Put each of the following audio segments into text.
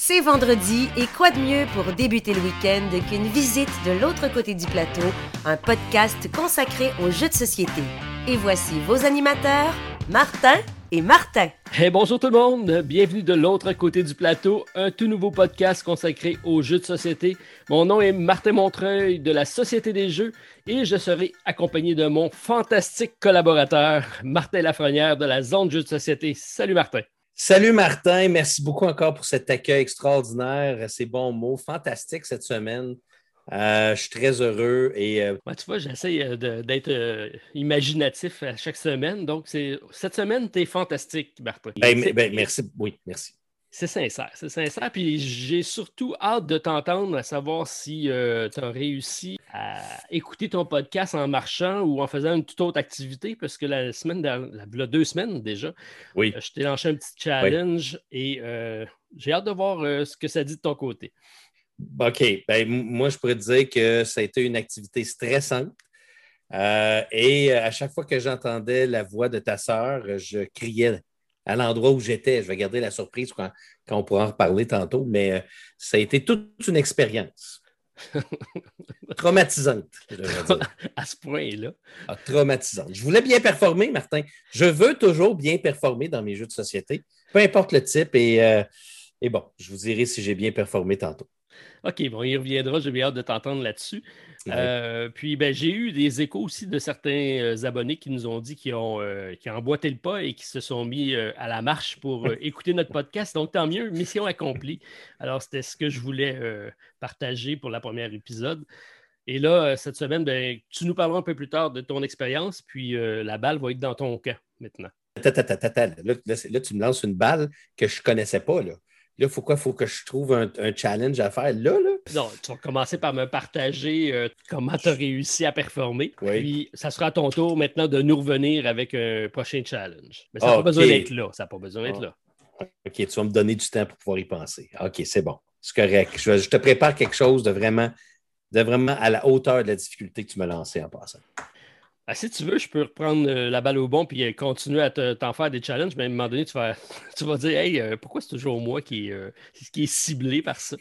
C'est vendredi et quoi de mieux pour débuter le week-end qu'une visite de l'autre côté du plateau, un podcast consacré aux jeux de société. Et voici vos animateurs, Martin et Martin. Hey, bonjour tout le monde, bienvenue de l'autre côté du plateau, un tout nouveau podcast consacré aux jeux de société. Mon nom est Martin Montreuil de la Société des Jeux et je serai accompagné de mon fantastique collaborateur, Martin Lafrenière de la Zone Jeux de Société. Salut Martin. Salut Martin, merci beaucoup encore pour cet accueil extraordinaire, ces bons mots, fantastiques cette semaine. Je suis très heureux et... Tu vois, j'essaie d'être imaginatif à chaque semaine, donc cette semaine, t'es fantastique, Martin. Merci, oui, merci. C'est sincère, puis j'ai surtout hâte de t'entendre, à savoir si tu as réussi à écouter ton podcast en marchant ou en faisant une toute autre activité, parce que la semaine dernière, 2 semaines déjà, oui. Je t'ai lancé un petit challenge et j'ai hâte de voir ce que ça dit de ton côté. OK, moi je pourrais te dire que ça a été une activité stressante et à chaque fois que j'entendais la voix de ta sœur, je criais à l'endroit où j'étais. Je vais garder la surprise quand on pourra en reparler tantôt, mais ça a été toute une expérience. Traumatisante, je devrais dire. À ce point-là. Traumatisante. Je voulais bien performer, Martin. Je veux toujours bien performer dans mes jeux de société, peu importe le type. Et bon, je vous dirai si j'ai bien performé tantôt. OK, bon, il reviendra. J'ai bien hâte de t'entendre là-dessus. Ouais. Puis, j'ai eu des échos aussi de certains abonnés qui nous ont dit qu'ils ont emboîté le pas et qui se sont mis à la marche pour écouter notre podcast. Donc, tant mieux, mission accomplie. Alors, c'était ce que je voulais partager pour le premier épisode. Et là, cette semaine, tu nous parleras un peu plus tard de ton expérience, puis la balle va être dans ton camp maintenant. Attends. Là, tu me lances une balle que je ne connaissais pas, là. Là, il faut que je trouve un challenge à faire. Là. Non, tu vas commencer par me partager comment tu as réussi à performer. Oui. Puis, ça sera à ton tour maintenant de nous revenir avec un prochain challenge. Mais ça n'a pas besoin d'être là. Ça n'a pas besoin d'être là. OK, tu vas me donner du temps pour pouvoir y penser. OK, c'est bon. C'est correct. Je te prépare quelque chose de vraiment à la hauteur de la difficulté que tu m'as lancé en passant. Si tu veux, je peux reprendre la balle au bon et continuer à t'en faire des challenges, mais à un moment donné, tu vas dire hey, pourquoi c'est toujours moi qui est ciblé par ça?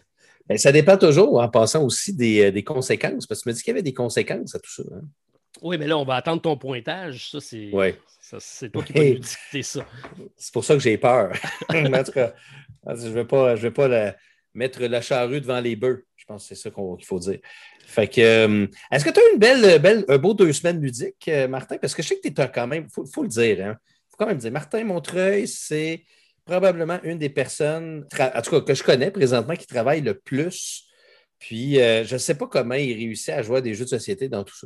Ça dépend toujours, en passant aussi des conséquences, parce que tu m'as dit qu'il y avait des conséquences à tout ça. Hein? Oui, mais là, on va attendre ton pointage. Ça, c'est toi qui vas nous dicter ça. C'est pour ça que j'ai peur. En tout cas, je ne vais pas mettre la charrue devant les bœufs. Je pense que c'est ça qu'il faut dire. Fait que, est-ce que tu as eu un beau 2 semaines ludiques, Martin? Parce que je sais que tu es quand même, il faut le dire, hein? Il faut quand même dire, Martin Montreuil, c'est probablement une des personnes, en tout cas, que je connais présentement, qui travaille le plus. Puis, je ne sais pas comment il réussit à jouer à des jeux de société dans tout ça.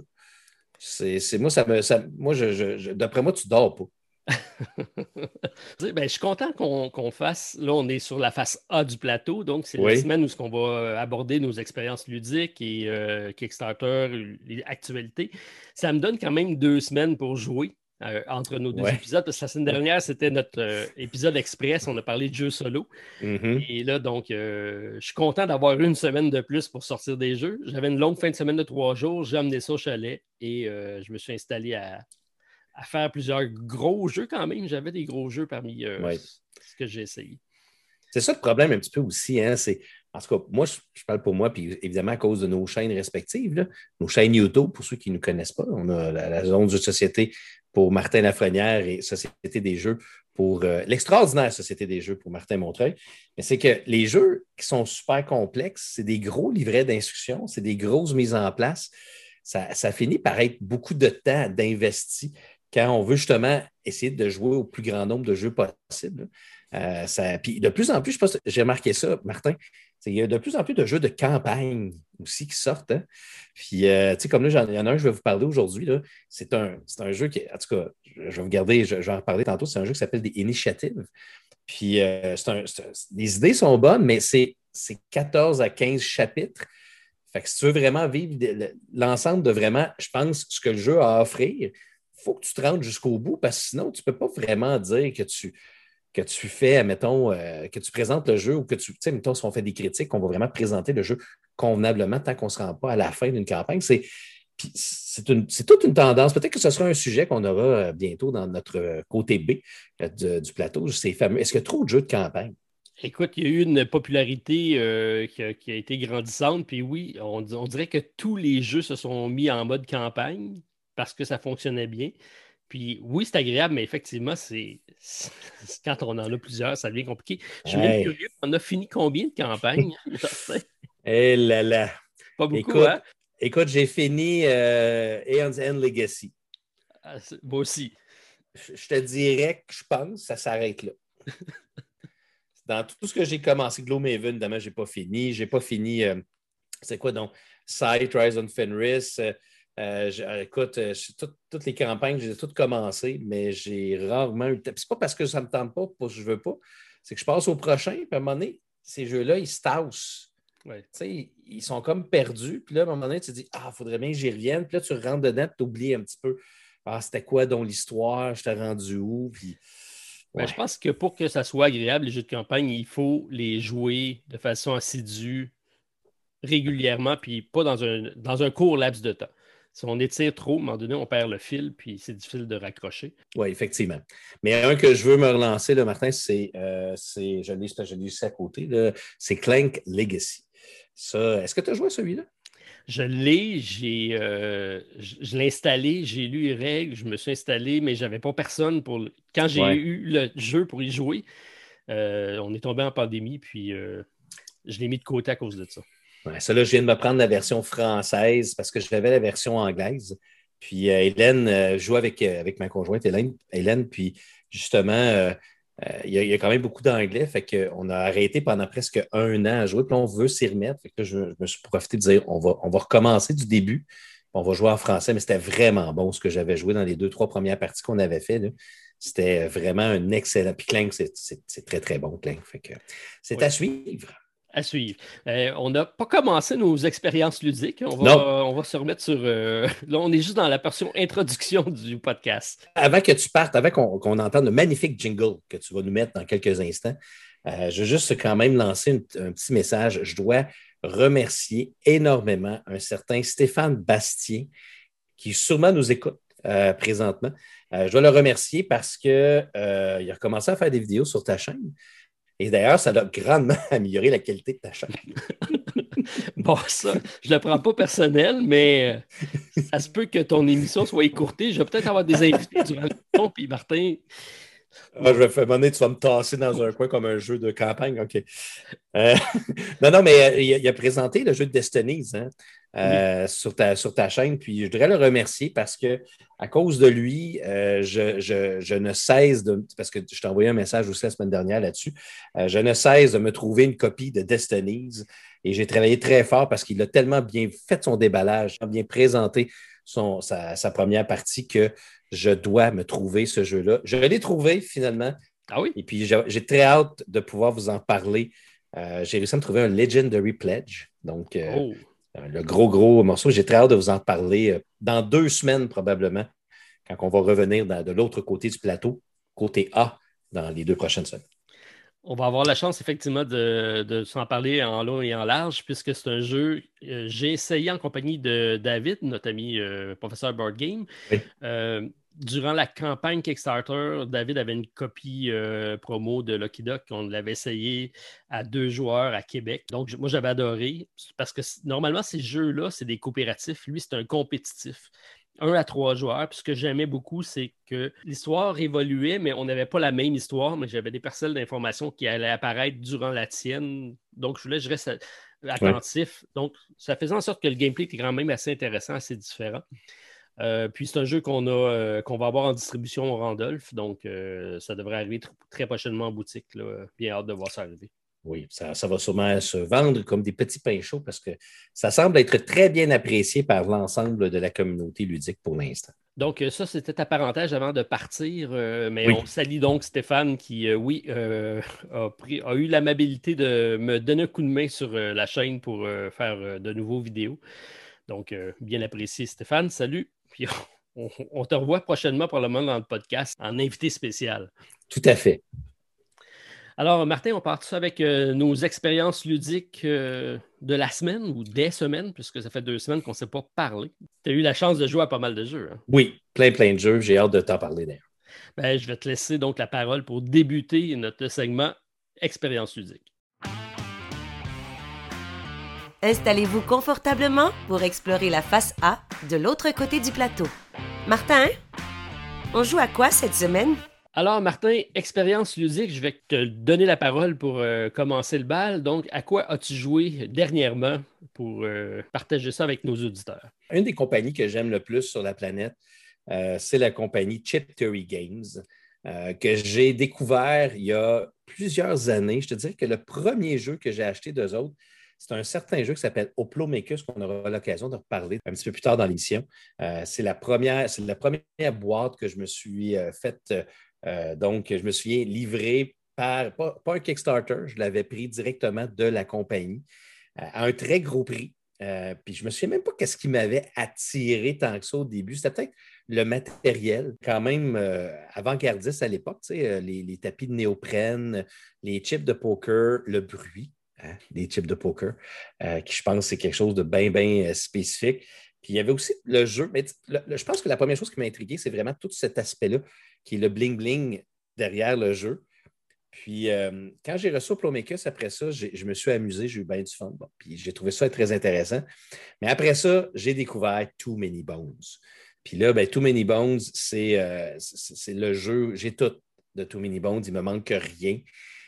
D'après moi, tu ne dors pas. Je suis content qu'on fasse. Là, on est sur la face A du plateau, donc c'est Oui. la semaine où on va aborder nos expériences ludiques et Kickstarter, les actualités. Ça me donne quand même 2 semaines pour jouer entre nos 2 épisodes, parce que la semaine dernière, c'était notre épisode express. On a parlé de jeux solo. Mm-hmm. Et là, donc, je suis content d'avoir une semaine de plus pour sortir des jeux. J'avais une longue fin de semaine de 3 jours. J'ai amené ça au chalet et je me suis installé à faire plusieurs gros jeux quand même. J'avais des gros jeux parmi ce que j'ai essayé. C'est ça le problème un petit peu aussi. Hein? En tout cas, moi, je parle pour moi, puis évidemment à cause de nos chaînes respectives, là, nos chaînes YouTube, pour ceux qui ne nous connaissent pas. On a la zone de société pour Martin Lafrenière et Société des jeux pour l'extraordinaire Société des jeux pour Martin Montreuil. Mais c'est que les jeux qui sont super complexes, c'est des gros livrets d'instructions, c'est des grosses mises en place. Ça finit par être beaucoup de temps d'investi quand on veut justement essayer de jouer au plus grand nombre de jeux possible. Puis de plus en plus, je pense, j'ai remarqué ça, Martin, il y a de plus en plus de jeux de campagne aussi qui sortent. Hein? Puis, tu sais, comme là, il y en a un que je vais vous parler aujourd'hui. Là. C'est un jeu qui, en tout cas, je vais vous garder, je vais en reparler tantôt. C'est un jeu qui s'appelle des Initiatives. Puis, les idées sont bonnes, mais c'est 14 à 15 chapitres. Fait que si tu veux vraiment vivre l'ensemble de vraiment, je pense, ce que le jeu a à offrir, il faut que tu te rendes jusqu'au bout parce que sinon, tu ne peux pas vraiment dire que tu fais, mettons, que tu présentes le jeu ou que tu sais, mettons, si on fait des critiques, on va vraiment présenter le jeu convenablement tant qu'on ne se rend pas à la fin d'une campagne. C'est toute une tendance. Peut-être que ce sera un sujet qu'on aura bientôt dans notre côté B du plateau, ces fameux. Est-ce qu'il y a trop de jeux de campagne? Écoute, il y a eu une popularité qui a été grandissante. Puis oui, on dirait que tous les jeux se sont mis en mode campagne parce que ça fonctionnait bien. Puis oui, c'est agréable, mais effectivement, quand on en a plusieurs, ça devient compliqué. Je suis même Hey, curieux, on a fini combien de campagnes? eh là là. Pas beaucoup, Écoute, hein? écoute, j'ai fini Aeon's End Legacy. Ah, moi aussi. Je te dirais que je pense que ça s'arrête là. Dans tout ce que j'ai commencé, Gloomhaven, évidemment, je n'ai pas fini. J'ai pas fini, c'est quoi donc? Sight, Rise on Fenris. Écoute, toutes les campagnes, j'ai toutes commencé, mais j'ai rarement eu. C'est pas parce que ça ne me tente pas, parce que je ne veux pas. C'est que je passe au prochain, puis à un moment donné, ces jeux-là, ils se tassent. Ouais. Ils sont comme perdus. Puis là, à un moment donné, tu te dis, il faudrait bien que j'y revienne. Puis là, tu rentres dedans, tu oublies un petit peu. C'était quoi donc l'histoire? Je t'ai rendu où? Puis, Ben, ouais. je pense que pour que ça soit agréable, les jeux de campagne, il faut les jouer de façon assidue, régulièrement, puis pas dans un court laps de temps. Si on étire trop, à un moment donné, on perd le fil, puis c'est difficile de raccrocher. Oui, effectivement. Mais un que je veux me relancer, là, Martin, je l'ai ici à côté, là, c'est Clank Legacy. Ça, est-ce que tu as joué à celui-là? Je l'ai, je l'ai installé, j'ai lu les règles, je me suis installé, mais je n'avais pas personne pour. Quand j'ai Ouais. eu le jeu pour y jouer, on est tombé en pandémie, puis je l'ai mis de côté à cause de ça. Ouais, ça, là, je viens de me prendre la version française parce que j'avais la version anglaise. Puis Hélène joue avec ma conjointe Hélène, puis justement, il y a quand même beaucoup d'anglais. Fait qu'on a arrêté pendant presque 1 an à jouer, puis on veut s'y remettre. Fait que là, je me suis profité de dire on va recommencer du début, puis on va jouer en français, mais c'était vraiment bon ce que j'avais joué dans les 2, 3 premières parties qu'on avait fait. Là. C'était vraiment un excellent. Puis Clank, c'est très, très bon, Clank. Fait que c'est Oui. à suivre. À suivre. On n'a pas commencé nos expériences ludiques. Non. On va se remettre sur. Là, on est juste dans la portion introduction du podcast. Avant que tu partes, avant qu'on entende le magnifique jingle que tu vas nous mettre dans quelques instants, je veux juste quand même lancer un petit message. Je dois remercier énormément un certain Stéphane Bastien qui sûrement nous écoute présentement. Je dois le remercier parce qu'il a commencé à faire des vidéos sur ta chaîne. Et d'ailleurs, ça a grandement amélioré la qualité de ta chaîne. Bon, ça, je ne le prends pas personnel, mais ça se peut que ton émission soit écourtée. Je vais peut-être avoir des invités durant l'émission, puis Martin. Je vais faire demander, tu vas me tasser dans un coin comme un jeu de campagne. OK. Non, mais il a présenté le jeu de Destinies sur ta chaîne. Puis je voudrais le remercier parce que à cause de lui, je ne cesse de. Parce que je t'ai envoyé un message aussi la semaine dernière là-dessus. Je ne cesse de me trouver une copie de Destinies. Et j'ai travaillé très fort parce qu'il a tellement bien fait son déballage, bien présenté sa première partie que je dois me trouver ce jeu-là. Je l'ai trouvé finalement. Ah oui? Et puis, j'ai très hâte de pouvoir vous en parler. J'ai réussi à me trouver un Legendary Pledge. Donc, le gros morceau. J'ai très hâte de vous en parler dans 2 semaines probablement, quand on va revenir de l'autre côté du plateau, côté A, dans les 2 prochaines semaines. On va avoir la chance, effectivement, de s'en parler en long et en large, puisque c'est un jeu. J'ai essayé en compagnie de David, notre ami professeur Board Game. Oui. Durant la campagne Kickstarter, David avait une copie promo de Lucky Duck. On l'avait essayé à 2 joueurs à Québec. Donc, moi, j'avais adoré parce que normalement, ces jeux-là, c'est des coopératifs. Lui, c'est un compétitif. 1 à 3 joueurs. Puis ce que j'aimais beaucoup, c'est que l'histoire évoluait, mais on n'avait pas la même histoire, mais j'avais des parcelles d'informations qui allaient apparaître durant la tienne. Donc, je reste attentif. Ouais. Donc, ça faisait en sorte que le gameplay était quand même assez intéressant, assez différent. Puis c'est un jeu qu'on va avoir en distribution au Randolph, donc ça devrait arriver très prochainement en boutique. Là. Bien hâte de voir ça arriver. Oui, ça va sûrement se vendre comme des petits pains chauds parce que ça semble être très bien apprécié par l'ensemble de la communauté ludique pour l'instant. Donc, ça, c'était ta parenthèse avant de partir. Mais oui. On salue donc Stéphane qui, a eu l'amabilité de me donner un coup de main sur la chaîne pour faire de nouveaux vidéos. Donc, bien apprécié, Stéphane. Salut. Puis, on te revoit prochainement, probablement, dans le podcast en invité spécial. Tout à fait. Alors, Martin, on part ça avec nos expériences ludiques de la semaine ou des semaines, puisque ça fait 2 semaines qu'on ne s'est pas parlé. Tu as eu la chance de jouer à pas mal de jeux. Hein? Oui, plein de jeux. J'ai hâte de t'en parler d'ailleurs. Ben, je vais te laisser donc la parole pour débuter notre segment Expérience ludique. Installez-vous confortablement pour explorer la face A de l'autre côté du plateau. Martin, on joue à quoi cette semaine? Alors, Martin, expérience ludique, je vais te donner la parole pour commencer le bal. Donc, à quoi as-tu joué dernièrement pour partager ça avec nos auditeurs? Une des compagnies que j'aime le plus sur la planète, c'est la compagnie Chip Theory Games, que j'ai découvert il y a plusieurs années. Je te dirais que le premier jeu que j'ai acheté d'eux autres, c'est un certain jeu qui s'appelle Hoplomachus, qu'on aura l'occasion de reparler un petit peu plus tard dans l'émission. C'est la première boîte que je me suis faite. Donc, je me suis livré par, pas un Kickstarter, je l'avais pris directement de la compagnie à un très gros prix. Puis je ne me souviens même pas qu'est-ce qui m'avait attiré tant que ça au début. C'était peut-être le matériel, quand même avant-gardiste à l'époque, les tapis de néoprène, les chips de poker, le bruit. Des chips de poker, qui je pense c'est quelque chose de bien, bien spécifique. Puis il y avait aussi le jeu, mais je pense que la première chose qui m'a intrigué, c'est vraiment tout cet aspect-là, qui est le bling-bling derrière le jeu. Puis quand j'ai reçu Plomecus, après ça, je me suis amusé, j'ai eu bien du fun. Bon, puis j'ai trouvé ça très intéressant. Mais après ça, j'ai découvert Too Many Bones. Puis là, Too Many Bones, c'est le jeu, j'ai tout de Too Many Bones, il ne me manque rien.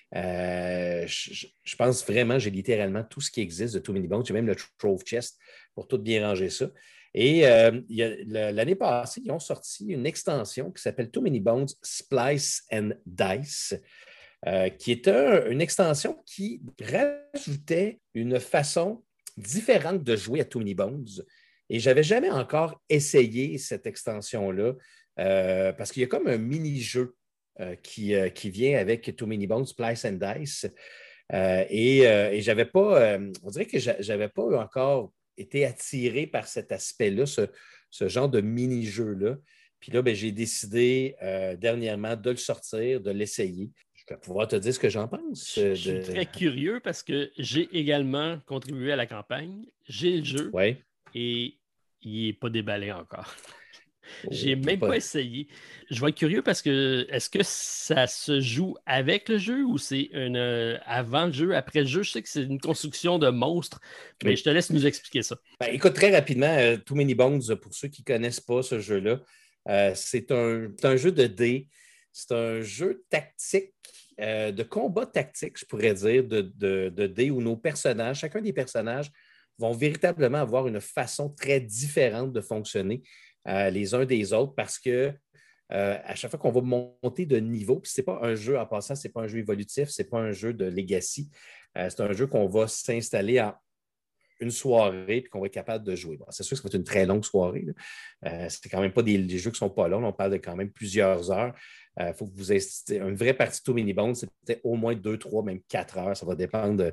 Je pense vraiment, j'ai littéralement tout ce qui existe de Too Many Bones. J'ai même le Trove Chest pour tout bien ranger ça. Et l'année passée, ils ont sorti une extension qui s'appelle Too Many Bones Splice and Dice, qui est une extension qui rajoutait une façon différente de jouer à Too Many Bones. Et je n'avais jamais encore essayé cette extension-là parce qu'il y a comme un mini-jeu qui vient avec Too Many Bones, Splice and Dice. Et j'avais pas, on dirait que je n'avais pas encore été attiré par cet aspect-là, ce genre de mini-jeu-là. Puis là, j'ai décidé dernièrement de le sortir, de l'essayer. Je vais pouvoir te dire ce que j'en pense. Je suis très curieux parce que j'ai également contribué à la campagne. J'ai le jeu et il n'est pas déballé encore. J'ai même pas essayé. Je vais être curieux parce que est-ce que ça se joue avec le jeu ou c'est avant le jeu, après le jeu? Je sais que c'est une construction de monstres, mais je te laisse nous expliquer ça. Écoute, très rapidement, Too Many Bones, pour ceux qui ne connaissent pas ce jeu-là, c'est un jeu de dés. C'est un jeu tactique, de combat tactique, je pourrais dire, de dés où nos personnages, chacun des personnages, vont véritablement avoir une façon très différente de fonctionner les uns des autres parce que à chaque fois qu'on va monter de niveau, puis ce n'est pas un jeu en passant, ce n'est pas un jeu évolutif, ce n'est pas un jeu de legacy, c'est un jeu qu'on va s'installer en une soirée et qu'on va être capable de jouer. Bon, c'est sûr que ça va être une très longue soirée. C'est quand même pas des jeux qui ne sont pas longs, on parle de quand même plusieurs heures. Il faut que vous ayez une vraie partie de Too Many Bones, c'est peut-être au moins 2, 3, même 4 heures. Ça va dépendre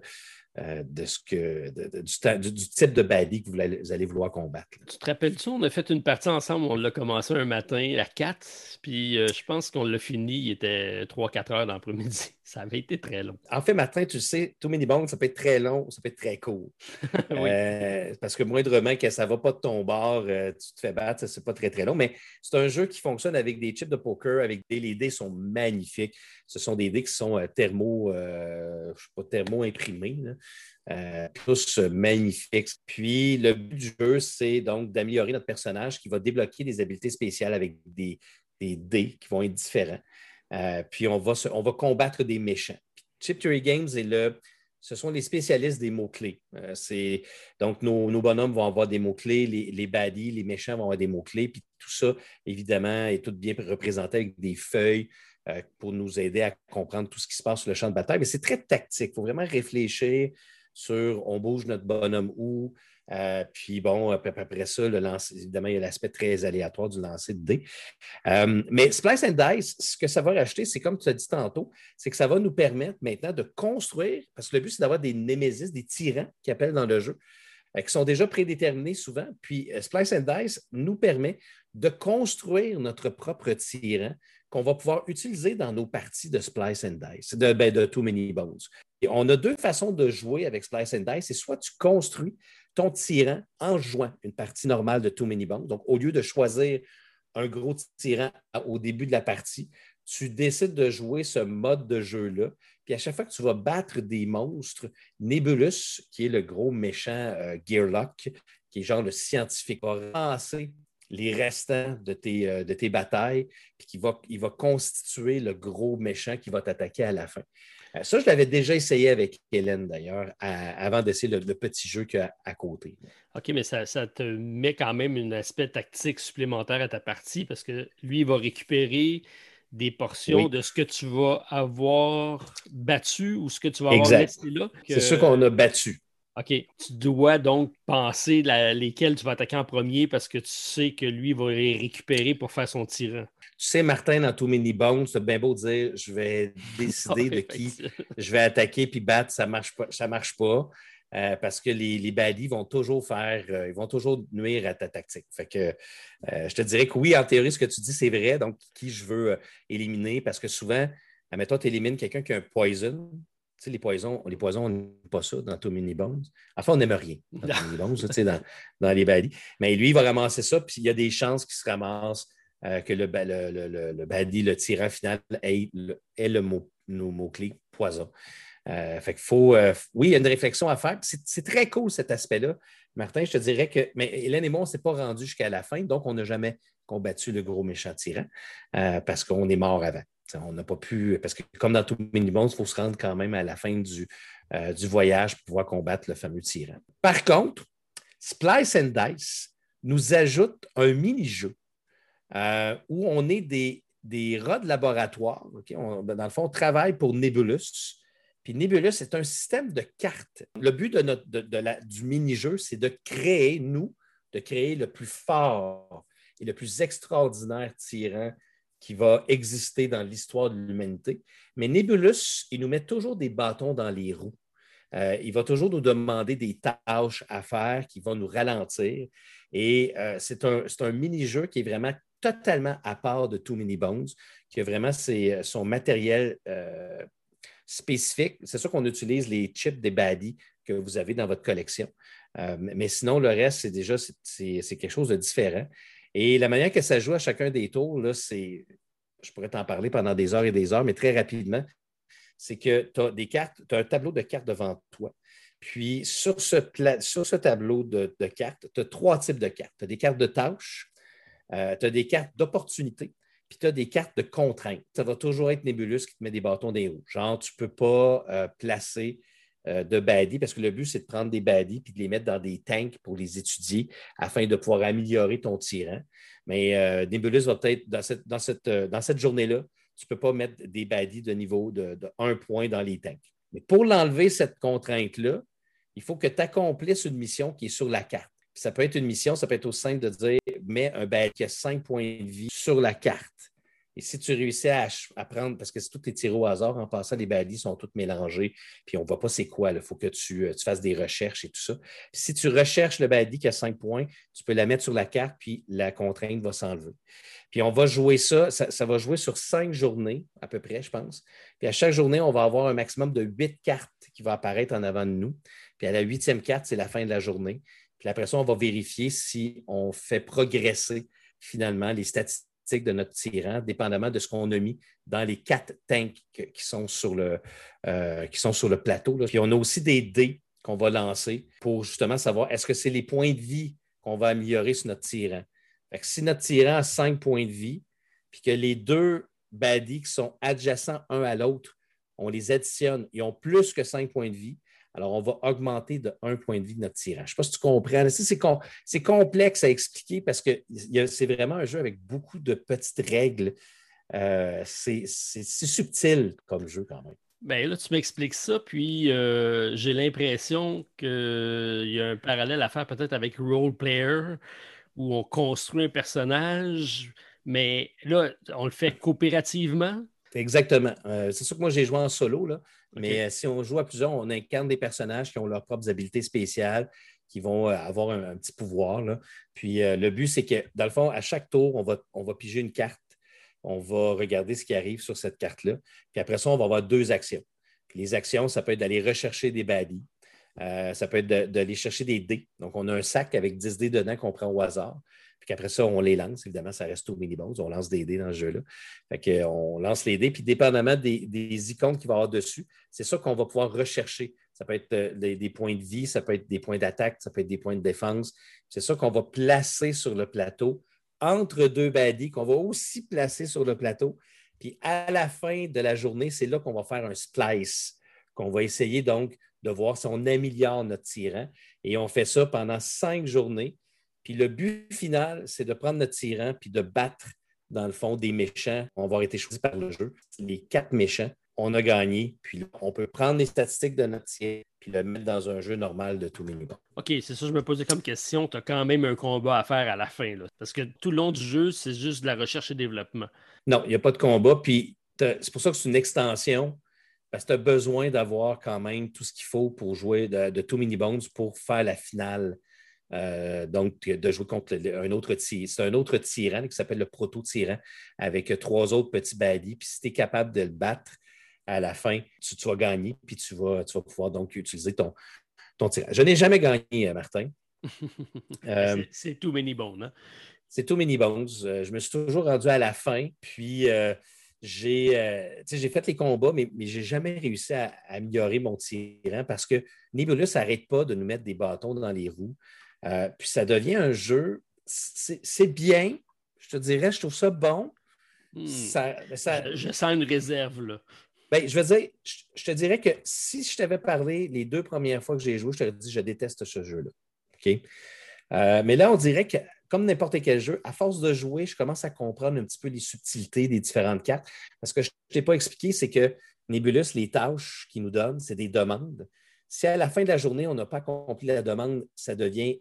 du type de baddie que vous allez vouloir combattre. Tu te rappelles-tu, on a fait une partie ensemble, on l'a commencé un matin à 4, puis je pense qu'on l'a fini, il était 3-4 heures dans l'après-midi. Ça avait été très long. En fait, Martin, tu sais, Too Many Bones, ça peut être très long, ça peut être très court. Oui. Parce que moindrement que ça ne va pas de ton bord, tu te fais battre, c'est pas très, très long. Mais c'est un jeu qui fonctionne avec des chips de poker, avec les dés sont magnifiques. Ce sont des dés qui sont thermo-imprimés. Tous magnifiques. Puis, le but du jeu, c'est donc d'améliorer notre personnage qui va débloquer des habiletés spéciales avec des dés qui vont être différents. Puis, on va combattre des méchants. Chip Theory Games, ce sont les spécialistes des mots-clés. Donc, nos bonhommes vont avoir des mots-clés, les baddies, les méchants vont avoir des mots-clés, puis tout ça, évidemment, est tout bien représenté avec des feuilles pour nous aider à comprendre tout ce qui se passe sur le champ de bataille. Mais c'est très tactique. Il faut vraiment réfléchir sur on bouge notre bonhomme où. Puis bon, après ça, le lancer, évidemment, il y a l'aspect très aléatoire du lancer de dés. Mais Splice and Dice, ce que ça va rajouter, c'est comme tu as dit tantôt, c'est que ça va nous permettre maintenant de construire, parce que le but, c'est d'avoir des némésis, des tyrans qui appellent dans le jeu, qui sont déjà prédéterminés souvent. Puis Splice and Dice nous permet de construire notre propre tyran qu'on va pouvoir utiliser dans nos parties de Splice and Dice, de Too Many Bones. Et on a deux façons de jouer avec Splice and Dice. C'est soit tu construis ton tyran en jouant une partie normale de Too Many Bones. Donc, au lieu de choisir un gros tyran au début de la partie, tu décides de jouer ce mode de jeu-là. Puis à chaque fois que tu vas battre des monstres, Nebulus, qui est le gros méchant Gearlock, qui est genre le scientifique, va ramasser les restants de tes batailles, puis il va constituer le gros méchant qui va t'attaquer à la fin. Ça, je l'avais déjà essayé avec Hélène, d'ailleurs, avant d'essayer le petit jeu qu'il y a à côté. OK, mais ça te met quand même un aspect tactique supplémentaire à ta partie parce que lui, il va récupérer des portions de ce que tu vas avoir battu ou ce que tu vas avoir laissé là. C'est ça qu'on a battu. OK. Tu dois donc penser lesquels tu vas attaquer en premier parce que tu sais que lui va les récupérer pour faire son tyran. Tu sais, Martin, dans Too Many Bones, c'est bien beau de dire je vais décider de qui je vais attaquer puis battre, ça marche pas. Parce que les baddies vont toujours ils vont toujours nuire à ta tactique. Fait que je te dirais que oui, en théorie, ce que tu dis, c'est vrai. Donc, qui je veux éliminer? Parce que souvent, admettons, tu élimines quelqu'un qui a un poison. Tu sais, les poisons, on n'aime pas ça dans Too Many Bones. Enfin, on n'aime rien dans Too Many Bones, tu sais, dans les baddies. Mais lui, il va ramasser ça, puis il y a des chances qu'il se ramasse que le baddie, le tyran final, ait le mot-clé poison. Fait qu'il faut. Oui, il y a une réflexion à faire. C'est très cool cet aspect-là. Martin, je te dirais que. Mais Hélène et moi, on ne s'est pas rendu jusqu'à la fin, donc on n'a jamais combattu le gros méchant tyran parce qu'on est mort avant. T'sais, on n'a pas pu. Parce que comme dans tout Mini-Bones, il faut se rendre quand même à la fin du voyage pour pouvoir combattre le fameux tyran. Par contre, Splice and Dice nous ajoute un mini-jeu où on est des rats de laboratoire. Okay? Dans le fond, on travaille pour Nebulus. Puis Nebulus, c'est un système de cartes. Le but du mini-jeu, c'est de créer le plus fort et le plus extraordinaire tyran qui va exister dans l'histoire de l'humanité. Mais Nebulus, il nous met toujours des bâtons dans les roues. Il va toujours nous demander des tâches à faire qui vont nous ralentir. Et c'est un mini-jeu qui est vraiment totalement à part de Too Many Bones, qui a vraiment son matériel spécifique. C'est sûr qu'on utilise les chips des baddies que vous avez dans votre collection. Mais sinon, le reste, c'est quelque chose de différent. Et la manière que ça joue à chacun des tours, là, je pourrais t'en parler pendant des heures et des heures, mais très rapidement, c'est que tu as un tableau de cartes devant toi. Puis, sur ce tableau de cartes, tu as 3 types de cartes. Tu as des cartes de tâches, tu as des cartes d'opportunité, puis tu as des cartes de contraintes. Ça va toujours être Nebulus qui te met des bâtons des roues. Genre, tu ne peux pas placer de baddies, parce que le but, c'est de prendre des baddies puis de les mettre dans des tanks pour les étudier afin de pouvoir améliorer ton tyran. Mais Nebulus va peut-être, dans cette journée-là, tu ne peux pas mettre des baddies de niveau de 1 point dans les tanks. Mais pour l'enlever, cette contrainte-là, il faut que tu accomplisses une mission qui est sur la carte. Puis ça peut être une mission, ça peut être aussi simple de dire mets un baddie qui a 5 points de vie sur la carte. Et si tu réussis à prendre, parce que c'est tout est tiré au hasard, en passant, les baddies sont toutes mélangées, puis on ne voit pas c'est quoi. Il faut que tu fasses des recherches et tout ça. Puis si tu recherches le baddie qui a 5 points, tu peux la mettre sur la carte, puis la contrainte va s'enlever. Puis on va jouer ça va jouer sur 5 journées, à peu près, je pense. Puis à chaque journée, on va avoir un maximum de 8 cartes qui vont apparaître en avant de nous. Puis à la 8e carte, c'est la fin de la journée. Puis après ça, on va vérifier si on fait progresser finalement les statistiques de notre tyran, dépendamment de ce qu'on a mis dans les 4 tanks qui sont sur le plateau. Là. Puis on a aussi des dés qu'on va lancer pour justement savoir est-ce que c'est les points de vie qu'on va améliorer sur notre tyran. Fait que si notre tyran a 5 points de vie, puis que les 2 baddies qui sont adjacents un à l'autre, on les additionne, ils ont plus que 5 points de vie, alors on va augmenter de 1 point de vie de notre tyran. Je ne sais pas si tu comprends. C'est complexe à expliquer parce que c'est vraiment un jeu avec beaucoup de petites règles. C'est subtil comme jeu quand même. Bien là, tu m'expliques ça, puis j'ai l'impression qu'il y a un parallèle à faire peut-être avec Role Player, où on construit un personnage, mais là, on le fait coopérativement. Exactement. C'est sûr que moi, j'ai joué en solo, là, mais OK. si on joue à plusieurs, on incarne des personnages qui ont leurs propres habiletés spéciales, qui vont avoir un petit pouvoir. Là. Puis le but, c'est que, dans le fond, à chaque tour, on va piger une carte. On va regarder ce qui arrive sur cette carte-là. Puis après ça, on va avoir 2 actions. Puis les actions, ça peut être d'aller rechercher des baddies. Ça peut être d'aller chercher des dés. Donc, on a un sac avec 10 dés dedans qu'on prend au hasard. Puis qu'après ça, on les lance. Évidemment, ça reste au mini bones. On lance des dés dans ce jeu-là. Fait qu'on lance les dés, puis dépendamment des icônes qu'il va y avoir dessus, c'est ça qu'on va pouvoir rechercher. Ça peut être des points de vie, ça peut être des points d'attaque, ça peut être des points de défense. C'est ça qu'on va placer sur le plateau entre deux baddies, qu'on va aussi placer sur le plateau. Puis à la fin de la journée, c'est là qu'on va faire un splice, qu'on va essayer donc de voir si on améliore notre tyran. Et on fait ça pendant 5 journées. Puis le but final, c'est de prendre notre tyran puis de battre, dans le fond, des méchants. On va avoir été choisi par le jeu. Les 4 méchants, on a gagné. Puis là, on peut prendre les statistiques de notre tyran puis le mettre dans un jeu normal de tout mini. OK, c'est ça, je me posais comme question. Tu as quand même un combat à faire à la fin. Là, parce que tout le long du jeu, c'est juste de la recherche et développement. Non, il n'y a pas de combat. Puis c'est pour ça que c'est une extension. Parce que tu as besoin d'avoir quand même tout ce qu'il faut pour jouer de Too Many Bones pour faire la finale. Donc, de jouer contre un autre tyran. C'est un autre tyran qui s'appelle le proto-tyran avec 3 autres petits baddies. Puis si tu es capable de le battre à la fin, tu vas gagner. Puis tu vas pouvoir donc utiliser ton tyran. Je n'ai jamais gagné, Martin. C'est Too Many Bones. Hein? C'est Too Many Bones. Je me suis toujours rendu à la fin. Puis. J'ai fait les combats, mais je n'ai jamais réussi à améliorer mon tyran parce que Nebulus n'arrête pas de nous mettre des bâtons dans les roues. Puis ça devient un jeu, c'est bien, je te dirais, je trouve ça bon. Je sens une réserve, là. Ben, je veux dire, je te dirais que si je t'avais parlé les 2 premières fois que j'ai joué, je t'aurais dit je déteste ce jeu-là. OK? Mais là, on dirait que, comme n'importe quel jeu, à force de jouer, je commence à comprendre un petit peu les subtilités des différentes cartes. Parce que je ne t'ai pas expliqué, c'est que Nebulus, les tâches qu'il nous donne, c'est des demandes. Si à la fin de la journée, on n'a pas accompli la demande, ça devient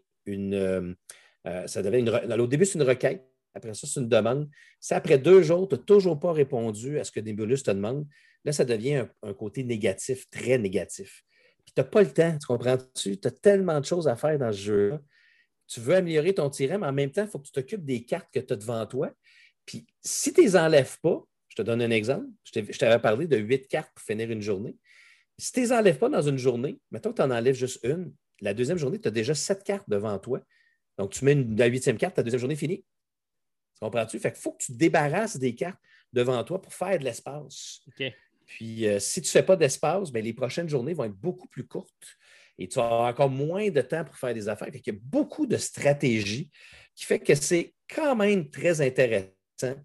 au début, c'est une requête. Après ça, c'est une demande. Si après 2 jours, tu n'as toujours pas répondu à ce que Nebulus te demande, là, ça devient un côté négatif, très négatif. Puis tu n'as pas le temps, tu comprends-tu? Tu as tellement de choses à faire dans ce jeu-là. Tu veux améliorer ton tyran, mais en même temps, il faut que tu t'occupes des cartes que tu as devant toi. Puis si tu ne les enlèves pas, je te donne un exemple, je t'avais parlé de 8 cartes pour finir une journée. Si tu ne les enlèves pas dans une journée, mettons que tu en enlèves juste une, la deuxième journée, tu as déjà 7 cartes devant toi. Donc, tu mets la 8e carte, ta deuxième journée est finie. Tu comprends-tu? Fait qu'il faut que tu te débarrasses des cartes devant toi pour faire de l'espace. OK. Puis, si tu ne fais pas d'espace, bien, les prochaines journées vont être beaucoup plus courtes. Et tu vas avoir encore moins de temps pour faire des affaires. Il y a beaucoup de stratégies qui fait que c'est quand même très intéressant,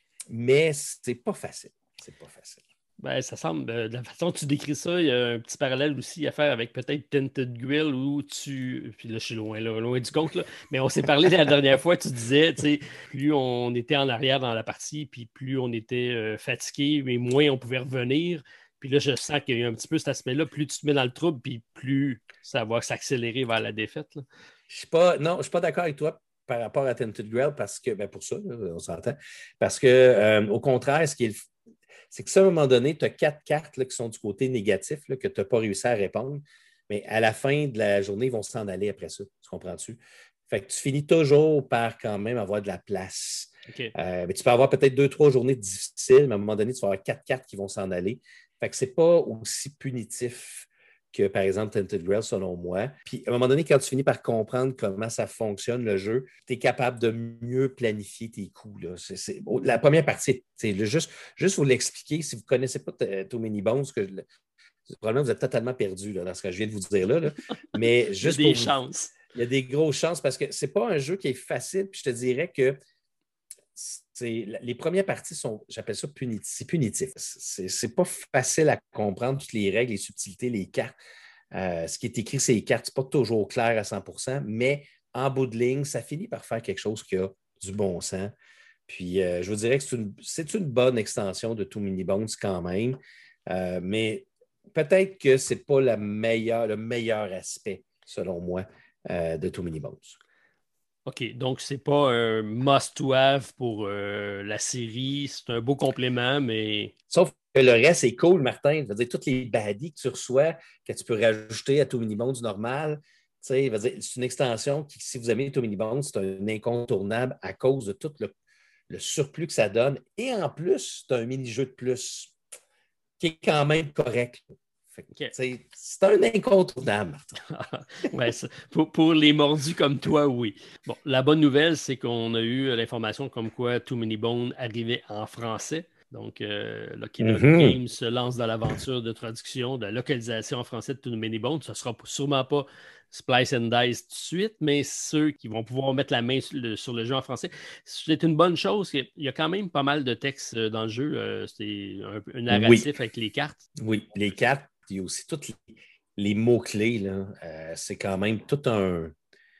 mais c'est pas facile. C'est pas facile. Ben, ça semble, de la façon dont tu décris ça, il y a un petit parallèle aussi à faire avec peut-être Tinted Grill où puis là, je suis loin du compte, là, mais on s'est parlé la dernière fois, tu disais, tu sais, plus on était en arrière dans la partie, puis plus on était fatigué, mais moins on pouvait revenir. Puis là, je sens qu'il y a eu un petit peu cet aspect-là. Plus tu te mets dans le trouble, puis plus ça va s'accélérer vers la défaite. Là. Je ne suis pas d'accord avec toi par rapport à Tinted Grill parce que, pour ça, là, on s'entend. Parce que, au contraire, c'est que ça, à un moment donné, tu as 4 cartes là, qui sont du côté négatif, là, que tu n'as pas réussi à répondre. Mais à la fin de la journée, ils vont s'en aller après ça. Tu comprends-tu? Fait que tu finis toujours par quand même avoir de la place. Okay. Mais tu peux avoir peut-être 2-3 journées difficiles, mais à un moment donné, tu vas avoir 4 cartes qui vont s'en aller. Fait que ce n'est pas aussi punitif que, par exemple, Tinted Grill, selon moi. Puis, à un moment donné, quand tu finis par comprendre comment ça fonctionne, le jeu, tu es capable de mieux planifier tes coups. Là. La première partie, juste vous l'expliquer, si vous ne connaissez pas Too Many Bones, probablement vous êtes totalement perdu là, dans ce que je viens de vous dire là. Mais juste il y a des chances. Il y a des grosses chances parce que ce n'est pas un jeu qui est facile. Puis je te dirais que les premières parties sont, j'appelle ça punitif. C'est punitif. C'est pas facile à comprendre toutes les règles, les subtilités, les cartes. Ce qui est écrit sur les cartes, c'est pas toujours clair à 100%, mais en bout de ligne, ça finit par faire quelque chose qui a du bon sens. Puis je vous dirais que c'est une bonne extension de Too Many Bones quand même, mais peut-être que ce n'est pas le meilleur aspect, selon moi, de Too Many Bones. OK, donc c'est pas un must-to-have pour la série. C'est un beau complément, mais... Sauf que le reste est cool, Martin. Je veux dire, toutes les baddies que tu reçois, que tu peux rajouter à Too Many Bones normal, c'est une extension qui, si vous aimez Too Many Bones, c'est un incontournable à cause de tout le surplus que ça donne. Et en plus, tu as un mini-jeu de plus qui est quand même correct. Okay. C'est un incontournable, Martin. Ouais, pour les mordus comme toi, oui. Bon, la bonne nouvelle, c'est qu'on a eu l'information comme quoi Too Many Bones arrivait en français. Donc, Lockheed Games se lance dans l'aventure de traduction, de localisation en français de Too Many Bones. Ce ne sera sûrement pas Splice and Dice tout de suite, mais ceux qui vont pouvoir mettre la main sur le jeu en français, c'est une bonne chose. Il y a quand même pas mal de textes dans le jeu. C'est un narratif avec les cartes. Oui, les cartes, il y a aussi tous les mots-clés. Là. C'est quand même tout un...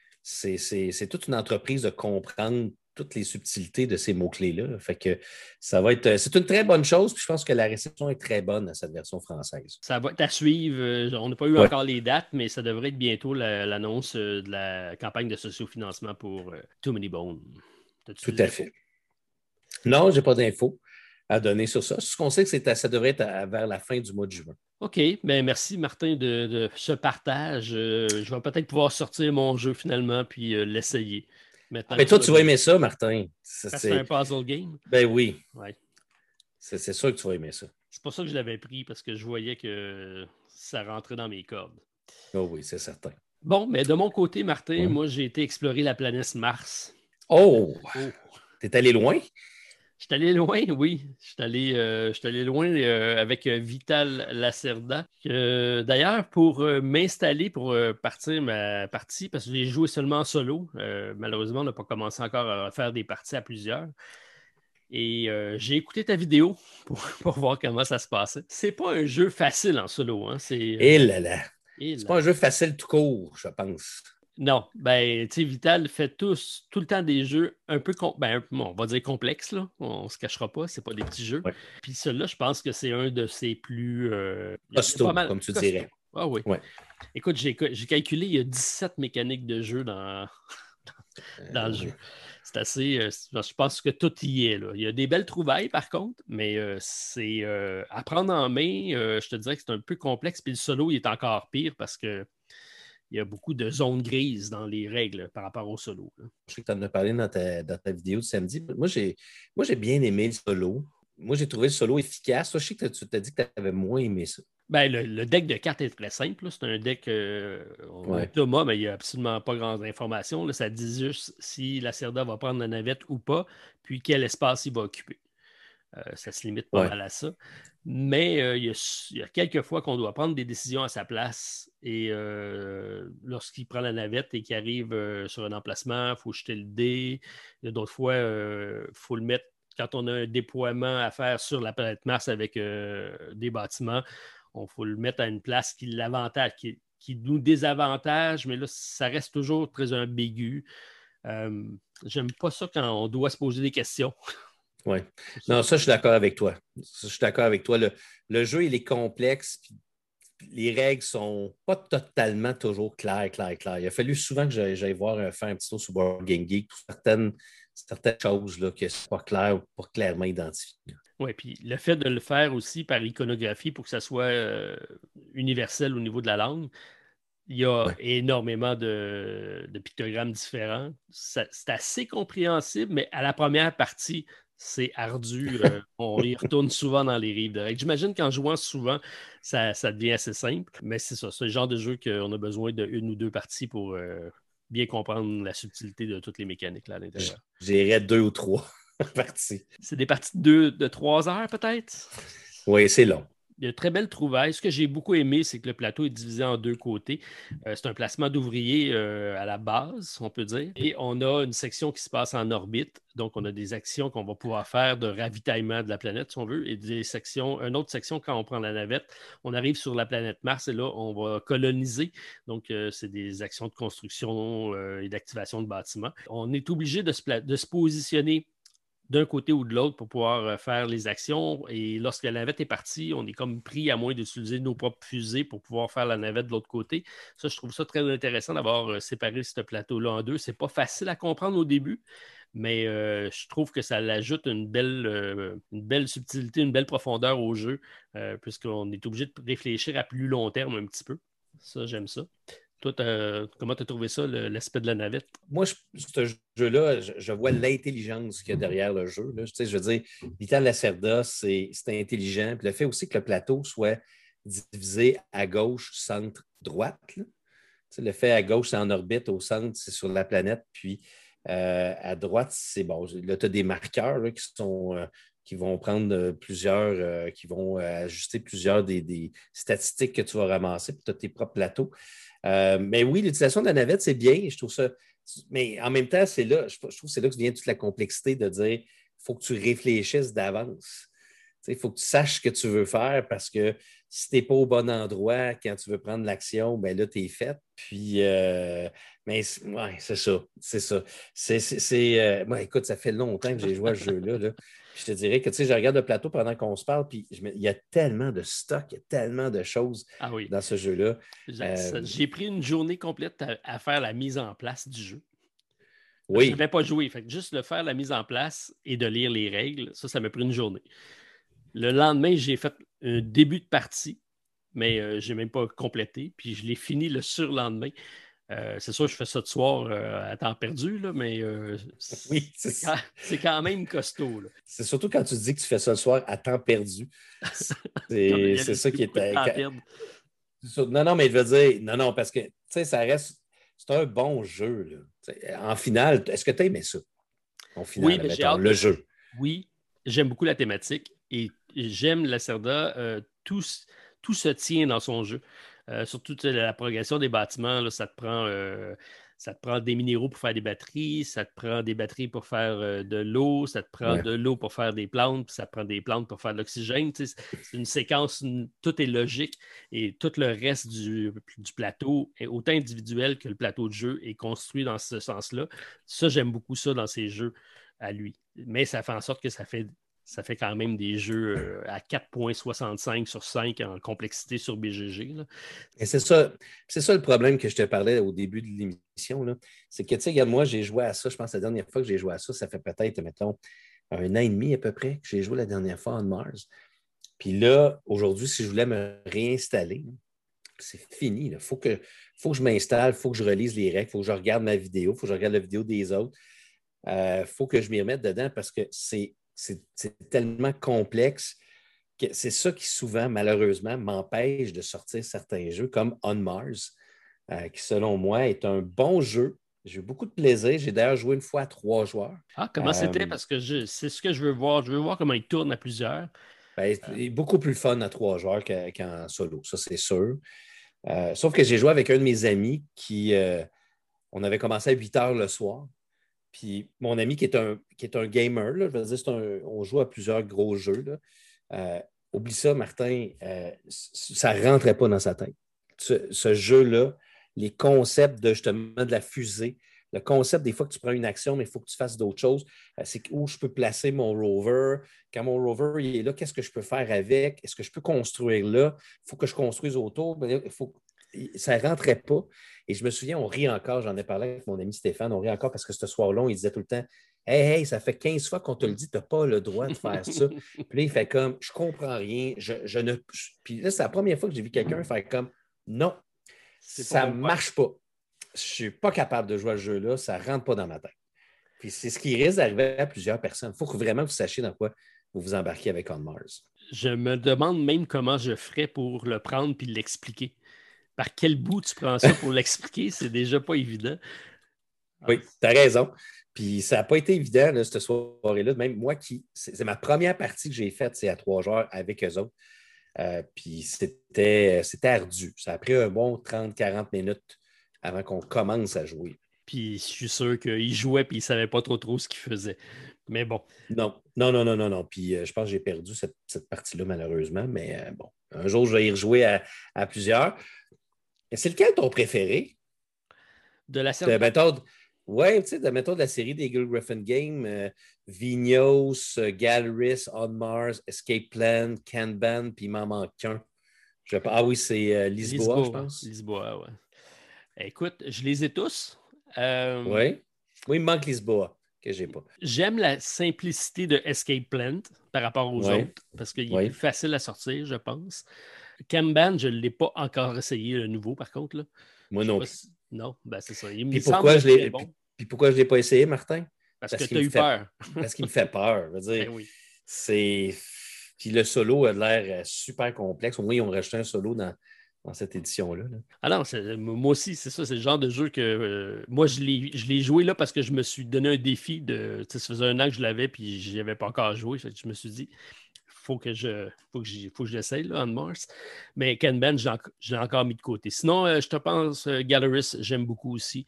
C'est toute une entreprise de comprendre toutes les subtilités de ces mots-clés-là. Fait que ça va être... C'est une très bonne chose, puis je pense que la réception est très bonne à cette version française. Ça va être à suivre. On n'a pas eu encore les dates, mais ça devrait être bientôt l'annonce de la campagne de sociofinancement pour Too Many Bones. Tout à fait. Non, je n'ai pas d'infos à donner sur ça. Ce qu'on sait, c'est que ça devrait être vers la fin du mois de juin. OK. Bien, merci, Martin, de ce partage. Je vais peut-être pouvoir sortir mon jeu finalement puis l'essayer. Mais toi, tu vas aimer ça, Martin. C'est un puzzle game? Ben oui. Ouais. C'est sûr que tu vas aimer ça. C'est pour ça que je l'avais pris, parce que je voyais que ça rentrait dans mes cordes. Oh oui, c'est certain. Bon, mais de mon côté, Martin, moi, j'ai été explorer la planète Mars. Oh! T'es allé loin? Je suis allé loin, oui. Je suis allé loin avec Vital Lacerda. D'ailleurs, pour m'installer, pour partir ma partie, parce que j'ai joué seulement en solo, malheureusement, on n'a pas commencé encore à faire des parties à plusieurs. Et j'ai écouté ta vidéo pour voir comment ça se passait. C'est pas un jeu facile en solo. Hein. Et là là! C'est pas un jeu facile tout court, je pense. Non, ben, tu sais, Vital fait tout le temps des jeux un peu, on va dire complexes, là. On ne se cachera pas, c'est pas des petits jeux. Ouais. Puis celui-là, je pense que c'est un de ses plus... costaud, comme tu dirais. Ah oui. Ouais. Écoute, j'ai calculé, il y a 17 mécaniques de jeu dans le jeu. C'est assez... je pense que tout y est, là. Il y a des belles trouvailles, par contre, mais c'est à prendre en main, je te dirais que c'est un peu complexe. Puis le solo, il est encore pire parce que il y a beaucoup de zones grises dans les règles par rapport au solo. Là. Je sais que tu en as parlé dans ta vidéo de samedi. Moi, j'ai bien aimé le solo. Moi, j'ai trouvé le solo efficace. Toi, je sais que tu t'as dit que tu avais moins aimé ça. Ben, le deck de cartes est très simple. Là. C'est un deck Thomas, mais il n'y a absolument pas grandes informations. Là. Ça dit juste si Lacerda va prendre la navette ou pas, puis quel espace il va occuper. Ça se limite pas mal à ça. Mais il y a quelques fois qu'on doit prendre des décisions à sa place et lorsqu'il prend la navette et qu'il arrive sur un emplacement, il faut jeter le dé. Il y a d'autres fois, il faut le mettre quand on a un déploiement à faire sur la planète Mars avec des bâtiments. Il faut le mettre à une place qui l'avantage, qui nous désavantage, mais là, ça reste toujours très ambigu. J'aime pas ça quand on doit se poser des questions. Oui. Non, ça, je suis d'accord avec toi. Le jeu, il est complexe, puis les règles sont pas totalement toujours claires. Il a fallu souvent que j'aille faire un petit tour sur Board Game Geek pour certaines choses là, que c'est pas clair ou pas clairement identifié. Oui, puis le fait de le faire aussi par iconographie pour que ça soit universel au niveau de la langue, il y a énormément de pictogrammes différents. C'est assez compréhensible, mais à la première partie, c'est ardu. On y retourne souvent dans les rives de règles. J'imagine qu'en jouant souvent, ça devient assez simple. Mais c'est ça, c'est le genre de jeu qu'on a besoin d'une ou deux parties pour bien comprendre la subtilité de toutes les mécaniques là, à l'intérieur. J'irais 2 ou 3 parties. C'est des parties de 3 heures peut-être? Oui, c'est long. Il y a de très belles trouvailles. Ce que j'ai beaucoup aimé, c'est que le plateau est divisé en 2 côtés. C'est un placement d'ouvriers à la base, on peut dire. Et on a une section qui se passe en orbite. Donc, on a des actions qu'on va pouvoir faire de ravitaillement de la planète, si on veut, et une autre section quand on prend la navette. On arrive sur la planète Mars et là, on va coloniser. Donc, c'est des actions de construction et d'activation de bâtiments. On est obligé de se positionner d'un côté ou de l'autre pour pouvoir faire les actions. Et lorsque la navette est partie, on est comme pris à moins d'utiliser nos propres fusées pour pouvoir faire la navette de l'autre côté. Ça, je trouve ça très intéressant d'avoir séparé ce plateau-là en deux. C'est pas facile à comprendre au début, mais je trouve que ça ajoute une belle subtilité, une belle profondeur au jeu, puisqu'on est obligé de réfléchir à plus long terme un petit peu. Ça, j'aime ça. Toi, comment tu as trouvé ça, l'aspect de la navette? Moi, ce jeu-là, je vois l'intelligence qu'il y a derrière le jeu. Là. Je veux dire, Vital Lacerda, c'est intelligent. Puis le fait aussi que le plateau soit divisé à gauche, centre, droite. Là. Le fait à gauche, c'est en orbite, au centre, c'est sur la planète, puis à droite, c'est bon. Là, tu as des marqueurs là, qui vont prendre qui vont ajuster plusieurs des statistiques que tu vas ramasser, puis tu as tes propres plateaux. Mais oui, l'utilisation de la navette, c'est bien. Je trouve ça. Mais en même temps, c'est là, je trouve que c'est là que vient toute la complexité de dire il faut que tu réfléchisses d'avance. Il faut que tu saches ce que tu veux faire parce que si tu n'es pas au bon endroit quand tu veux prendre l'action, ben là, tu es fait. Puis, mais ouais, c'est ça. C'est ça. Moi, écoute, ça fait longtemps que j'ai joué à ce jeu-là. Là. Puis je te dirais que je regarde le plateau pendant qu'on se parle, puis il y a tellement de stock, il y a tellement de choses dans ce jeu-là. J'ai pris une journée complète à faire la mise en place du jeu. Oui. Je n'avais pas joué. Fait que juste de faire la mise en place et de lire les règles, ça m'a pris une journée. Le lendemain, j'ai fait un début de partie, mais je n'ai même pas complété. Puis je l'ai fini le surlendemain. C'est sûr, je fais ça de soir à temps perdu, là, mais oui, c'est quand même costaud. Là. C'est surtout quand tu dis que tu fais ça le soir à temps perdu. C'est ça qui est... Non, mais je veux dire, non, parce que, tu sais, ça reste... C'est un bon jeu, là. En finale, est-ce que tu as aimé ça? En finale, oui, mais j'ai hâte le jeu. Oui, j'aime beaucoup la thématique et j'aime Lacerda. Tout se tient dans son jeu. Surtout la progression des bâtiments, là, ça te prend des minéraux pour faire des batteries, ça te prend des batteries pour faire de l'eau, ça te prend de l'eau pour faire des plantes, puis ça te prend des plantes pour faire de l'oxygène. C'est une séquence, tout est logique et tout le reste du plateau est autant individuel que le plateau de jeu est construit dans ce sens-là. Ça, j'aime beaucoup ça dans ces jeux à lui. Mais ça fait en sorte que ça fait quand même des jeux à 4,65 sur 5 en complexité sur BGG. Là. Et c'est ça le problème que je te parlais au début de l'émission. Là. C'est que, tu sais, regarde, moi, j'ai joué à ça. Je pense que la dernière fois que j'ai joué à ça, ça fait peut-être, mettons, 1 an et demi à peu près que j'ai joué la dernière fois en Mars. Puis là, aujourd'hui, si je voulais me réinstaller, c'est fini. Il faut que je m'installe, il faut que je relise les règles, il faut que je regarde ma vidéo, il faut que je regarde la vidéo des autres. Il faut que je m'y remette dedans parce que c'est tellement complexe que c'est ça qui souvent, malheureusement, m'empêche de sortir certains jeux comme On Mars, qui, selon moi, est un bon jeu. J'ai eu beaucoup de plaisir. J'ai d'ailleurs joué une fois à 3 joueurs. Ah, comment c'était? Parce que c'est ce que je veux voir. Je veux voir comment il tourne à plusieurs. C'est beaucoup plus fun à 3 joueurs qu'en solo, ça c'est sûr. Sauf que j'ai joué avec un de mes amis qui... on avait commencé à 8 heures le soir. Puis mon ami qui est un gamer, là, je veux dire, on joue à plusieurs gros jeux. Là. Oublie ça, Martin, ça ne rentrait pas dans sa tête. Ce jeu-là, les concepts justement de la fusée, le concept des fois que tu prends une action, mais il faut que tu fasses d'autres choses, c'est où je peux placer mon rover. Quand mon rover il est là, qu'est-ce que je peux faire avec? Est-ce que je peux construire là? Il faut que je construise autour. Ça ne rentrait pas. Et je me souviens, on rit encore, j'en ai parlé avec mon ami Stéphane, on rit encore parce que ce soir-là, il disait tout le temps Hey, ça fait 15 fois qu'on te le dit, tu n'as pas le droit de faire ça. Puis là, il fait comme je comprends rien. Puis là, c'est la première fois que j'ai vu quelqu'un faire comme non, ça ne marche pas. Je ne suis pas capable de jouer à ce jeu-là, ça ne rentre pas dans ma tête. Puis c'est ce qui risque d'arriver à plusieurs personnes. Il faut que vraiment vous sachiez dans quoi vous vous embarquez avec On Mars. Je me demande même comment je ferais pour le prendre puis l'expliquer. Par quel bout tu prends ça pour l'expliquer? C'est déjà pas évident. Oui, tu as raison. Puis ça n'a pas été évident, là, cette soirée-là. Même moi, c'est ma première partie que j'ai faite, c'est à 3 joueurs avec eux autres. Puis c'était ardu. Ça a pris un bon 30-40 minutes avant qu'on commence à jouer. Puis je suis sûr qu'il jouait et il ne savait pas trop ce qu'il faisait. Mais bon. Non. Puis je pense que j'ai perdu cette partie-là, malheureusement. Mais bon, un jour, je vais y rejouer à plusieurs. C'est lequel ton préféré? De la série? Oui, tu sais, de la série des Eagle Griffin Games, Vignos, Galris, On Mars, Escape Plan, Kanban, puis il m'en manque qu'un. Oui, c'est Lisboa, je pense. Lisboa, oui. Écoute, je les ai tous. Oui, il me manque Lisboa, que j'ai pas. J'aime la simplicité de Escape Plan par rapport aux autres, parce qu'il est plus facile à sortir, je pense. Kanban, je ne l'ai pas encore essayé, le nouveau, par contre. Là. Moi non. Non, ben c'est ça. Puis pourquoi je ne l'ai pas essayé, Martin? Parce que tu as eu peur. Parce qu'il me fait peur. Je veux dire, ben oui. c'est... Puis le solo a l'air super complexe. Au moins, ils ont rajouté un solo dans cette édition-là. Là. Ah non, moi aussi, c'est ça. C'est le genre de jeu que moi, je l'ai joué là parce que je me suis donné un défi de. Ça faisait un an que je l'avais, puis je n'y avais pas encore joué. Fait que je me suis dit, faut que j'essaye là, On Mars. Mais Kanban, je l'ai encore mis de côté. Sinon, je te pense, Galeris, j'aime beaucoup aussi.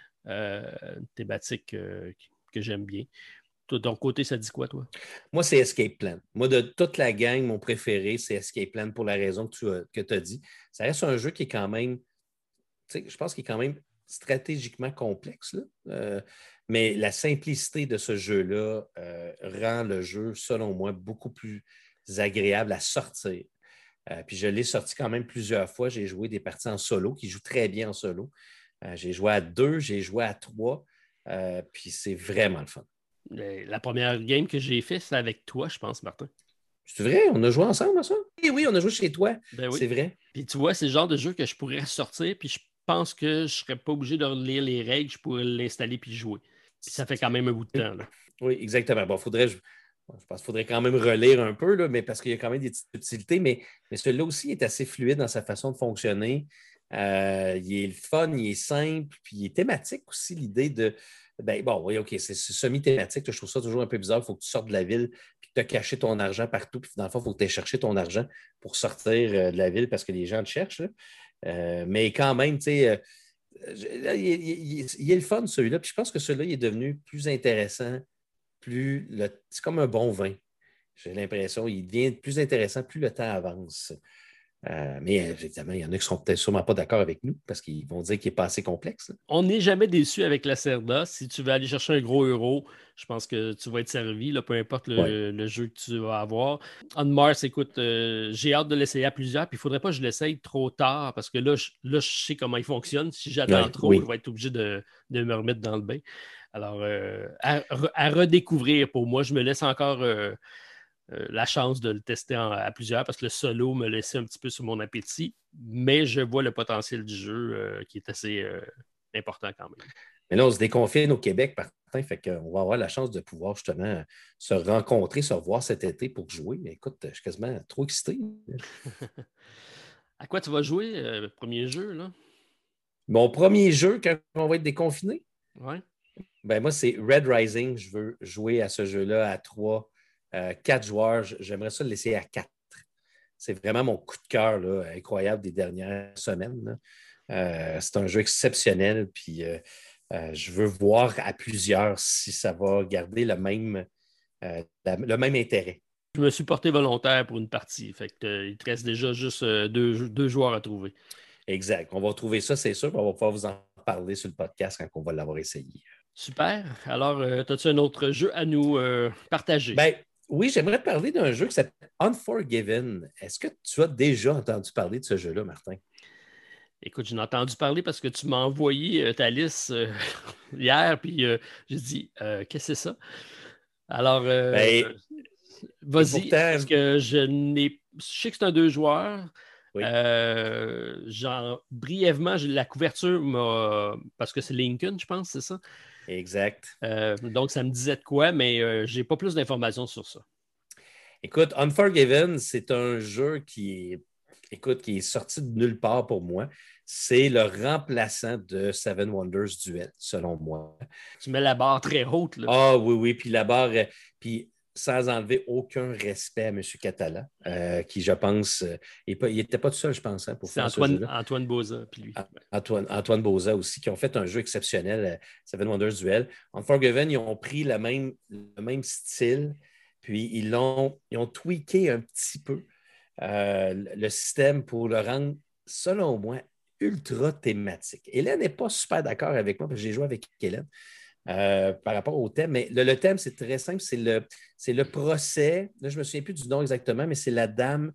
Une thématique que j'aime bien. De ton côté, ça dit quoi, toi? Moi, c'est Escape Plan. Moi, de toute la gang, mon préféré, c'est Escape Plan pour la raison que tu as dit. Ça reste un jeu qui est quand même, je pense qu'il est quand même stratégiquement complexe. Là. Mais la simplicité de ce jeu-là rend le jeu, selon moi, beaucoup plus agréable à sortir. Puis je l'ai sorti quand même plusieurs fois. J'ai joué des parties en solo qui jouent très bien en solo. J'ai joué à 2, j'ai joué à 3. Puis c'est vraiment le fun. La première game que j'ai fait, c'est avec toi, je pense, Martin. C'est vrai? On a joué ensemble à ça? Oui, on a joué chez toi. Ben oui. C'est vrai. Puis tu vois, c'est le genre de jeu que je pourrais ressortir, puis je pense que je ne serais pas obligé de relire les règles, je pourrais l'installer puis jouer. Puis ça fait quand même un bout de temps. Là. Oui, exactement. Bon, je pense qu'il faudrait quand même relire un peu, là, mais parce qu'il y a quand même des petites subtilités, mais celui-là aussi est assez fluide dans sa façon de fonctionner. Il est le fun, il est simple, puis il est thématique aussi, l'idée de. Ben, bon, oui, OK, c'est semi-thématique. Je trouve ça toujours un peu bizarre. Il faut que tu sortes de la ville puis que tu as caché ton argent partout. Puis dans le fond, il faut que tu aies cherché ton argent pour sortir de la ville parce que les gens te cherchent. Mais quand même, tu sais, il est le fun, celui-là. Puis je pense que celui-là, il est devenu plus intéressant. C'est comme un bon vin. J'ai l'impression. Il devient plus intéressant plus le temps avance. Mais évidemment, il y en a qui ne seront peut-être sûrement pas d'accord avec nous parce qu'ils vont dire qu'il n'est pas assez complexe. Là. On n'est jamais déçu avec la Cerda. Si tu veux aller chercher un gros euro, je pense que tu vas être servi, là, peu importe le jeu que tu vas avoir. On Mars, écoute, j'ai hâte de l'essayer à plusieurs, puis il ne faudrait pas que je l'essaye trop tard parce que là, je sais comment il fonctionne. Si j'attends trop, je vais être obligé de me remettre dans le bain. Alors, à redécouvrir pour moi, je me laisse encore la chance de le tester à plusieurs parce que le solo me laissait un petit peu sur mon appétit, mais je vois le potentiel du jeu qui est assez important quand même. Mais là, on se déconfine au Québec, Martin, fait qu'on va avoir la chance de pouvoir justement se rencontrer, se revoir cet été pour jouer. Mais écoute, je suis quasiment trop excité. À quoi tu vas jouer, premier jeu, là? Mon premier jeu, quand on va être déconfiné? Ouais. Ben moi, c'est Red Rising. Je veux jouer à ce jeu-là à 3, 4 joueurs. J'aimerais ça le laisser à 4. C'est vraiment mon coup de cœur là, incroyable des dernières semaines. C'est un jeu exceptionnel. Puis je veux voir à plusieurs si ça va garder le même intérêt. Je me suis porté volontaire pour une partie. Fait que, il te reste déjà juste deux joueurs à trouver. Exact. On va retrouver ça, c'est sûr. On va pouvoir vous en parler sur le podcast quand on va l'avoir essayé. Super. Alors, as-tu un autre jeu à nous partager? Ben, oui, j'aimerais te parler d'un jeu qui s'appelle Unforgiven. Est-ce que tu as déjà entendu parler de ce jeu-là, Martin? Écoute, j'en ai entendu parler parce que tu m'as envoyé ta liste hier, puis j'ai dit, qu'est-ce que c'est ça? Alors, vas-y, parce que je sais que c'est un 2 joueurs. Oui. Brièvement, la couverture parce que c'est Lincoln, je pense, c'est ça? Exact. Donc, ça me disait de quoi, mais je n'ai pas plus d'informations sur ça. Écoute, Unforgiven, c'est un jeu qui est sorti de nulle part pour moi. C'est le remplaçant de Seven Wonders Duel, selon moi. Tu mets la barre très haute. Là. Ah oui, puis la barre, puis sans enlever aucun respect à M. Catala, qui, je pense, il n'était pas tout seul, je pense, pour faire ce jeu-là. Antoine Boza, puis lui. Antoine Boza aussi, qui ont fait un jeu exceptionnel, Seven Wonders Duel. Unforgiven, ils ont pris le même style, puis ils ont tweaké un petit peu le système pour le rendre, selon moi, ultra thématique. Hélène n'est pas super d'accord avec moi, parce que j'ai joué avec Hélène. Par rapport au thème. Mais le thème, c'est très simple. C'est le procès. Là, je ne me souviens plus du nom exactement, mais c'est la dame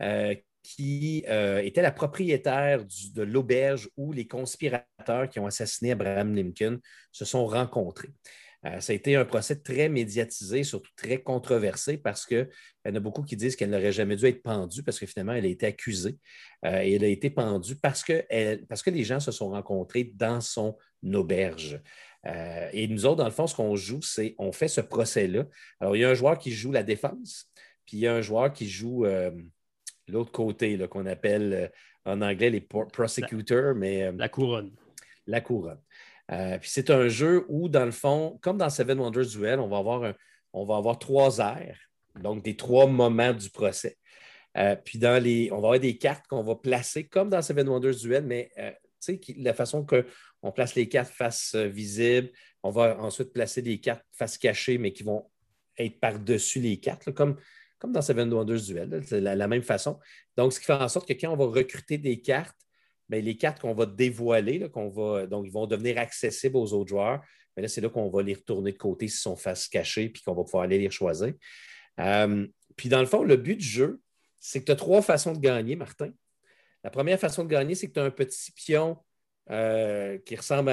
qui était la propriétaire de l'auberge où les conspirateurs qui ont assassiné Abraham Lincoln se sont rencontrés. Ça a été un procès très médiatisé, surtout très controversé parce qu'il y en a beaucoup qui disent qu'elle n'aurait jamais dû être pendue parce que finalement, elle a été accusée et elle a été pendue parce que les gens se sont rencontrés dans son auberge. Et nous autres, dans le fond, ce qu'on joue, c'est on fait ce procès-là. Alors, il y a un joueur qui joue la défense, puis il y a un joueur qui joue l'autre côté, là, qu'on appelle en anglais les prosecutors, mais la couronne. La couronne. Puis c'est un jeu où, dans le fond, comme dans Seven Wonders Duel, on va avoir 3 aires, donc des 3 moments du procès. Puis on va avoir des cartes qu'on va placer comme dans Seven Wonders Duel, mais la façon qu'on place les cartes face visible, on va ensuite placer des cartes face cachée, mais qui vont être par-dessus les cartes, là, comme dans Seven Wonders Duel. Là, c'est la même façon. Donc, ce qui fait en sorte que quand on va recruter des cartes, bien, les cartes qu'on va dévoiler, là, donc ils vont devenir accessibles aux autres joueurs. Mais là, c'est là qu'on va les retourner de côté s'ils sont face cachée, puis qu'on va pouvoir aller les choisir. Puis dans le fond, le but du jeu, c'est que tu as 3 façons de gagner, Martin. La première façon de gagner, c'est que tu as un petit pion qui ressemble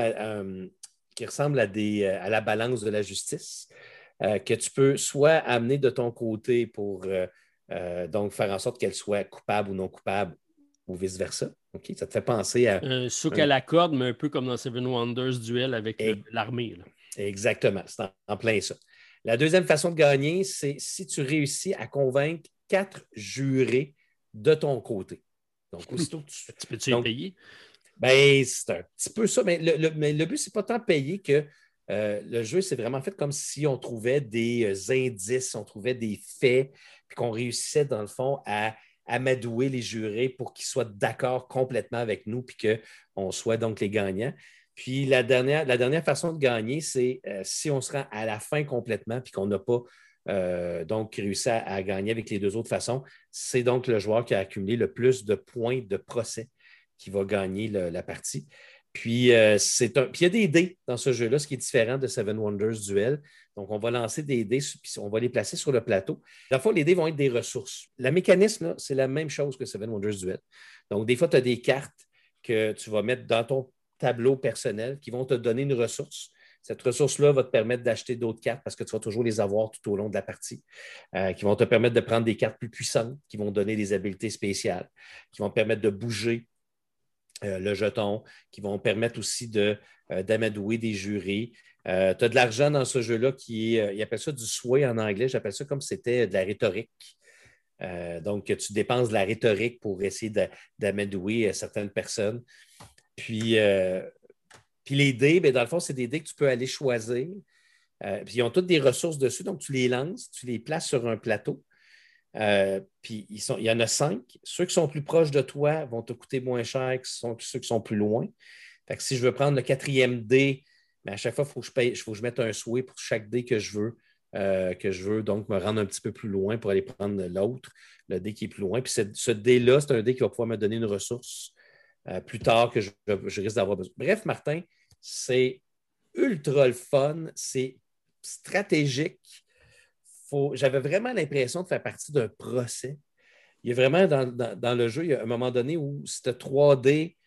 à la balance de la justice, que tu peux soit amener de ton côté pour donc faire en sorte qu'elle soit coupable ou non coupable, ou vice-versa. Okay? Ça te fait penser à... souk à la corde, mais un peu comme dans Seven Wonders Duel avec l'armée. Là. Exactement, c'est en plein ça. La deuxième façon de gagner, c'est si tu réussis à convaincre 4 jurés de ton côté. Donc, aussitôt que tu peux-tu les payer? Ben, c'est un petit peu ça, mais le but, c'est pas tant payer que le jeu, c'est vraiment fait comme si on trouvait des indices, on trouvait des faits, puis qu'on réussissait, dans le fond, à amadouer les jurés pour qu'ils soient d'accord complètement avec nous, puis qu'on soit donc les gagnants. Puis la dernière façon de gagner, c'est si on se rend à la fin complètement, puis qu'on n'a pas donc réussi à gagner avec les 2 autres façons, c'est donc le joueur qui a accumulé le plus de points de procès qui va gagner la partie. Puis, puis il y a des dés dans ce jeu-là, ce qui est différent de Seven Wonders Duel. Donc, on va lancer des dés, puis on va les placer sur le plateau. Dans le fond, les dés vont être des ressources. Le mécanisme, là, c'est la même chose que Seven Wonders Duel. Donc, des fois, tu as des cartes que tu vas mettre dans ton tableau personnel qui vont te donner une ressource. Cette ressource-là va te permettre d'acheter d'autres cartes parce que tu vas toujours les avoir tout au long de la partie, qui vont te permettre de prendre des cartes plus puissantes, qui vont donner des habiletés spéciales, qui vont te permettre de bouger le jeton, qui vont permettre aussi d'amadouer des jurés. Tu as de l'argent dans ce jeu-là ils appellent ça du sway en anglais, j'appelle ça comme si c'était de la rhétorique. Donc, tu dépenses de la rhétorique pour essayer d'amadouer certaines personnes. Puis les dés, bien, dans le fond, c'est des dés que tu peux aller choisir. Puis ils ont toutes des ressources dessus, donc tu les lances, tu les places sur un plateau. Puis il y en a 5. Ceux qui sont plus proches de toi vont te coûter moins cher que ceux qui sont plus loin. Fait que si je veux prendre le 4e dé, bien, à chaque fois, il faut que je mette un souhait pour chaque dé que je veux donc me rendre un petit peu plus loin pour aller prendre l'autre, le dé qui est plus loin. Puis ce dé-là, c'est un dé qui va pouvoir me donner une ressource plus tard que je risque d'avoir besoin. Bref, Martin, c'est ultra le fun, c'est stratégique. J'avais vraiment l'impression de faire partie d'un procès. Il y a vraiment dans le jeu, il y a un moment donné où c'était 3D,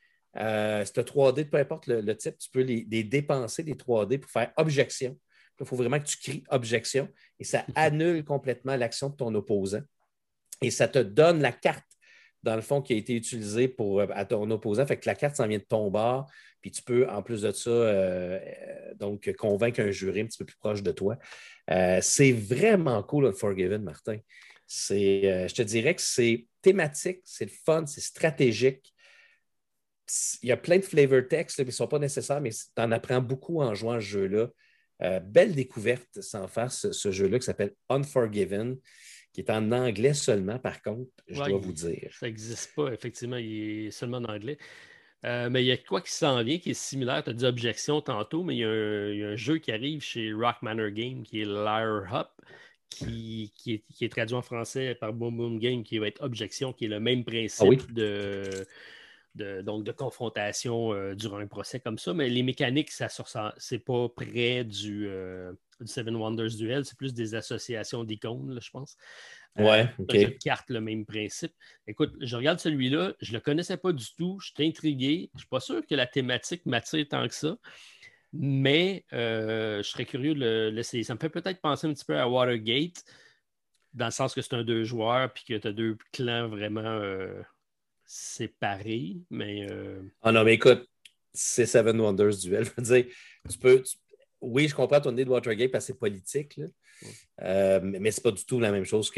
peu importe le type, tu peux les dépenser, les 3D, pour faire objection. Il faut vraiment que tu cries objection et ça annule complètement l'action de ton opposant. Et ça te donne la carte, dans le fond, qui a été utilisée à ton opposant. Fait que la carte s'en vient de ton bord, puis tu peux, en plus de ça, donc convaincre un jury un petit peu plus proche de toi. C'est vraiment cool, Unforgiven, Martin. Je te dirais que c'est thématique, c'est le fun, c'est stratégique. Il y a plein de flavor text qui ne sont pas nécessaires, mais tu en apprends beaucoup en jouant à ce jeu-là. Belle découverte sans faire ce jeu-là qui s'appelle Unforgiven, qui est en anglais seulement, par contre, je dois vous dire. Ça n'existe pas, effectivement, il est seulement en anglais. Mais il y a quoi qui s'en vient qui est similaire. Tu as dit objection tantôt, mais il y a un jeu qui arrive chez Rock Manor Game qui est Liar Hop, qui est traduit en français par Boom Boom Game, qui va être objection, qui est le même principe de confrontation durant un procès comme ça. Mais les mécaniques, c'est pas près du Seven Wonders Duel, c'est plus des associations d'icônes, là, je pense. Ouais, OK. Jeu de cartes, le même principe. Écoute, je regarde celui-là, je ne le connaissais pas du tout, je suis intrigué. Je ne suis pas sûr que la thématique m'attire tant que ça, mais je serais curieux de l'essayer. Ça me fait peut-être penser un petit peu à Watergate, dans le sens que c'est un 2 joueurs puis que tu as 2 clans vraiment séparés. Mais Ah non, mais écoute, c'est Seven Wonders Duel. Je veux dire, oui, je comprends ton idée de Watergate parce que c'est politique, là. Mais c'est pas du tout la même chose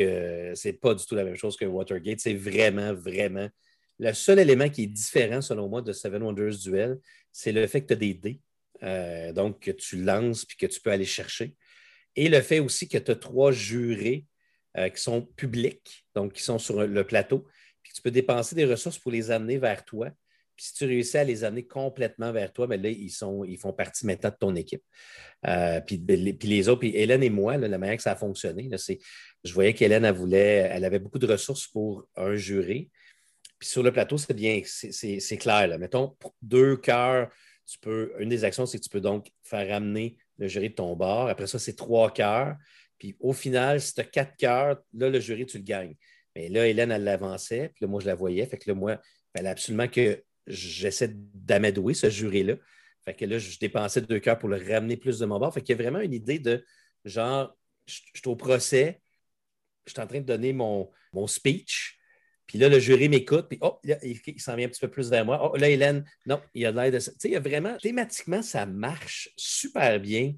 que Watergate. C'est vraiment, vraiment. Le seul élément qui est différent, selon moi, de Seven Wonders Duel, c'est le fait que tu as des dés. Donc, que tu lances puis que tu peux aller chercher. Et le fait aussi que tu as 3 jurés qui sont publics, donc qui sont sur le plateau, puis tu peux dépenser des ressources pour les amener vers toi. Puis si tu réussis à les amener complètement vers toi, bien là, ils font partie maintenant de ton équipe. Puis les autres, puis Hélène et moi, là, la manière que ça a fonctionné, là, je voyais qu'Hélène, elle avait beaucoup de ressources pour un juré. Puis sur le plateau, c'est clair. Là. Mettons, pour 2 cœurs, une des actions, c'est que tu peux donc faire ramener le jury de ton bord. Après ça, c'est 3 cœurs. Puis au final, si tu as 4 cœurs, là, le jury, tu le gagnes. Mais là, Hélène, elle l'avançait. Puis là, moi, je la voyais. Fait que là, moi, il fallait absolument que j'essaie d'amadouer ce jury-là. Fait que là, je dépensais 2 cœurs pour le ramener plus de mon bord. Fait qu'il y a vraiment une idée de genre, je suis au procès, je suis en train de donner mon speech. Puis là, le jury m'écoute, puis là, il s'en vient un petit peu plus vers moi. Oh, là, Hélène, non, il y a de l'aide. Tu sais, il y a vraiment, thématiquement, ça marche super bien.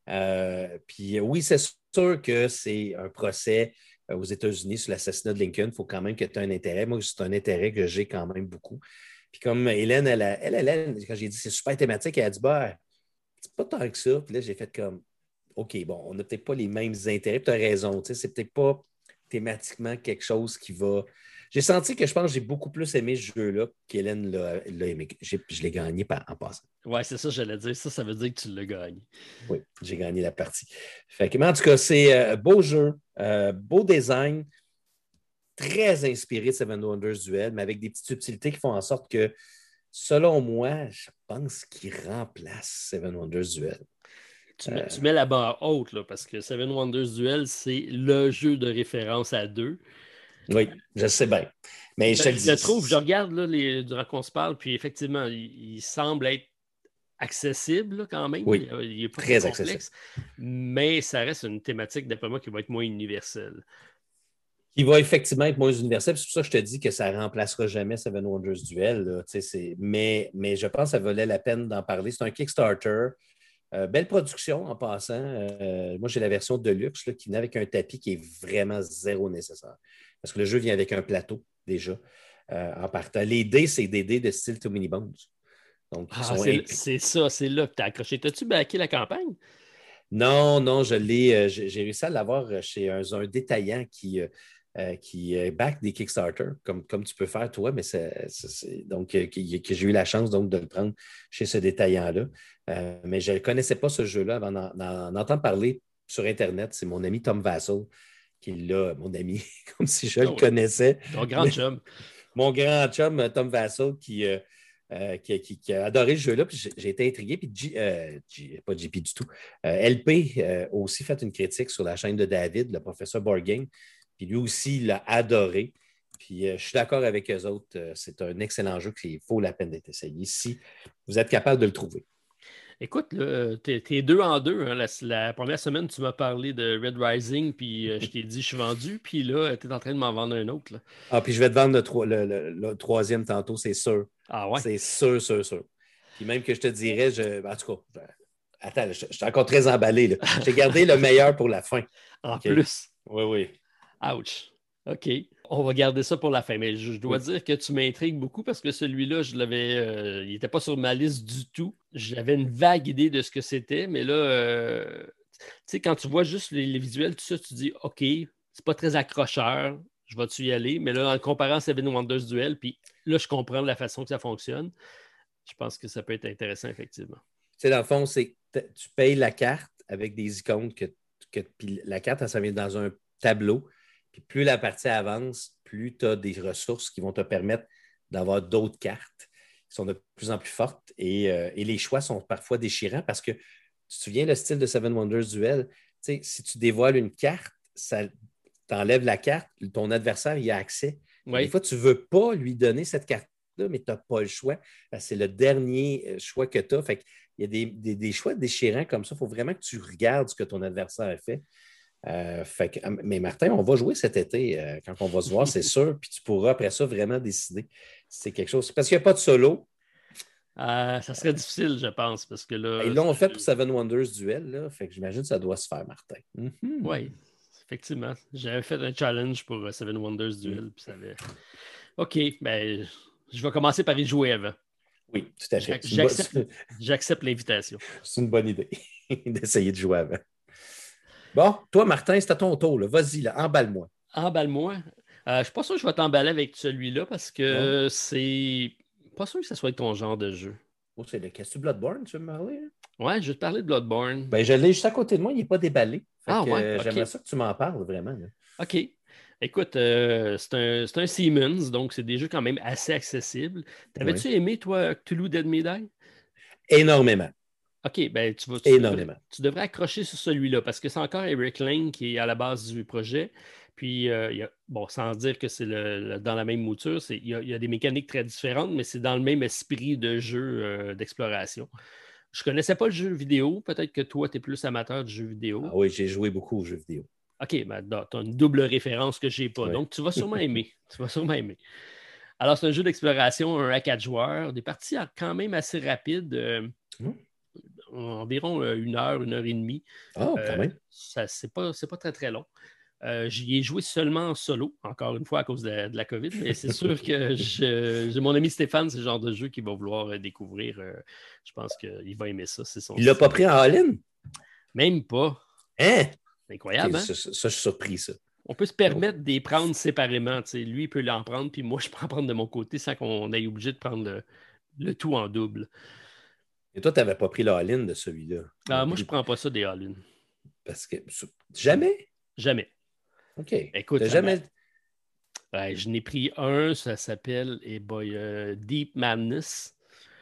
Puis oui, c'est sûr que c'est un procès aux États-Unis sur l'assassinat de Lincoln. Il faut quand même que tu aies un intérêt. Moi, c'est un intérêt que j'ai quand même beaucoup. Puis comme Hélène, elle, quand j'ai dit c'est super thématique, elle a dit, bah, c'est pas tant que ça. Puis là, j'ai fait comme, OK, bon, on n'a peut-être pas les mêmes intérêts. Tu as raison, tu sais, c'est peut-être pas thématiquement quelque chose qui va. J'ai senti que je pense que j'ai beaucoup plus aimé ce jeu-là qu'Hélène l'a aimé. Je l'ai gagné en passant. Ouais, c'est ça, j'allais dire. Ça veut dire que tu l'as gagné. Oui, j'ai gagné la partie. Fait que, mais en tout cas, c'est beau jeu, beau design, très inspiré de Seven Wonders Duel, mais avec des petites subtilités qui font en sorte que, selon moi, je pense qu'il remplace Seven Wonders Duel. Tu mets la barre haute, là, parce que Seven Wonders Duel, c'est le jeu de référence à 2. Oui, je sais bien. Mais je te le dis. Je trouve, je regarde là, durant qu'on se parle, puis effectivement, il semble être accessible là, quand même. Oui, il est pas très complexe, accessible. mais ça reste une thématique, d'après moi, qui va être moins universelle. Qui va effectivement être moins universel. C'est pour ça que je te dis que ça ne remplacera jamais Seven Wonders Duel. Là, mais je pense que ça valait la peine d'en parler. C'est un Kickstarter. Belle production en passant. Moi, j'ai la version Deluxe là, qui vient avec un tapis qui est vraiment zéro nécessaire. Parce que le jeu vient avec un plateau déjà en partant. Les dés, c'est des dés de style Too Many Bones. Donc, c'est ça, c'est là que tu as accroché. T'as-tu backé la campagne? Non, je l'ai. J'ai réussi à l'avoir chez un détaillant qui back des Kickstarter, comme tu peux faire toi, mais donc que j'ai eu la chance donc, de le prendre chez ce détaillant-là. Mais je ne connaissais pas ce jeu-là avant d'en entendre parler sur Internet. C'est mon ami Tom Vassell qui l'a, mon ami, comme si je le connaissais. Ton grand chum. Mon grand chum, Tom Vassell, qui a adoré le jeu-là, puis j'ai été intrigué, puis pas JP du tout, LP a aussi fait une critique sur la chaîne de David, le professeur Board-Game, puis lui aussi, il l'a adoré. Puis je suis d'accord avec eux autres, c'est un excellent jeu qui vaut la peine d'être essayé si vous êtes capable de le trouver. Écoute, t'es 2 en 2. Hein. La première semaine, tu m'as parlé de Red Rising, puis je t'ai dit je suis vendu, puis là, tu es en train de m'en vendre un autre. Là. Ah, puis je vais te vendre le troisième tantôt, c'est sûr. Ah ouais? C'est sûr. Puis même que je te dirais, en tout cas, attends, je suis encore très emballé. Là. J'ai gardé le meilleur pour la fin. En plus? Oui. Ouch. OK. On va garder ça pour la fin. Mais je dois dire que tu m'intrigues beaucoup parce que celui-là, il n'était pas sur ma liste du tout. J'avais une vague idée de ce que c'était, mais là, tu sais, quand tu vois juste les visuels, tout ça, tu dis OK, c'est pas très accrocheur, je vais-tu y aller? Mais là, en comparant à Seven Wonders Duel, puis là, je comprends la façon que ça fonctionne. Je pense que ça peut être intéressant, effectivement. Tu sais, dans le fond, c'est tu payes la carte avec des icônes puis la carte, ça vient dans un tableau. Puis plus la partie avance, plus tu as des ressources qui vont te permettre d'avoir d'autres cartes qui sont de plus en plus fortes. Et les choix sont parfois déchirants parce que tu te souviens le style de Seven Wonders Duel, si tu dévoiles une carte, ça t'enlève la carte, ton adversaire y a accès. Oui. Des fois, tu ne veux pas lui donner cette carte-là, mais tu n'as pas le choix. C'est le dernier choix que tu as. Fait qu'il y a des choix déchirants comme ça. Il faut vraiment que tu regardes ce que ton adversaire fait. Mais Martin, on va jouer cet été quand on va se voir, c'est sûr. Puis tu pourras après ça vraiment décider si c'est quelque chose. Parce qu'il n'y a pas de solo. Ça serait difficile, je pense, parce que là. Ils l'ont fait pour Seven Wonders Duel, là, fait que j'imagine que ça doit se faire, Martin. Oui, effectivement. J'avais fait un challenge pour Seven Wonders Duel, puis ça avait. OK, ben, je vais commencer par y jouer avant. Oui, tout à fait. J'accepte l'invitation. C'est une bonne idée d'essayer de jouer avant. Bon, toi, Martin, c'est à ton tour. Vas-y, là, emballe-moi. Emballe-moi. Je ne suis pas sûr que je vais t'emballer avec celui-là parce que c'est pas sûr que ce soit ton genre de jeu. Oh, c'est le Castle Bloodborne, tu veux me parler? Hein? Ouais, je vais te parler de Bloodborne. Ben, je l'ai juste à côté de moi, il n'est pas déballé. Okay. J'aimerais ça que tu m'en parles vraiment. Là. OK. Écoute, c'est un Siemens, donc c'est des jeux quand même assez accessibles. T'avais-tu aimé, toi, Cthulhu Dead May Die? Énormément. OK, ben tu devrais accrocher sur celui-là parce que c'est encore Eric Lane qui est à la base du projet. Puis, sans dire que c'est dans la même mouture, il y a des mécaniques très différentes, mais c'est dans le même esprit de jeu d'exploration. Je ne connaissais pas le jeu vidéo. Peut-être que toi, tu es plus amateur du jeu vidéo. Ah oui, j'ai joué beaucoup aux jeux vidéo. OK, ben, tu as une double référence que je n'ai pas. Donc, tu vas sûrement aimer. Alors, c'est un jeu d'exploration, un à 4 joueurs, des parties quand même assez rapides. Environ 1 heure et demie. Ah, quand même. C'est pas très, très long. J'y ai joué seulement en solo, encore une fois à cause de la COVID, mais c'est sûr que mon ami Stéphane, c'est le genre de jeu qu'il va vouloir découvrir. Je pense qu'il va aimer ça. Il l'a pas pris en all-in? Même pas. Hein? C'est incroyable, hein? Ça, je suis surpris, ça. On peut se permettre de les prendre séparément. Lui, il peut l'en prendre, puis moi, je peux en prendre de mon côté sans qu'on ait obligé de prendre le tout en double. Et toi, tu n'avais pas pris le all-in de celui-là? Moi, je ne prends pas ça des all-in. Parce que... Jamais? Jamais. OK. Écoute, jamais... je n'ai pris un, ça s'appelle Deep Madness.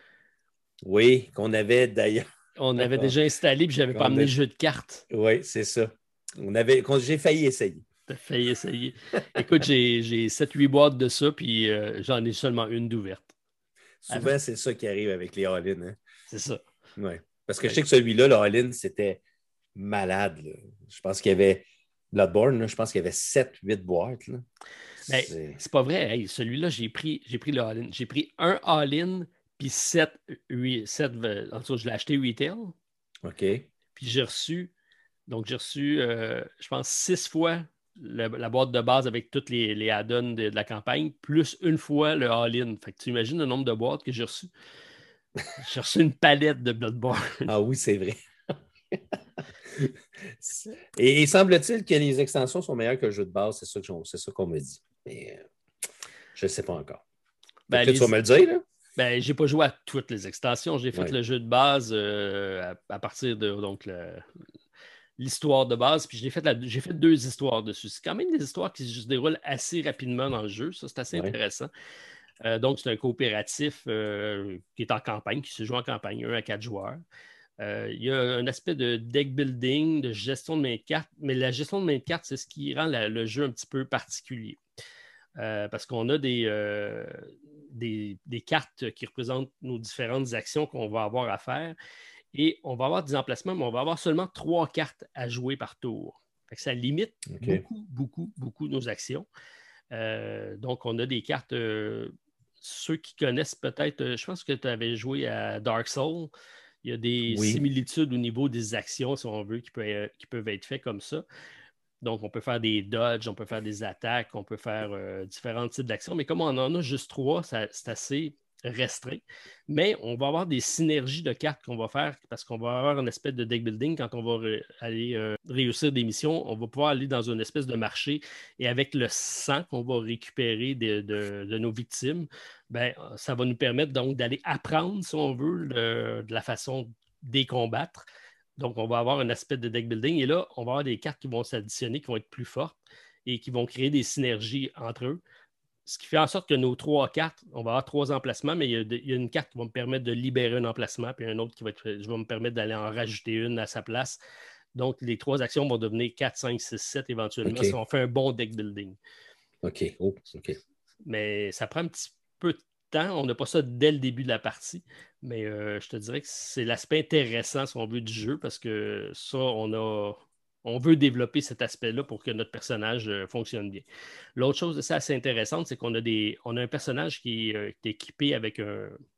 Oui, qu'on avait d'ailleurs. On avait déjà installé, puis je n'avais pas amené le jeu de cartes. Oui, c'est ça. J'ai failli essayer. Tu as failli essayer. Écoute, j'ai 7-8 boîtes de ça, puis j'en ai seulement une d'ouverte. Souvent, c'est ça qui arrive avec les all-in. Hein? C'est ça. Oui. Parce que je sais que celui-là, le all-in, c'était malade. Là. Je pense qu'il y avait Bloodborne, je pense qu'il y avait 7-8 boîtes. Là. C'est pas vrai. Hey, celui-là, j'ai pris le all-in. J'ai pris un all-in, puis 7 en tout cas, je l'ai acheté retail. OK. Puis j'ai reçu, je pense, 6 fois la boîte de base avec toutes les add-ons de la campagne, plus une fois le all-in. Fait que tu imagines le nombre de boîtes que j'ai reçues. J'ai reçu une palette de Bloodborne. Ah oui, c'est vrai. Et semble-t-il que les extensions sont meilleures que le jeu de base, c'est ça qu'on me dit. Mais je ne sais pas encore. Tu vas me le dire, là? Ben, j'ai pas joué à toutes les extensions. J'ai fait le jeu de base à partir de l'histoire de base. Puis j'ai fait 2 histoires dessus. C'est quand même des histoires qui se déroulent assez rapidement dans le jeu. Ça, c'est assez intéressant. Donc, c'est un coopératif qui est en campagne, qui se joue en campagne, 1 à 4 joueurs. Il y a un aspect de deck building, de gestion de main de cartes, mais la gestion de main de cartes, c'est ce qui rend le jeu un petit peu particulier. Parce qu'on a des cartes qui représentent nos différentes actions qu'on va avoir à faire. Et on va avoir des emplacements, mais on va avoir seulement 3 cartes à jouer par tour. Fait que ça limite beaucoup nos actions. Donc, on a des cartes... ceux qui connaissent peut-être... je pense que tu avais joué à Dark Souls. Il y a des similitudes au niveau des actions, si on veut, qui peuvent être faites comme ça. Donc, on peut faire des dodges, on peut faire des attaques, on peut faire différents types d'actions. Mais comme on en a juste 3, c'est assez restreint. Mais on va avoir des synergies de cartes qu'on va faire parce qu'on va avoir une espèce de deck building. Quand on va aller réussir des missions, on va pouvoir aller dans une espèce de marché et avec le sang qu'on va récupérer de nos victimes, ça va nous permettre donc d'aller apprendre, si on veut, de la façon de les combattre. Donc, on va avoir un aspect de deck building et là, on va avoir des cartes qui vont s'additionner, qui vont être plus fortes et qui vont créer des synergies entre eux. Ce qui fait en sorte que nos 3 cartes, on va avoir 3 emplacements, mais il y a une carte qui va me permettre de libérer un emplacement, puis un autre qui va me permettre d'aller en rajouter une à sa place. Donc, les 3 actions vont devenir 4, 5, 6, 7 éventuellement si on fait un bon deck building. OK. Mais ça prend un petit peu de temps. On n'a pas ça dès le début de la partie, mais je te dirais que c'est l'aspect intéressant, si on veut, du jeu, parce que ça, on veut développer cet aspect-là pour que notre personnage fonctionne bien. L'autre chose assez intéressante, c'est qu'on a un personnage qui est équipé avec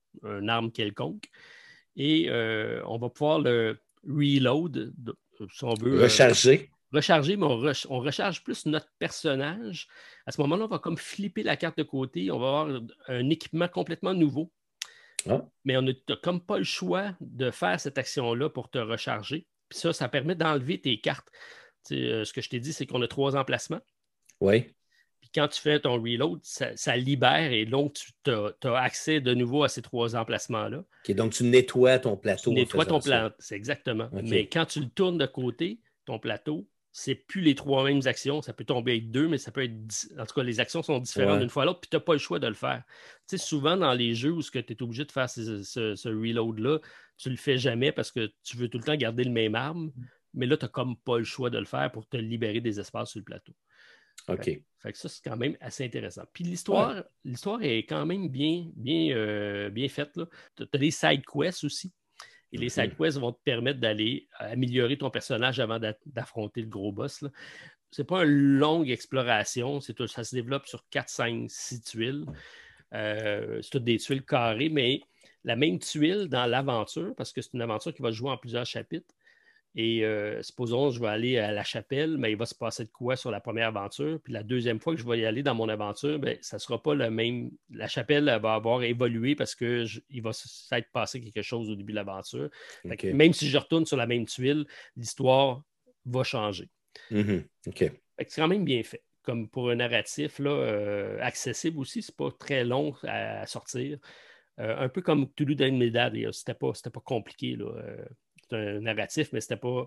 une arme quelconque. Et on va pouvoir le reload, si on veut. Recharger, mais on recharge plus notre personnage. À ce moment-là, on va comme flipper la carte de côté. On va avoir un équipement complètement nouveau. Ah. Mais on n'a comme pas le choix de faire cette action-là pour te recharger. Puis ça permet d'enlever tes cartes. Ce que je t'ai dit, c'est qu'on a 3 emplacements. Oui. Puis quand tu fais ton reload, ça libère et donc tu as accès de nouveau à ces 3 emplacements-là. OK, donc tu nettoies ton plateau. Tu nettoies ton plateau, c'est exactement. Okay. Mais quand tu le tournes de côté, ton plateau, c'est plus les 3 mêmes actions. Ça peut tomber avec 2, mais ça peut être... En tout cas, les actions sont différentes d'une fois à l'autre, puis tu n'as pas le choix de le faire. Tu sais, souvent, dans les jeux où tu es obligé de faire ce reload-là, tu ne le fais jamais parce que tu veux tout le temps garder le même arme, mais là, tu n'as comme pas le choix de le faire pour te libérer des espaces sur le plateau. OK. Fait que ça, c'est quand même assez intéressant. Puis l'histoire est quand même bien faite. Tu as des side quests aussi. Et les side quests vont te permettre d'aller améliorer ton personnage avant d'affronter le gros boss. Ce n'est pas une longue exploration. Ça se développe sur 4, 5, 6 tuiles. C'est toutes des tuiles carrées, mais la même tuile dans l'aventure, parce que c'est une aventure qui va jouer en plusieurs chapitres. Et supposons, je vais aller à la chapelle, mais il va se passer de quoi sur la première aventure. Puis la deuxième fois que je vais y aller dans mon aventure, bien, ça ne sera pas le même. La chapelle va avoir évolué parce qu'il va s'être passé quelque chose au début de l'aventure. Okay. Même si je retourne sur la même tuile, l'histoire va changer. Okay. C'est quand même bien fait. Comme pour un narratif là, accessible aussi, c'est pas très long à sortir. Un peu comme Cthulhu Daimedad, c'était pas compliqué. Là. C'est un narratif, mais c'était pas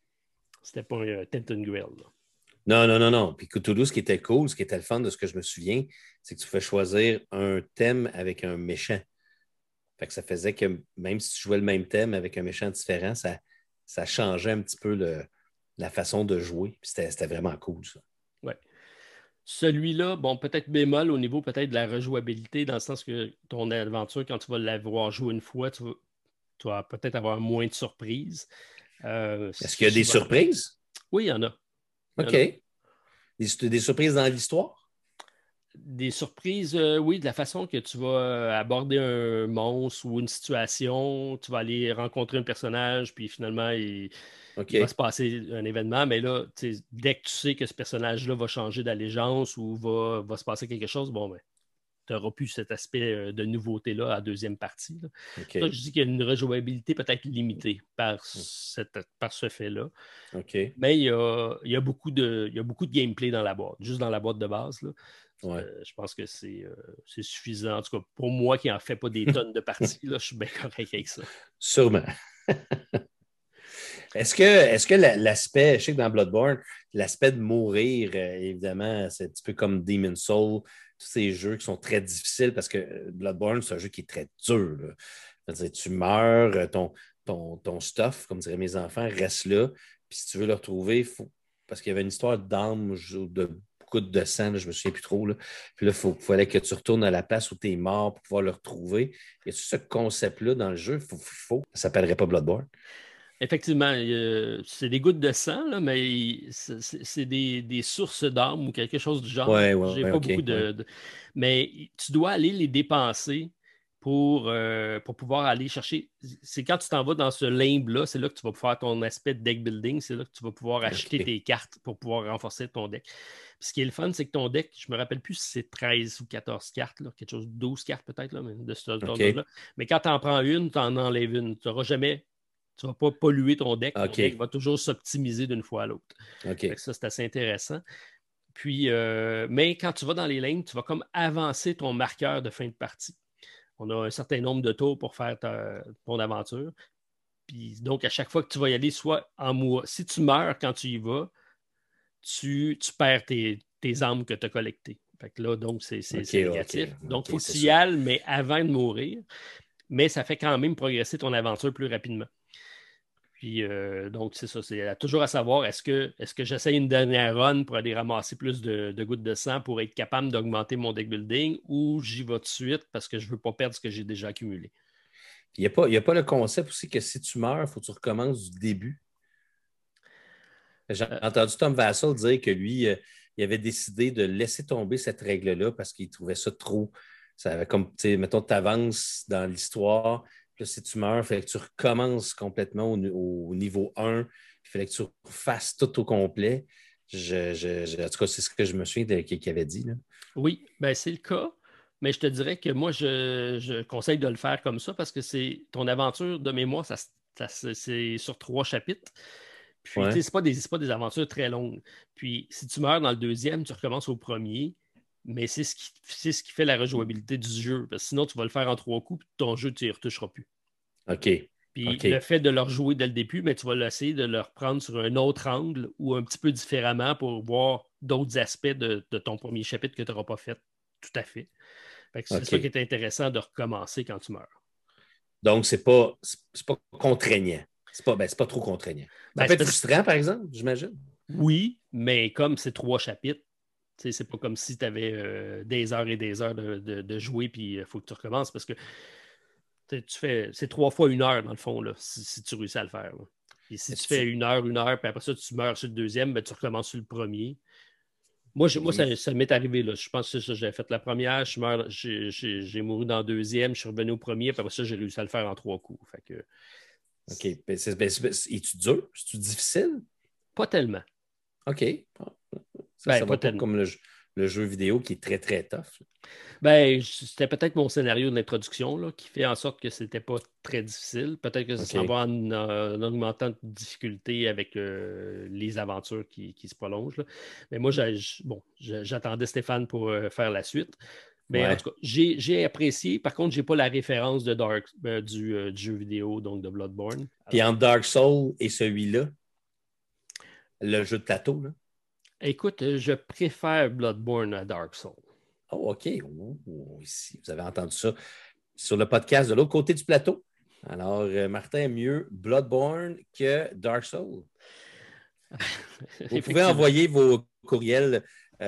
un Tintin Grill. Non. Puis Cthulhu, ce qui était cool, ce qui était le fun de ce que je me souviens, c'est que tu fais choisir un thème avec un méchant. Fait que ça faisait que même si tu jouais le même thème avec un méchant différent, ça changeait un petit peu la façon de jouer. Puis c'était vraiment cool, ça. Oui. Celui-là, bon, peut-être bémol au niveau peut-être de la rejouabilité, dans le sens que ton aventure, quand tu vas l'avoir joué une fois, tu vas peut-être avoir moins de surprises. Est-ce qu'il y a des surprises? Oui, il y en a. OK. Des surprises dans l'histoire? Des surprises, oui, de la façon que tu vas aborder un monstre ou une situation, tu vas aller rencontrer un personnage, puis finalement, il va se passer un événement, mais là, dès que tu sais que ce personnage-là va changer d'allégeance ou va se passer quelque chose, bon, ben, tu n'auras plus cet aspect de nouveauté-là à la deuxième partie. Okay. Ça, je dis qu'il y a une rejouabilité peut-être limitée par ce fait-là. Okay. Mais il y a beaucoup de gameplay dans la boîte, juste dans la boîte de base. Là. Ouais. Je pense que c'est suffisant. En tout cas, pour moi qui n'en fais pas des tonnes de parties, là, je suis bien correct avec ça. Sûrement. Est-ce que l'aspect, je sais que dans Bloodborne, l'aspect de mourir, évidemment, c'est un petit peu comme Demon's Souls, tous ces jeux qui sont très difficiles parce que Bloodborne, c'est un jeu qui est très dur. C'est-à-dire, tu meurs, ton stuff, comme diraient mes enfants, reste là. Puis si tu veux le retrouver, parce qu'il y avait une histoire d'âme, de beaucoup de sang, là, je ne me souviens plus trop. Là. Puis là, il fallait que tu retournes à la place où tu es mort pour pouvoir le retrouver. Y a-tu ce concept-là dans le jeu? Ça ne s'appellerait pas Bloodborne. Effectivement, c'est des gouttes de sang, là, mais c'est des sources d'âme ou quelque chose du genre. J'ai pas beaucoup de... Mais tu dois aller les dépenser pour pouvoir aller chercher. C'est quand tu t'en vas dans ce limbe-là, c'est là que tu vas pouvoir ton aspect de deck building, c'est là que tu vas pouvoir acheter tes cartes pour pouvoir renforcer ton deck. Puis ce qui est le fun, c'est que ton deck, je ne me rappelle plus si c'est 13 ou 14 cartes, là, quelque chose, 12 cartes peut-être, là, mais de ce tournoi-là. Mais quand tu en prends une, tu en enlèves une. Tu n'auras jamais... Tu ne vas pas polluer ton deck. Ton deck va toujours s'optimiser d'une fois à l'autre. Ça, c'est assez intéressant. Puis, mais quand tu vas dans les lignes, tu vas comme avancer ton marqueur de fin de partie. On a un certain nombre de tours pour faire ton aventure. Puis, donc, à chaque fois que tu vas y aller, soit en mois. Si tu meurs quand tu y vas, tu perds tes âmes que tu as collectées. Fait que là, donc, c'est négatif. Donc, il faut que tu y ailles, mais avant de mourir. Mais ça fait quand même progresser ton aventure plus rapidement. Puis, donc, c'est ça. C'est toujours à savoir, est-ce que j'essaie une dernière run pour aller ramasser plus de gouttes de sang pour être capable d'augmenter mon deck building ou j'y vais tout de suite parce que je ne veux pas perdre ce que j'ai déjà accumulé? Il n'y a pas le concept aussi que si tu meurs, il faut que tu recommences du début. J'ai entendu Tom Vassell dire que lui, il avait décidé de laisser tomber cette règle-là parce qu'il trouvait ça trop Ça avait comme, tu sais, mettons, tu avances dans l'histoire, puis là, si tu meurs, il fallait que tu recommences complètement au niveau 1, il fallait que tu refasses tout au complet. En tout cas, c'est ce que je me souviens qu'il avait dit, là. Oui, ben c'est le cas. Mais je te dirais que moi, je conseille de le faire comme ça parce que c'est ton aventure de mémoire, c'est sur 3 chapitres. Puis, tu sais, Ouais. c'est pas des aventures très longues. Puis, si tu meurs dans le deuxième, tu recommences au premier. Mais c'est ce qui fait la rejouabilité du jeu. Parce que sinon, tu vas le faire en 3 coups, puis ton jeu, tu n'y retoucheras plus. OK. Puis le OK. fait de leur jouer dès le début, mais tu vas essayer de le reprendre sur un autre angle ou un petit peu différemment pour voir d'autres aspects de ton premier chapitre que tu n'auras pas fait tout à fait. Fait que c'est ça qui OK. est intéressant de recommencer quand tu meurs. Donc, c'est pas contraignant. C'est pas trop contraignant. Ça Ben, peut être frustrant, par exemple, j'imagine. oui, mais comme c'est 3 chapitres, tu sais, c'est pas comme si tu avais des heures et des heures de jouer puis il faut que tu recommences parce que c'est 3 fois 1 heure dans le fond, là, si tu réussis à le faire. Là. Et si tu fais 1 heure, 1 heure, puis après ça, tu meurs sur le deuxième, ben, tu recommences sur le premier. Moi, ça m'est arrivé. Là. Je pense que c'est ça. J'avais fait la première, j'ai mouru dans la deuxième, je suis revenu au premier, puis après ça, j'ai réussi à le faire en 3 coups. Fait que, OK. Es-tu dur? C'est-tu difficile? pas tellement. OK. Ça Ben, pas va pas tellement. comme le jeu vidéo qui est très, très tough. Ben, c'était peut-être mon scénario de l'introduction là, qui fait en sorte que c'était pas très difficile. Peut-être que ça s'en OK. va en augmentant de difficulté avec les aventures qui se prolongent. Là. Mais moi, j'attendais Stéphane pour faire la suite. Mais en Ouais. tout cas, j'ai apprécié. Par contre, je n'ai pas la référence de du jeu vidéo, donc de Bloodborne. Puis Alors, entre Dark Souls et celui-là, le jeu de plateau, là. écoute, je préfère Bloodborne à Dark Souls. Oh, OK. Ici, vous avez entendu ça sur le podcast de l'autre côté du plateau. Alors, Martin aime mieux Bloodborne que Dark Souls. Vous pouvez envoyer vos courriels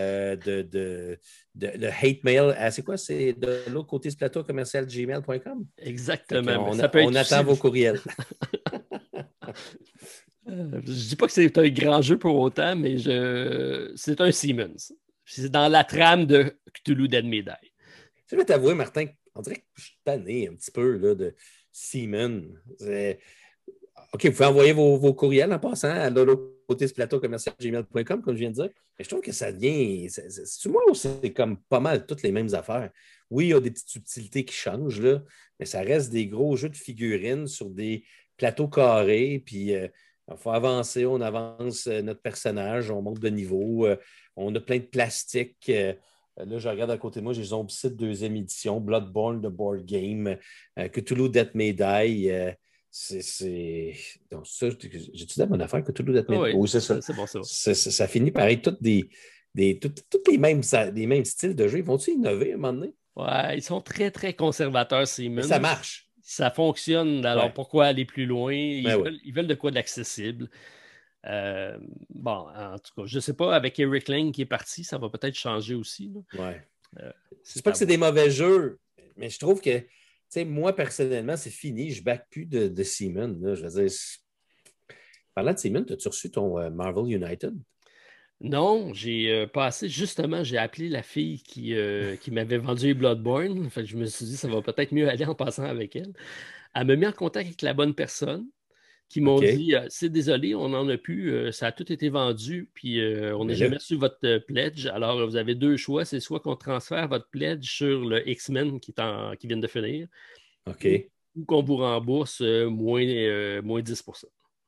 de hate mail à, c'est quoi? C'est de l'autre côté du plateau commercial gmail.com. Exactement. On attend vos courriels. Je dis pas que c'est un grand jeu pour autant, mais c'est un Siemens. C'est dans la trame de Cthulhu Dead May Die. Je vais t'avouer, Martin, on dirait que je suis tanné un petit peu là, de Siemens. OK, vous pouvez envoyer vos courriels en passant à l'autre côté du plateau commercial gmail.com, comme je viens de dire. Mais je trouve que ça devient. C'est moi ou c'est comme pas mal toutes les mêmes affaires. Oui, il y a des petites subtilités qui changent, là, mais ça reste des gros jeux de figurines sur des plateaux carrés. Puis il faut avancer, on avance notre personnage, on monte de niveau, on a plein de plastique. Là, je regarde à côté de moi, j'ai Zombicide deuxième édition, Bloodborne, The Board Game, Cthulhu Death May Die. Donc, ça, j'ai-tu dit la bonne affaire, Cthulhu Death May Die? Oui, c'est ça. c'est bon, ça. Ça finit par être toutes les mêmes styles de jeu. Ils vont-ils innover à un moment donné? Ouais, ils sont très, très conservateurs, Siemens. Mais ça marche. Ça fonctionne, alors Ouais. pourquoi aller plus loin? Ouais. Ils veulent de quoi d'accessible. Bon, en tout cas, je ne sais pas, avec Eric Lang qui est parti, ça va peut-être changer aussi. Là. Ouais. C'est pas que c'est des mauvais jeux, mais je trouve que, tu sais, moi, personnellement, c'est fini. Je ne back plus de Siemens. Là. Je veux dire, parlant de Siemens, as-tu reçu ton Marvel United? Non, j'ai passé, justement, j'ai appelé la fille qui m'avait vendu Bloodborne. Fait que je me suis dit, ça va peut-être mieux aller en passant avec elle. Elle m'a mis en contact avec la bonne personne qui m'ont dit, c'est désolé, on n'en a plus, ça a tout été vendu, puis on n'a jamais reçu votre pledge. Alors, vous avez 2 choix, c'est soit qu'on transfère votre pledge sur le X-Men qui vient de finir, OK. ou qu'on vous rembourse moins 10%.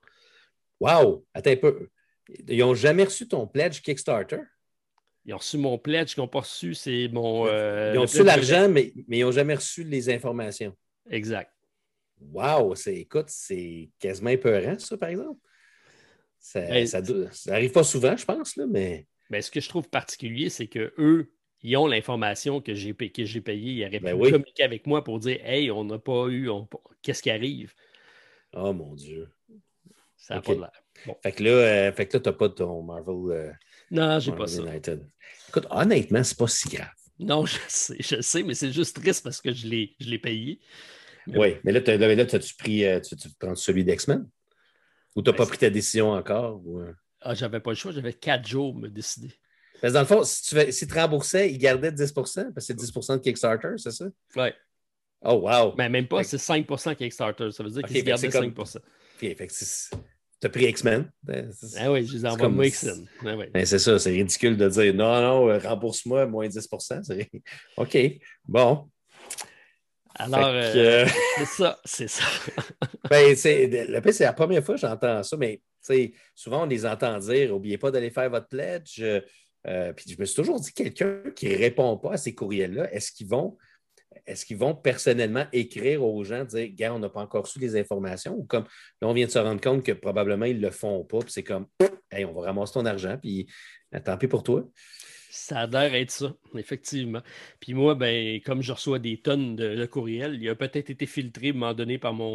Wow! Attends un peu. Ils n'ont jamais reçu ton pledge Kickstarter? Ils ont reçu mon pledge, qu'ils n'ont pas reçu, c'est mon... ils ont reçu l'argent, mais ils n'ont jamais reçu les informations. Exact. Wow! Écoute, c'est quasiment épeurant, ça, par exemple. Ça n'arrive pas souvent, je pense, là, mais... Ben, ce que je trouve particulier, c'est qu'eux, ils ont l'information que j'ai payée. Ils auraient pu communiquer avec moi pour dire « Hey, on n'a pas eu... Qu'est-ce qui arrive? » Oh, mon Dieu. Ça n'a pas de l'air. Bon. Fait que là, tu n'as pas ton Marvel... non, j'ai pas United. ça. Écoute, honnêtement, c'est pas si grave. Non, je sais, mais c'est juste triste parce que je l'ai payé. Oui, mais là, as-tu pris tu prends celui d'X-Men? Ou tu n'as pas pris ta décision encore? Ou... Ah, j'avais pas le choix, j'avais 4 jours pour me décider. Parce que dans le fond, si tu remboursais, il gardait 10 parce que c'est 10 de Kickstarter, c'est ça? Oui. Oh, wow! Mais même pas, Fait c'est 5 Kickstarter. Ça veut dire qu'il se fait que gardait c'est 5 comme. Fait que t'as pris X-Men. Ah oui, je les envoie moi X-Men. Ah oui. C'est ça, c'est ridicule de dire non, rembourse-moi, moins 10 OK, bon. Alors, que, c'est ça. le pire, c'est la première fois que j'entends ça, mais souvent on les entend dire n'oubliez pas d'aller faire votre pledge. Puis je me suis toujours dit quelqu'un qui ne répond pas à ces courriels-là, est-ce qu'ils vont personnellement écrire aux gens, dire gars, on n'a pas encore su les informations, ou comme là, on vient de se rendre compte que probablement ils ne le font pas, puis c'est comme hey, on va ramasser ton argent, puis tant pis pour toi. Ça a l'air d'être ça, effectivement. Puis moi, ben, comme je reçois des tonnes de courriels, il a peut-être été filtré à un moment donné par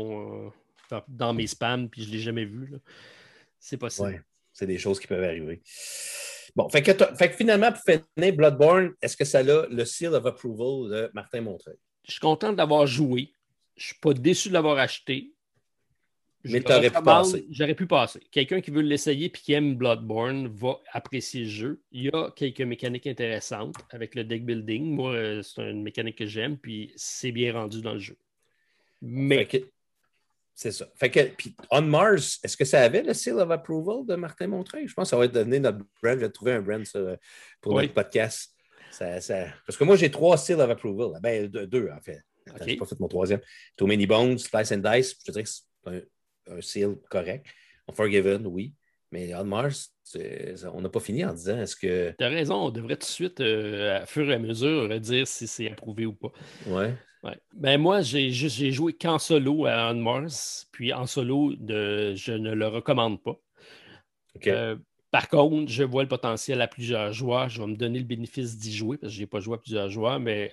dans mes spams, puis je ne l'ai jamais vu. Là. C'est possible. Oui, c'est des choses qui peuvent arriver. Bon, fait que finalement, pour finir, Bloodborne, est-ce que ça a le seal of approval de Martin Montreuil? Je suis content d'avoir joué. Je ne suis pas déçu de l'avoir acheté. Mais tu aurais pu passer. J'aurais pu passer. Quelqu'un qui veut l'essayer et qui aime Bloodborne va apprécier le jeu. Il y a quelques mécaniques intéressantes avec le deck building. Moi, c'est une mécanique que j'aime, puis c'est bien rendu dans le jeu. Mais. C'est ça. Fait que, puis On Mars, est-ce que ça avait le seal of approval de Martin Montreuil? Je pense que ça va être donné notre brand. Je vais trouver un brand pour notre podcast. Parce que moi, j'ai 3 seals of approval. Ben, 2, en fait. Attends, je n'ai pas fait mon 3e. Too Many Bones, Slice and Dice. Je te dirais que c'est un seal correct. Unforgiven, oui. Mais On Mars, on n'a pas fini en disant est-ce que. Tu as raison, on devrait tout de suite, à fur et à mesure, dire si c'est approuvé ou pas. Ouais. Ouais. Ben moi, j'ai joué qu'en solo à On Mars, puis en solo, je ne le recommande pas. Okay. Par contre, je vois le potentiel à plusieurs joueurs. Je vais me donner le bénéfice d'y jouer parce que je n'ai pas joué à plusieurs joueurs, mais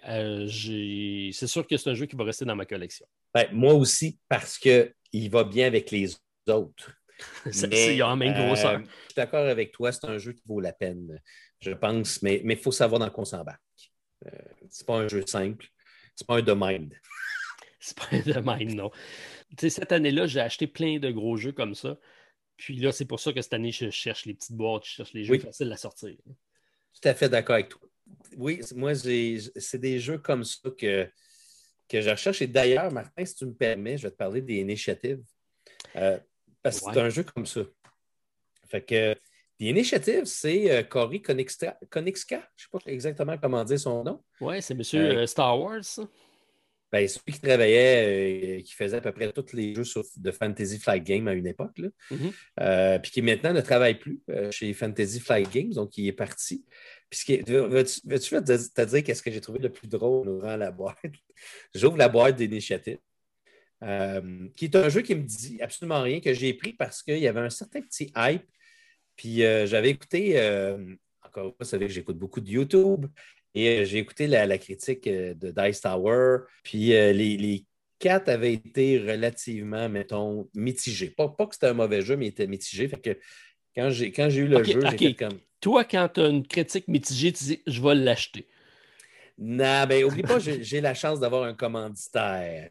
c'est sûr que c'est un jeu qui va rester dans ma collection. Ben, moi aussi, parce qu'il va bien avec les autres. Il y a en même grosseur. Je suis d'accord avec toi, c'est un jeu qui vaut la peine, je pense, mais il faut savoir dans quoi on s'embarque. C'est pas un jeu simple. C'est pas un domaine. C'est pas un domaine, non. Tu sais, cette année-là, j'ai acheté plein de gros jeux comme ça. Puis là, c'est pour ça que cette année, je cherche les petites boîtes, je cherche les jeux faciles à sortir. Tout à fait d'accord avec toi. Oui, moi, c'est des jeux comme ça que je recherche. Et d'ailleurs, Martin, si tu me permets, je vais te parler des initiatives. Parce que c'est un jeu comme ça. Fait que The Initiative, c'est Cory Konieczka. Je ne sais pas exactement comment dire son nom. Oui, c'est monsieur Star Wars, ça. Ben, celui qui travaillait, qui faisait à peu près tous les jeux de Fantasy Flight Games à une époque, là. Mm-hmm. Puis qui maintenant ne travaille plus chez Fantasy Flight Games, donc il est parti. Puis veux-tu te dire qu'est-ce que j'ai trouvé le plus drôle en ouvrant la boîte? J'ouvre la boîte d'initiative, qui est un jeu qui me dit absolument rien, que j'ai pris parce qu'il y avait un certain petit hype. Puis j'avais écouté, encore une fois, vous savez que j'écoute beaucoup de YouTube. Et j'ai écouté la critique de Dice Tower, puis les 4 avaient été relativement, mettons, mitigés. Pas que c'était un mauvais jeu, mais ils étaient mitigés. Fait que quand j'ai eu le jeu, j'ai fait comme... Toi, quand tu as une critique mitigée, tu dis « je vais l'acheter ». Non, ben oublie pas, j'ai la chance d'avoir un commanditaire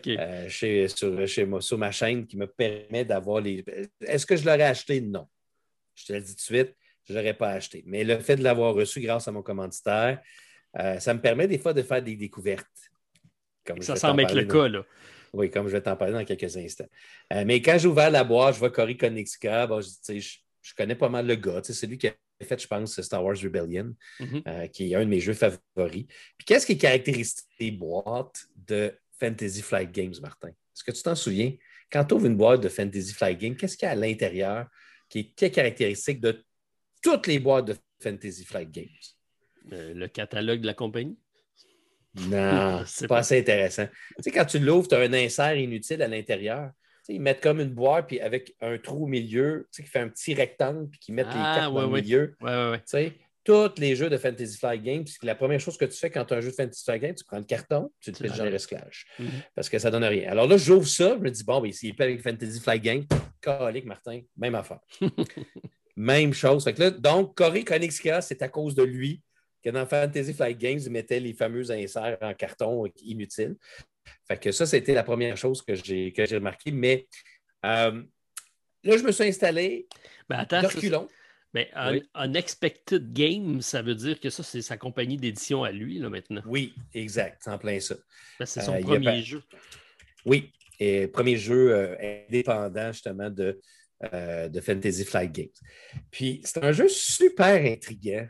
sur ma chaîne qui me permet d'avoir les... Est-ce que je l'aurais acheté? Non. Je te le dis tout de suite. Je ne l'aurais pas acheté. Mais le fait de l'avoir reçu grâce à mon commanditaire, ça me permet des fois de faire des découvertes. Ça semble être le cas, là. Oui, comme je vais t'en parler dans quelques instants. Mais quand j'ai ouvert la boîte, je vois Cory Konieczka. Bon, je connais pas mal le gars. C'est lui qui a fait, je pense, Star Wars Rebellion, qui est un de mes jeux favoris. Puis qu'est-ce qui caractérise les boîtes de Fantasy Flight Games, Martin? Est-ce que tu t'en souviens? Quand tu ouvres une boîte de Fantasy Flight Games, qu'est-ce qu'il y a à l'intérieur qui est caractéristique de toutes les boîtes de Fantasy Flight Games? Le catalogue de la compagnie? Non, c'est pas assez intéressant. Tu sais, quand tu l'ouvres, tu as un insert inutile à l'intérieur. Tu sais, ils mettent comme une boîte puis avec un trou au milieu, tu sais, qui fait un petit rectangle puis qui mettent les cartes dans le milieu. Ouais. Tu sais, tous les jeux de Fantasy Flight Games, la première chose que tu fais quand tu as un jeu de Fantasy Flight Games, tu prends le carton, tu le pitches dans le recyclage. Parce que ça ne donne rien. Alors là, j'ouvre ça, je me dis, bon, ben, s'il est avec Fantasy Flight Games, calique, Martin, même affaire. Même chose. Fait que là, donc, Cory Konieczka, c'est à cause de lui que dans Fantasy Flight Games, ils mettaient les fameux inserts en carton inutiles. Fait que ça, c'était la première chose que j'ai remarqué. Mais là, je me suis installé de reculons. Mais Oui. Unexpected Games, ça veut dire que ça, c'est sa compagnie d'édition à lui, là, maintenant. Oui, exact, c'est en plein ça. C'est son Il y a premier jeu. Oui, et premier jeu indépendant justement de Fantasy Flight Games. Puis c'est un jeu super intriguant.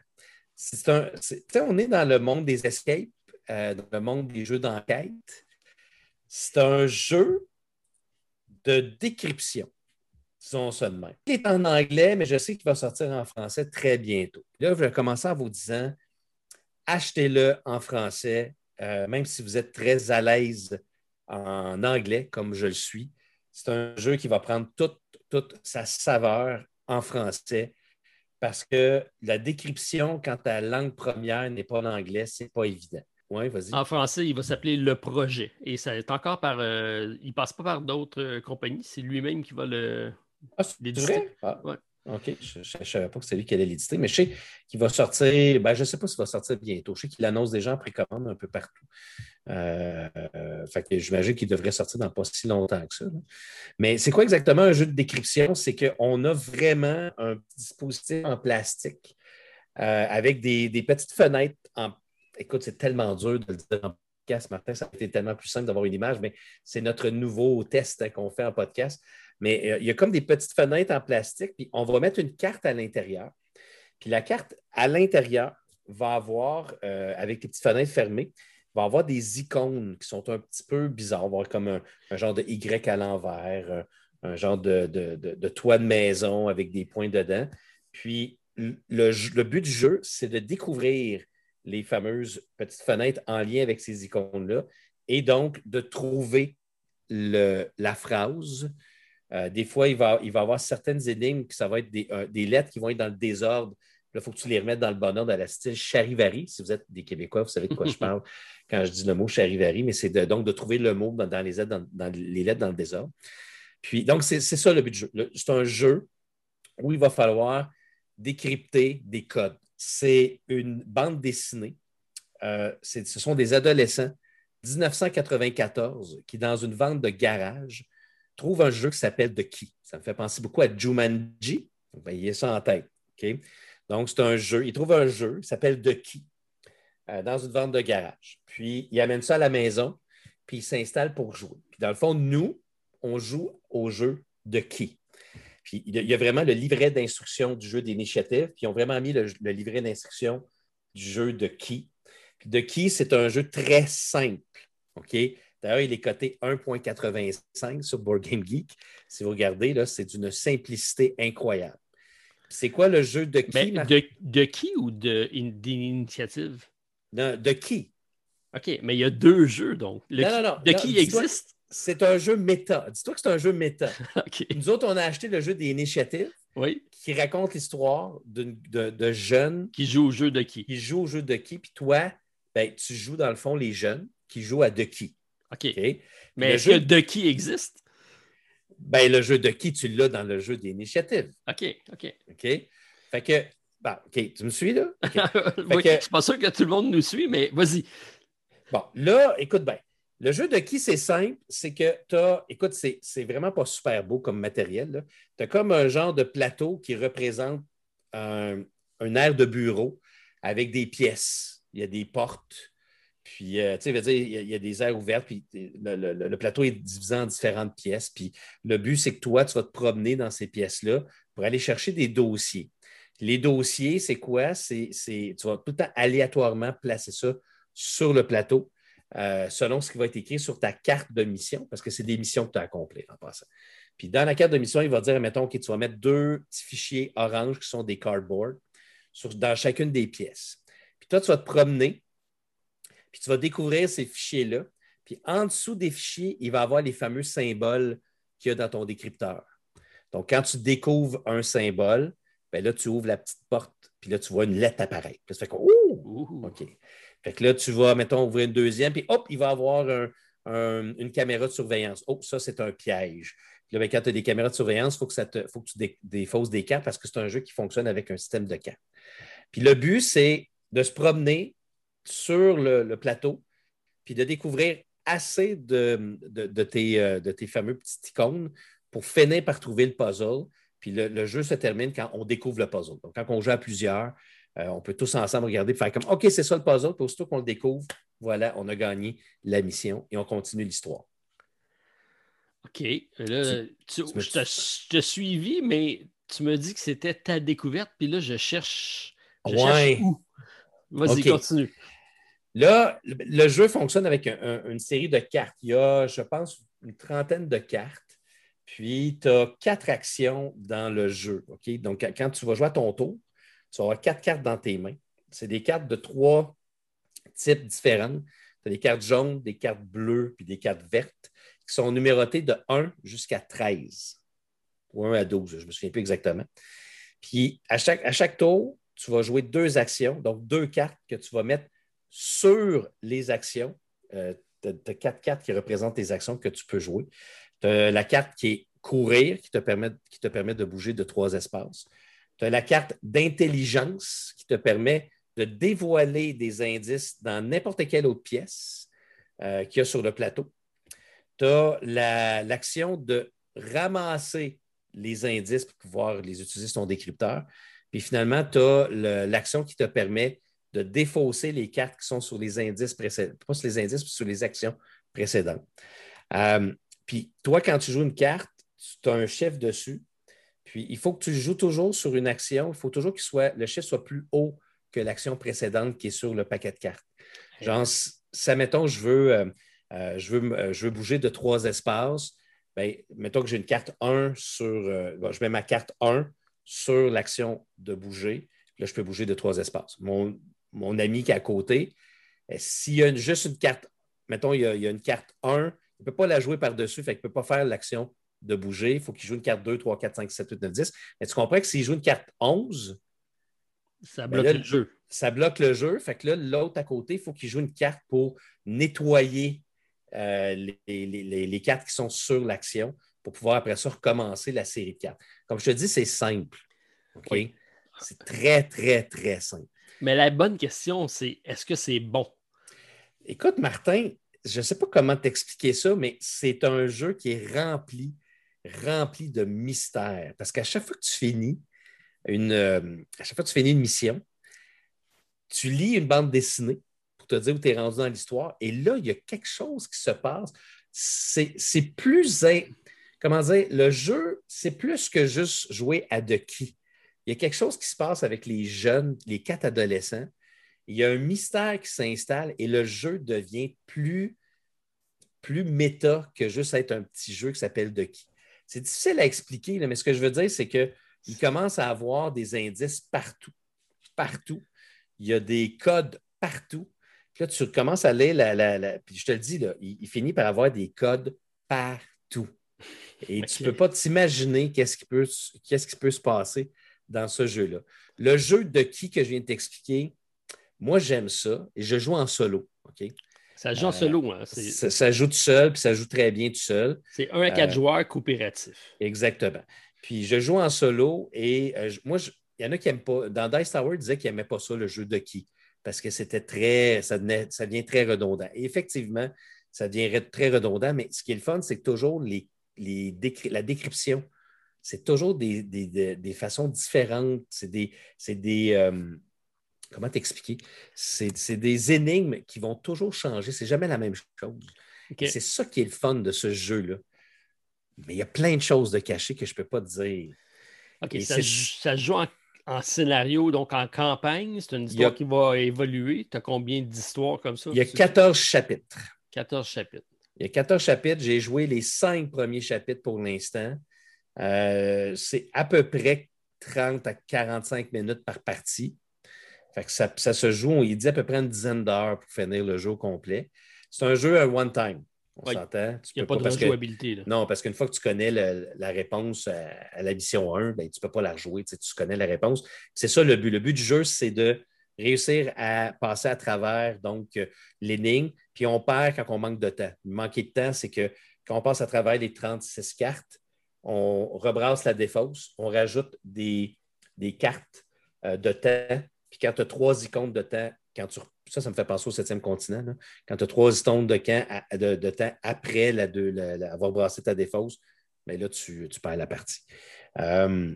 On est dans le monde des escapes, dans le monde des jeux d'enquête. C'est un jeu de décryption, disons ça de même. Il est en anglais, mais je sais qu'il va sortir en français très bientôt. Là, je vais commencer en vous disant, achetez-le en français, même si vous êtes très à l'aise en anglais, comme je le suis. C'est un jeu qui va prendre toute sa saveur en français parce que la décryption, quand ta langue première n'est pas l'anglais, c'est pas évident. Oui, vas-y. En français, il va s'appeler Le Projet. Et ça est encore par. Il passe pas par d'autres compagnies. C'est lui-même qui va Ah, c'est l'éditer. vrai? Ah, Ouais. OK. Je ne savais pas que c'est lui qui allait l'éditer, mais je sais qu'il va sortir. Ben, je ne sais pas s'il va sortir bientôt. Je sais qu'il annonce déjà en précommande un peu partout. Fait que j'imagine qu'il devrait sortir dans pas si longtemps que ça. Là. Mais c'est quoi exactement un jeu de décryption? C'est qu'on a vraiment un dispositif en plastique avec des petites fenêtres en. Écoute, c'est tellement dur de le dire en podcast, Martin. Ça a été tellement plus simple d'avoir une image, mais c'est notre nouveau test qu'on fait en podcast. Mais il y a comme des petites fenêtres en plastique, puis on va mettre une carte à l'intérieur. Puis la carte à l'intérieur va avoir, avec les petites fenêtres fermées, va avoir des icônes qui sont un petit peu bizarres. On va avoir comme un genre de Y à l'envers, un genre de toit de maison avec des points dedans. Puis le but du jeu, c'est de découvrir les fameuses petites fenêtres en lien avec ces icônes-là et donc de trouver la phrase. Des fois, il va y avoir certaines énigmes qui ça va être des lettres qui vont être dans le désordre. Là, il faut que tu les remettes dans le bon ordre à la style Charivari. Si vous êtes des Québécois, vous savez de quoi je parle quand je dis le mot Charivari, mais c'est donc de trouver le mot dans les lettres dans le désordre. Puis, donc, c'est ça le but du jeu. C'est un jeu où il va falloir décrypter des codes. C'est une bande dessinée. Ce sont des adolescents 1994 qui, dans une vente de garage, trouvent un jeu qui s'appelle The Key. Ça me fait penser beaucoup à Jumanji. Vous voyez ça en tête. Okay? Donc, c'est un jeu. Ils trouvent un jeu qui s'appelle The Key dans une vente de garage. Puis, ils amènent ça à la maison, puis ils s'installent pour jouer. Puis, dans le fond, nous, on joue au jeu The Key. Puis, il y a vraiment le livret d'instruction du jeu d'initiative, puis ils ont vraiment mis le livret d'instruction du jeu de Key. Puis The Key, c'est un jeu très simple. OK? D'ailleurs, il est coté 1,85 sur Board Game Geek. Si vous regardez, là, c'est d'une simplicité incroyable. C'est quoi le jeu de Key? De qui ou d'initiative? De Key. OK, mais il y a deux jeux, donc. Non. De qui existe? C'est un jeu méta. Dis-toi que c'est un jeu méta. Okay. Nous autres, on a acheté le jeu des initiatives qui raconte l'histoire de jeunes qui jouent au jeu de qui. Qui jouent au jeu de qui. Puis toi, ben, tu joues dans le fond les jeunes qui jouent à de qui. OK. Mais est-ce que de qui existe? Ben, le jeu de qui, tu l'as dans le jeu d'initiative. OK. Fait que, bon, OK, tu me suis là? Okay. Oui, je ne suis pas sûr que tout le monde nous suit, mais vas-y. Bon, là, écoute bien. Le jeu de qui, c'est simple, c'est que tu as, écoute, c'est vraiment pas super beau comme matériel. Tu as comme un genre de plateau qui représente un aire de bureau avec des pièces. Il y a des portes, puis, tu sais, il y a des aires ouvertes, puis le plateau est divisé en différentes pièces. Puis le but, c'est que toi, tu vas te promener dans ces pièces-là pour aller chercher des dossiers. Les dossiers, c'est quoi? Tu vas tout le temps aléatoirement placer ça sur le plateau. Selon ce qui va être écrit sur ta carte de mission, parce que c'est des missions que tu as accomplies en passant. Puis dans la carte de mission, il va dire, mettons, OK, tu vas mettre 2 petits fichiers orange qui sont des cardboard dans chacune des pièces. Puis toi, tu vas te promener, puis tu vas découvrir ces fichiers-là. Puis en dessous des fichiers, il va y avoir les fameux symboles qu'il y a dans ton décrypteur. Donc, quand tu découvres un symbole, bien là, tu ouvres la petite porte, puis là, tu vois une lettre apparaître. Puis ça fait que, ouh! OK. Fait que là, tu vas, mettons, ouvrir une deuxième, puis hop, il va y avoir une caméra de surveillance. Oh, ça, c'est un piège. Puis là, bien, quand tu as des caméras de surveillance, il faut que tu défausses des cartes parce que c'est un jeu qui fonctionne avec un système de cartes. Puis le but, c'est de se promener sur le plateau, puis de découvrir assez de tes fameux petites icônes pour finir par trouver le puzzle. Puis le jeu se termine quand on découvre le puzzle. Donc, quand on joue à plusieurs, on peut tous ensemble regarder et faire comme OK, c'est ça le puzzle. Puis aussitôt qu'on le découvre, voilà, on a gagné la mission et on continue l'histoire. OK. Là, je te suivi, mais tu me dis que c'était ta découverte, puis là, je cherche Ouais. où? Vas-y, OK. continue. Là, le jeu fonctionne avec une série de cartes. Il y a, je pense, une trentaine de cartes. Puis, tu as 4 actions dans le jeu. OK? Donc, quand tu vas jouer à ton tour, tu vas avoir 4 cartes dans tes mains. C'est des cartes de 3 types différents. Tu as des cartes jaunes, des cartes bleues, puis des cartes vertes qui sont numérotées de 1 jusqu'à 13 ou 1 à 12, je ne me souviens plus exactement. Puis, à chaque tour, tu vas jouer 2 actions, donc 2 cartes que tu vas mettre sur les actions. Tu as 4 cartes qui représentent les actions que tu peux jouer. Tu as la carte qui est courir, qui te permet de bouger de 3 espaces. Tu as la carte d'intelligence qui te permet de dévoiler des indices dans n'importe quelle autre pièce qu'il y a sur le plateau. Tu as l'action de ramasser les indices pour pouvoir les utiliser sur ton décrypteur. Puis finalement, tu as l'action qui te permet de défausser les cartes qui sont sur les indices précédents, pas sur les indices, mais sur les actions précédentes. Puis toi, quand tu joues une carte, tu as un chiffre dessus. Puis il faut que tu joues toujours sur une action. Il faut toujours que le chiffre soit plus haut que l'action précédente qui est sur le paquet de cartes. Genre, ça, mettons, je veux bouger de 3 espaces. Bien, mettons que j'ai une carte 1 sur. Je mets ma carte 1 sur l'action de bouger. Là, je peux bouger de 3 espaces. Mon ami qui est à côté, s'il y a juste une carte, mettons, il y a une carte 1, il ne peut pas la jouer par-dessus, fait qu'il ne peut pas faire l'action de bouger. Il faut qu'il joue une carte 2, 3, 4, 5, 7, 8, 9, 10. Mais tu comprends que s'il joue une carte 11, ça bloque le jeu. Ça bloque le jeu. Fait que là, l'autre à côté, il faut qu'il joue une carte pour nettoyer les cartes qui sont sur l'action pour pouvoir après ça recommencer la série de cartes. Comme je te dis, c'est simple. OK? Oui. C'est très, très, très simple. Mais la bonne question, c'est est-ce que c'est bon? Écoute, Martin, je ne sais pas comment t'expliquer ça, mais c'est un jeu qui est rempli de mystères. Parce qu'à chaque fois que tu finis une mission, tu lis une bande dessinée pour te dire où tu es rendu dans l'histoire. Et là, il y a quelque chose qui se passe. C'est plus... Comment dire? Le jeu, c'est plus que juste jouer à de qui. Il y a quelque chose qui se passe avec les jeunes, les 4 adolescents. Il y a un mystère qui s'installe et le jeu devient plus méta que juste être un petit jeu qui s'appelle de qui. C'est difficile à expliquer, là, mais ce que je veux dire, c'est qu'il commence à avoir des indices partout. Partout. Il y a des codes partout. Puis là, tu commences à lire puis je te le dis, là, il finit par avoir des codes partout. Et tu ne peux pas t'imaginer qu'est-ce qui peut se passer dans ce jeu-là. Le jeu de qui que je viens de t'expliquer, moi, j'aime ça et je joue en solo. OK? Ça joue en solo. Hein? Ça joue tout seul, puis ça joue très bien tout seul. C'est 1 à 4 joueurs coopératifs. Exactement. Puis je joue en solo et moi, il y en a qui n'aiment pas. Dans Dice Tower, ils disaient qu'ils n'aimaient pas ça, le jeu de qui, parce que ça devient très redondant. Et effectivement, ça devient très redondant, mais ce qui est le fun, c'est que toujours la décryption, c'est toujours des façons différentes. Comment t'expliquer? C'est des énigmes qui vont toujours changer. C'est jamais la même chose. Okay. C'est ça qui est le fun de ce jeu-là. Mais il y a plein de choses de cachées que je ne peux pas te dire. OK, ça se joue en scénario, donc en campagne. C'est une histoire qui va évoluer. Tu as combien d'histoires comme ça? Il y a 14 chapitres. 14 chapitres. Il y a 14 chapitres. J'ai joué les 5 premiers chapitres pour l'instant. C'est à peu près 30 à 45 minutes par partie. Fait que ça se joue, il dit à peu près une dizaine d'heures pour finir le jeu au complet. C'est un jeu à one time. On s'entend. Il n'y a pas de rejouabilité. Là. Non, parce qu'une fois que tu connais la réponse à la mission 1, ben, tu ne peux pas la rejouer. Tu connais la réponse. C'est ça le but. Le but du jeu, c'est de réussir à passer à travers donc l'énigme. Puis on perd quand on manque de temps. Manquer de temps, c'est que quand on passe à travers les 36 cartes, on rebrasse la défausse, on rajoute des cartes de temps. Puis quand tu as 3 icônes de temps, ça me fait penser au 7e continent, là. Quand tu as 3 icônes de temps après avoir brassé ta défausse, bien là, tu perds la partie. Euh,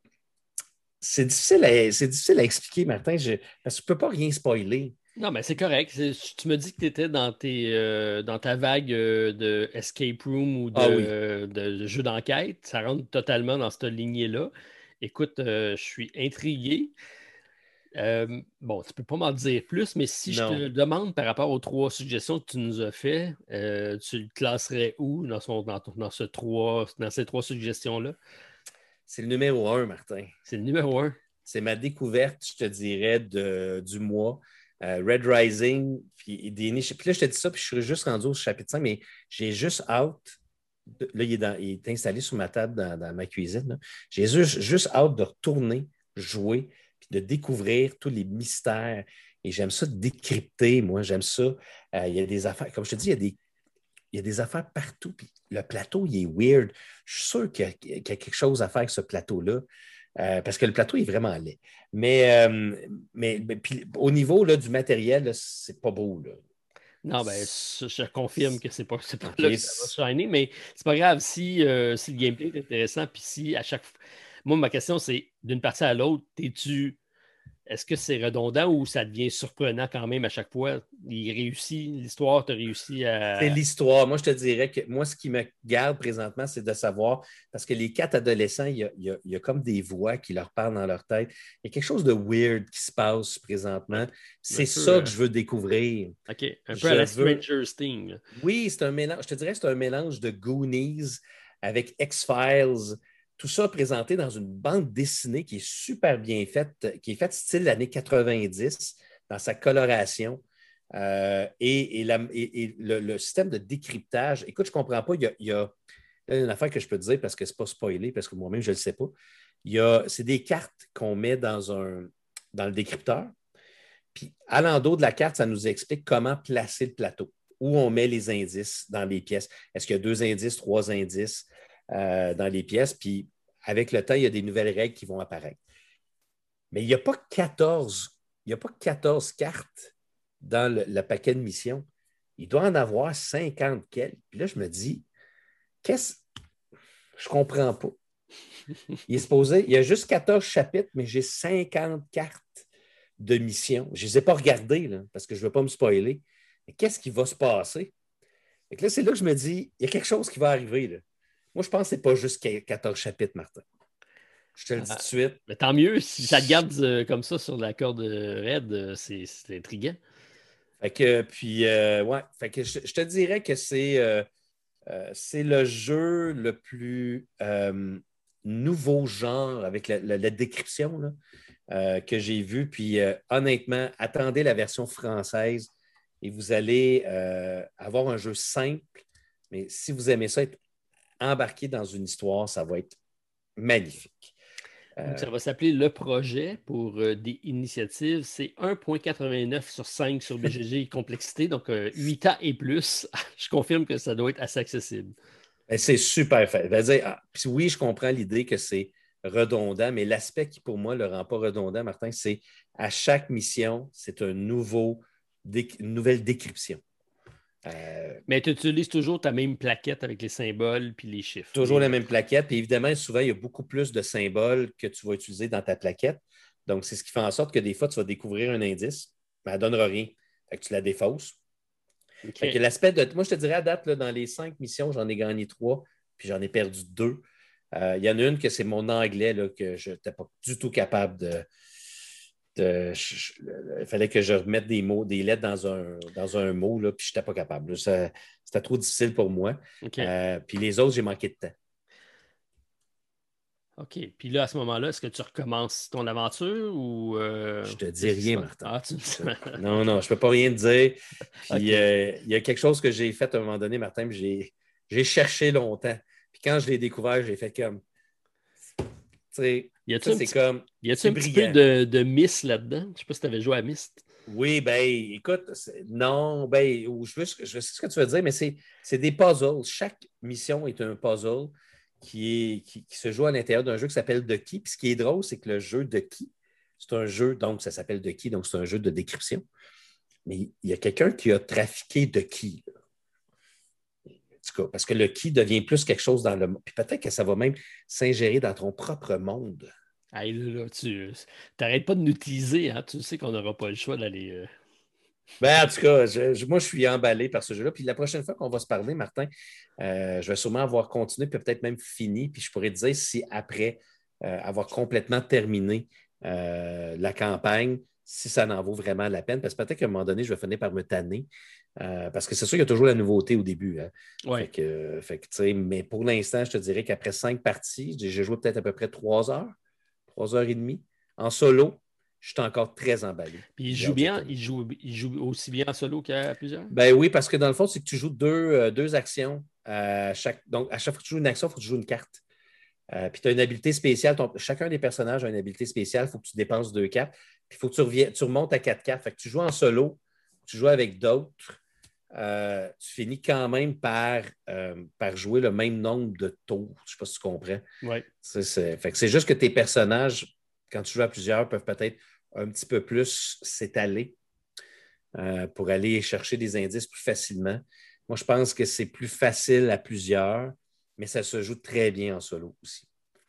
c'est difficile à expliquer, Martin, parce que tu ne peux pas rien spoiler. Non, mais c'est correct. Tu me dis que tu étais dans ta vague de escape room ou Ah oui. de jeu d'enquête. Ça rentre totalement dans cette lignée-là. Écoute, je suis intrigué. Bon, tu ne peux pas m'en dire plus, mais si je te Non. demande par rapport aux 3 suggestions que tu nous as fait, tu le classerais où dans ces 3 suggestions-là? C'est le numéro 1, Martin. C'est le numéro 1. C'est ma découverte, je te dirais, du mois. Red Rising, puis puis là, je te dis ça, puis je suis juste rendu au chapitre 5, mais j'ai juste hâte. Là, il est installé sur ma table dans ma cuisine. Là. J'ai juste hâte de retourner jouer, puis de découvrir tous les mystères. Et j'aime ça décrypter, moi. J'aime ça. Il y a des affaires, comme je te dis, il y a des affaires partout. Puis le plateau, il est weird. Je suis sûr qu'il y a quelque chose à faire avec ce plateau-là. Parce que le plateau est vraiment laid. Mais puis, au niveau là, du matériel, là, c'est pas beau. Là. Non, ben, je confirme que c'est pas là Okay. que ça va shiner, mais c'est pas grave si le gameplay est intéressant, puis si à chaque fois. Moi, ma question, c'est d'une partie à l'autre, est-ce que c'est redondant ou ça devient surprenant quand même à chaque fois? L'histoire te réussit C'est à. l'histoire. Moi, je te dirais que moi, ce qui me garde présentement, c'est de savoir, parce que les 4 adolescents, il y a comme des voix qui leur parlent dans leur tête. Il y a quelque chose de weird qui se passe présentement. C'est ça que je veux découvrir. OK, un peu Je à la veux... Stranger Things. Oui, c'est un mélange. Je te dirais que c'est un mélange de Goonies avec X-Files. Tout ça présenté dans une bande dessinée qui est super bien faite, qui est faite style années 90 dans sa coloration. Et le système de décryptage, écoute, je ne comprends pas, il y a une affaire que je peux te dire parce que ce n'est pas spoilé, parce que moi-même, je ne le sais pas. C'est des cartes qu'on met dans le décrypteur. Puis, à l'endos de la carte, ça nous explique comment placer le plateau, où on met les indices dans les pièces. Est-ce qu'il y a 2 indices, 3 indices dans les pièces? Puis, avec le temps, il y a des nouvelles règles qui vont apparaître. Mais il n'y a pas 14 cartes dans le paquet de missions. Il doit en avoir 50 quelques. Puis là, je me dis, je ne comprends pas. Il y a juste 14 chapitres, mais j'ai 50 cartes de missions. Je ne les ai pas regardées là, parce que je ne veux pas me spoiler. Mais qu'est-ce qui va se passer? Et là, c'est là que je me dis, il y a quelque chose qui va arriver. Là. Moi, je pense que ce n'est pas juste 14 chapitres, Martin. Je te le dis tout de suite. Mais tant mieux, si ça te garde comme ça sur la corde raide, c'est intriguant. Fait que, puis, ouais, fait que je te dirais que c'est le jeu le plus nouveau genre avec la description là, que j'ai vu. Puis, honnêtement, attendez la version française et vous allez avoir un jeu simple. Mais si vous aimez ça, être embarqué dans une histoire, ça va être magnifique. Donc, ça va s'appeler Le Projet pour des initiatives. C'est 1,89 sur 5 sur BGG complexité, donc 8 ans et plus. Je confirme que ça doit être assez accessible. C'est super fait. Puis oui, je comprends l'idée que c'est redondant, mais l'aspect qui, pour moi, ne le rend pas redondant, Martin, c'est à chaque mission, c'est une nouvelle décryption. Mais tu utilises toujours ta même plaquette avec les symboles puis les chiffres. Toujours la même plaquette. Puis évidemment, souvent, il y a beaucoup plus de symboles que tu vas utiliser dans ta plaquette. Donc, c'est ce qui fait en sorte que des fois, tu vas découvrir un indice, mais elle ne donne rien. Fait que tu la défausses. Okay. Fait que l'aspect de. Moi, je te dirais à date, là, dans les 5 missions, j'en ai gagné 3, puis j'en ai perdu 2. Il y en a une que c'est mon anglais là, que je n'étais pas du tout capable de. Il fallait que je remette des mots, des lettres dans un mot, là, puis je n'étais pas capable. C'était trop difficile pour moi. Okay. Puis les autres, j'ai manqué de temps. OK. Puis là, à ce moment-là, est-ce que tu recommences ton aventure ou. Je te dis rien, Martin. Ah, Non, je ne peux pas rien te dire. Puis okay. Il y a quelque chose que j'ai fait à un moment donné, Martin, puis j'ai cherché longtemps. Puis quand je l'ai découvert, j'ai fait comme. Y a-t-il un petit peu de Myst là-dedans? Je ne sais pas si tu avais joué à Myst. Oui, ben écoute, non, ben je sais ce que tu veux dire, mais c'est des puzzles. Chaque mission est un puzzle qui se joue à l'intérieur d'un jeu qui s'appelle The Key. Puis ce qui est drôle, c'est que le jeu The Key, c'est un jeu, donc ça s'appelle The Key, donc c'est un jeu de décryption. Mais il y a quelqu'un qui a trafiqué The Key. Tu tout cas, parce que le qui devient plus quelque chose dans le monde. Puis peut-être que ça va même s'ingérer dans ton propre monde. Hey, là, tu n'arrêtes pas de nous teaser, hein? Tu sais qu'on n'aura pas le choix d'aller. Ben, en tout cas, moi, je suis emballé par ce jeu-là. Puis la prochaine fois qu'on va se parler, Martin, je vais sûrement avoir continué, puis peut-être même fini. Puis je pourrais te dire si après avoir complètement terminé la campagne, si ça en vaut vraiment la peine. Parce que peut-être qu'à un moment donné, je vais finir par me tanner. Parce que c'est sûr qu'il y a toujours la nouveauté au début. Hein. Ouais. Tu sais, mais pour l'instant, je te dirais qu'après 5 parties, j'ai joué peut-être à peu près 3 heures, 3 heures et demie en solo. Je suis encore très emballé. Puis il joue bien, il joue aussi bien en solo qu'à plusieurs? Ben oui, parce que dans le fond, c'est que tu joues deux actions. Donc, à chaque fois que tu joues une action, il faut que tu joues une carte. Puis tu as une habilité spéciale. Chacun des personnages a une habilité spéciale. Il faut que tu dépenses 2 cartes. Puis il faut que tu remontes à 4 cartes. Fait que tu joues en solo, tu joues avec d'autres. Tu finis quand même par jouer le même nombre de tours. Je ne sais pas si tu comprends. Oui. Fait que c'est juste que tes personnages, quand tu joues à plusieurs, peuvent peut-être un petit peu plus s'étaler pour aller chercher des indices plus facilement. Moi, je pense que c'est plus facile à plusieurs, mais ça se joue très bien en solo aussi.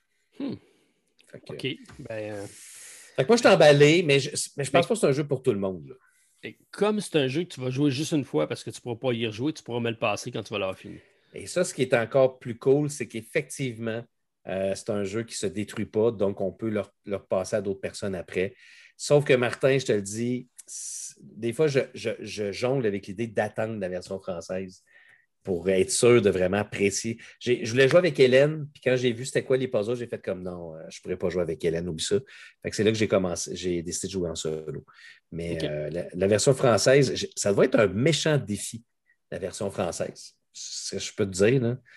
OK. Fait que moi, je suis emballé, mais je pense pas que c'est un jeu pour tout le monde. Là. Et comme c'est un jeu que tu vas jouer juste une fois parce que tu ne pourras pas y rejouer, tu pourras me le passer quand tu vas l'avoir fini. Et ça, ce qui est encore plus cool, c'est qu'effectivement, c'est un jeu qui ne se détruit pas, donc on peut le repasser à d'autres personnes après. Sauf que Martin, je te le dis, des fois, je jongle avec l'idée d'attendre la version française pour être sûr de vraiment apprécier. Je voulais jouer avec Hélène, puis quand j'ai vu c'était quoi les puzzles, j'ai fait comme non, je ne pourrais pas jouer avec Hélène, oublie ça. Fait que c'est là que j'ai décidé de jouer en solo. Mais okay. La version française, ça doit être un méchant défi, la version française. C'est ce que je peux te dire.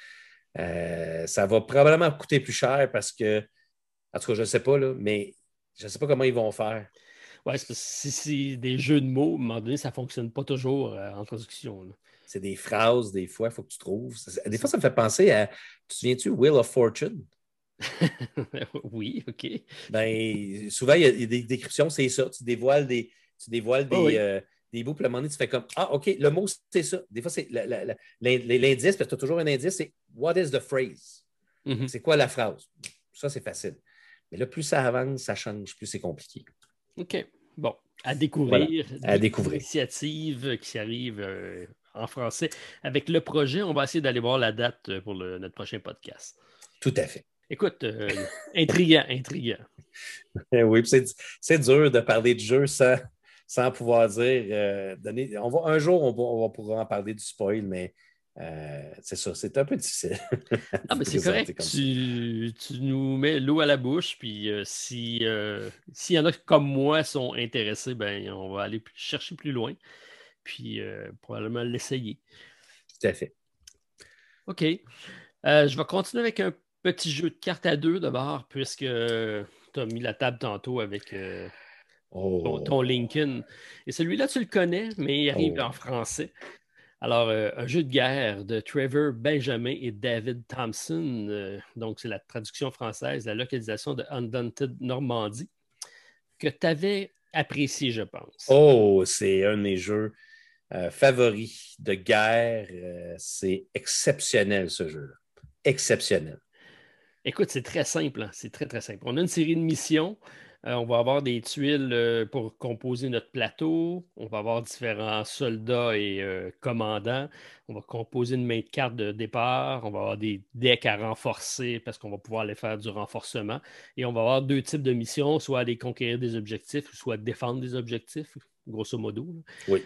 Là. Ça va probablement coûter plus cher parce que, en tout cas, je ne sais pas, là, mais je ne sais pas comment ils vont faire. Oui, c'est parce que si c'est des jeux de mots, à un moment donné, ça ne fonctionne pas toujours en traduction. Là. C'est des phrases, des fois, il faut que tu trouves. Des fois, ça me fait penser à. Tu te souviens-tu, Wheel of Fortune? Oui, OK. Ben, souvent, il y a des descriptions, c'est ça. Tu dévoiles des bouts, puis à un moment donné, tu fais comme ah, OK, le mot, c'est ça. Des fois, c'est l'indice, parce que tu as toujours un indice, c'est what is the phrase? Mm-hmm. C'est quoi la phrase? Ça, c'est facile. Mais là, plus ça avance, ça change, plus c'est compliqué. OK. Bon, à découvrir. Voilà, à découvrir. Initiative qui arrive en français. Avec le projet, on va essayer d'aller voir la date pour notre prochain podcast. Tout à fait. Écoute, intriguant. Oui, c'est dur de parler de jeu sans pouvoir dire. Un jour, on pourra en parler du spoil, mais c'est ça, c'est un peu difficile. Ah, mais c'est correct. Tu nous mets l'eau à la bouche, puis s'il y en a comme moi sont intéressés, ben, on va aller chercher plus loin, puis probablement l'essayer. Tout à fait. OK. Je vais continuer avec un petit jeu de cartes à 2 d'abord, puisque tu as mis la table tantôt avec ton Lincoln. Et celui-là, tu le connais, mais il arrive en français. Alors, un jeu de guerre de Trevor Benjamin et David Thompson. Donc, c'est la traduction française, la localisation de Undaunted Normandie, que tu avais apprécié, je pense. C'est un de mes jeux favoris de guerre. C'est exceptionnel, ce jeu-là. Exceptionnel. Écoute, c'est très simple. Hein? C'est très, très simple. On a une série de missions. On va avoir des tuiles pour composer notre plateau. On va avoir différents soldats et commandants. On va composer une main de cartes de départ. On va avoir des decks à renforcer parce qu'on va pouvoir aller faire du renforcement. Et on va avoir 2 types de missions, soit aller conquérir des objectifs, soit défendre des objectifs, grosso modo. Oui.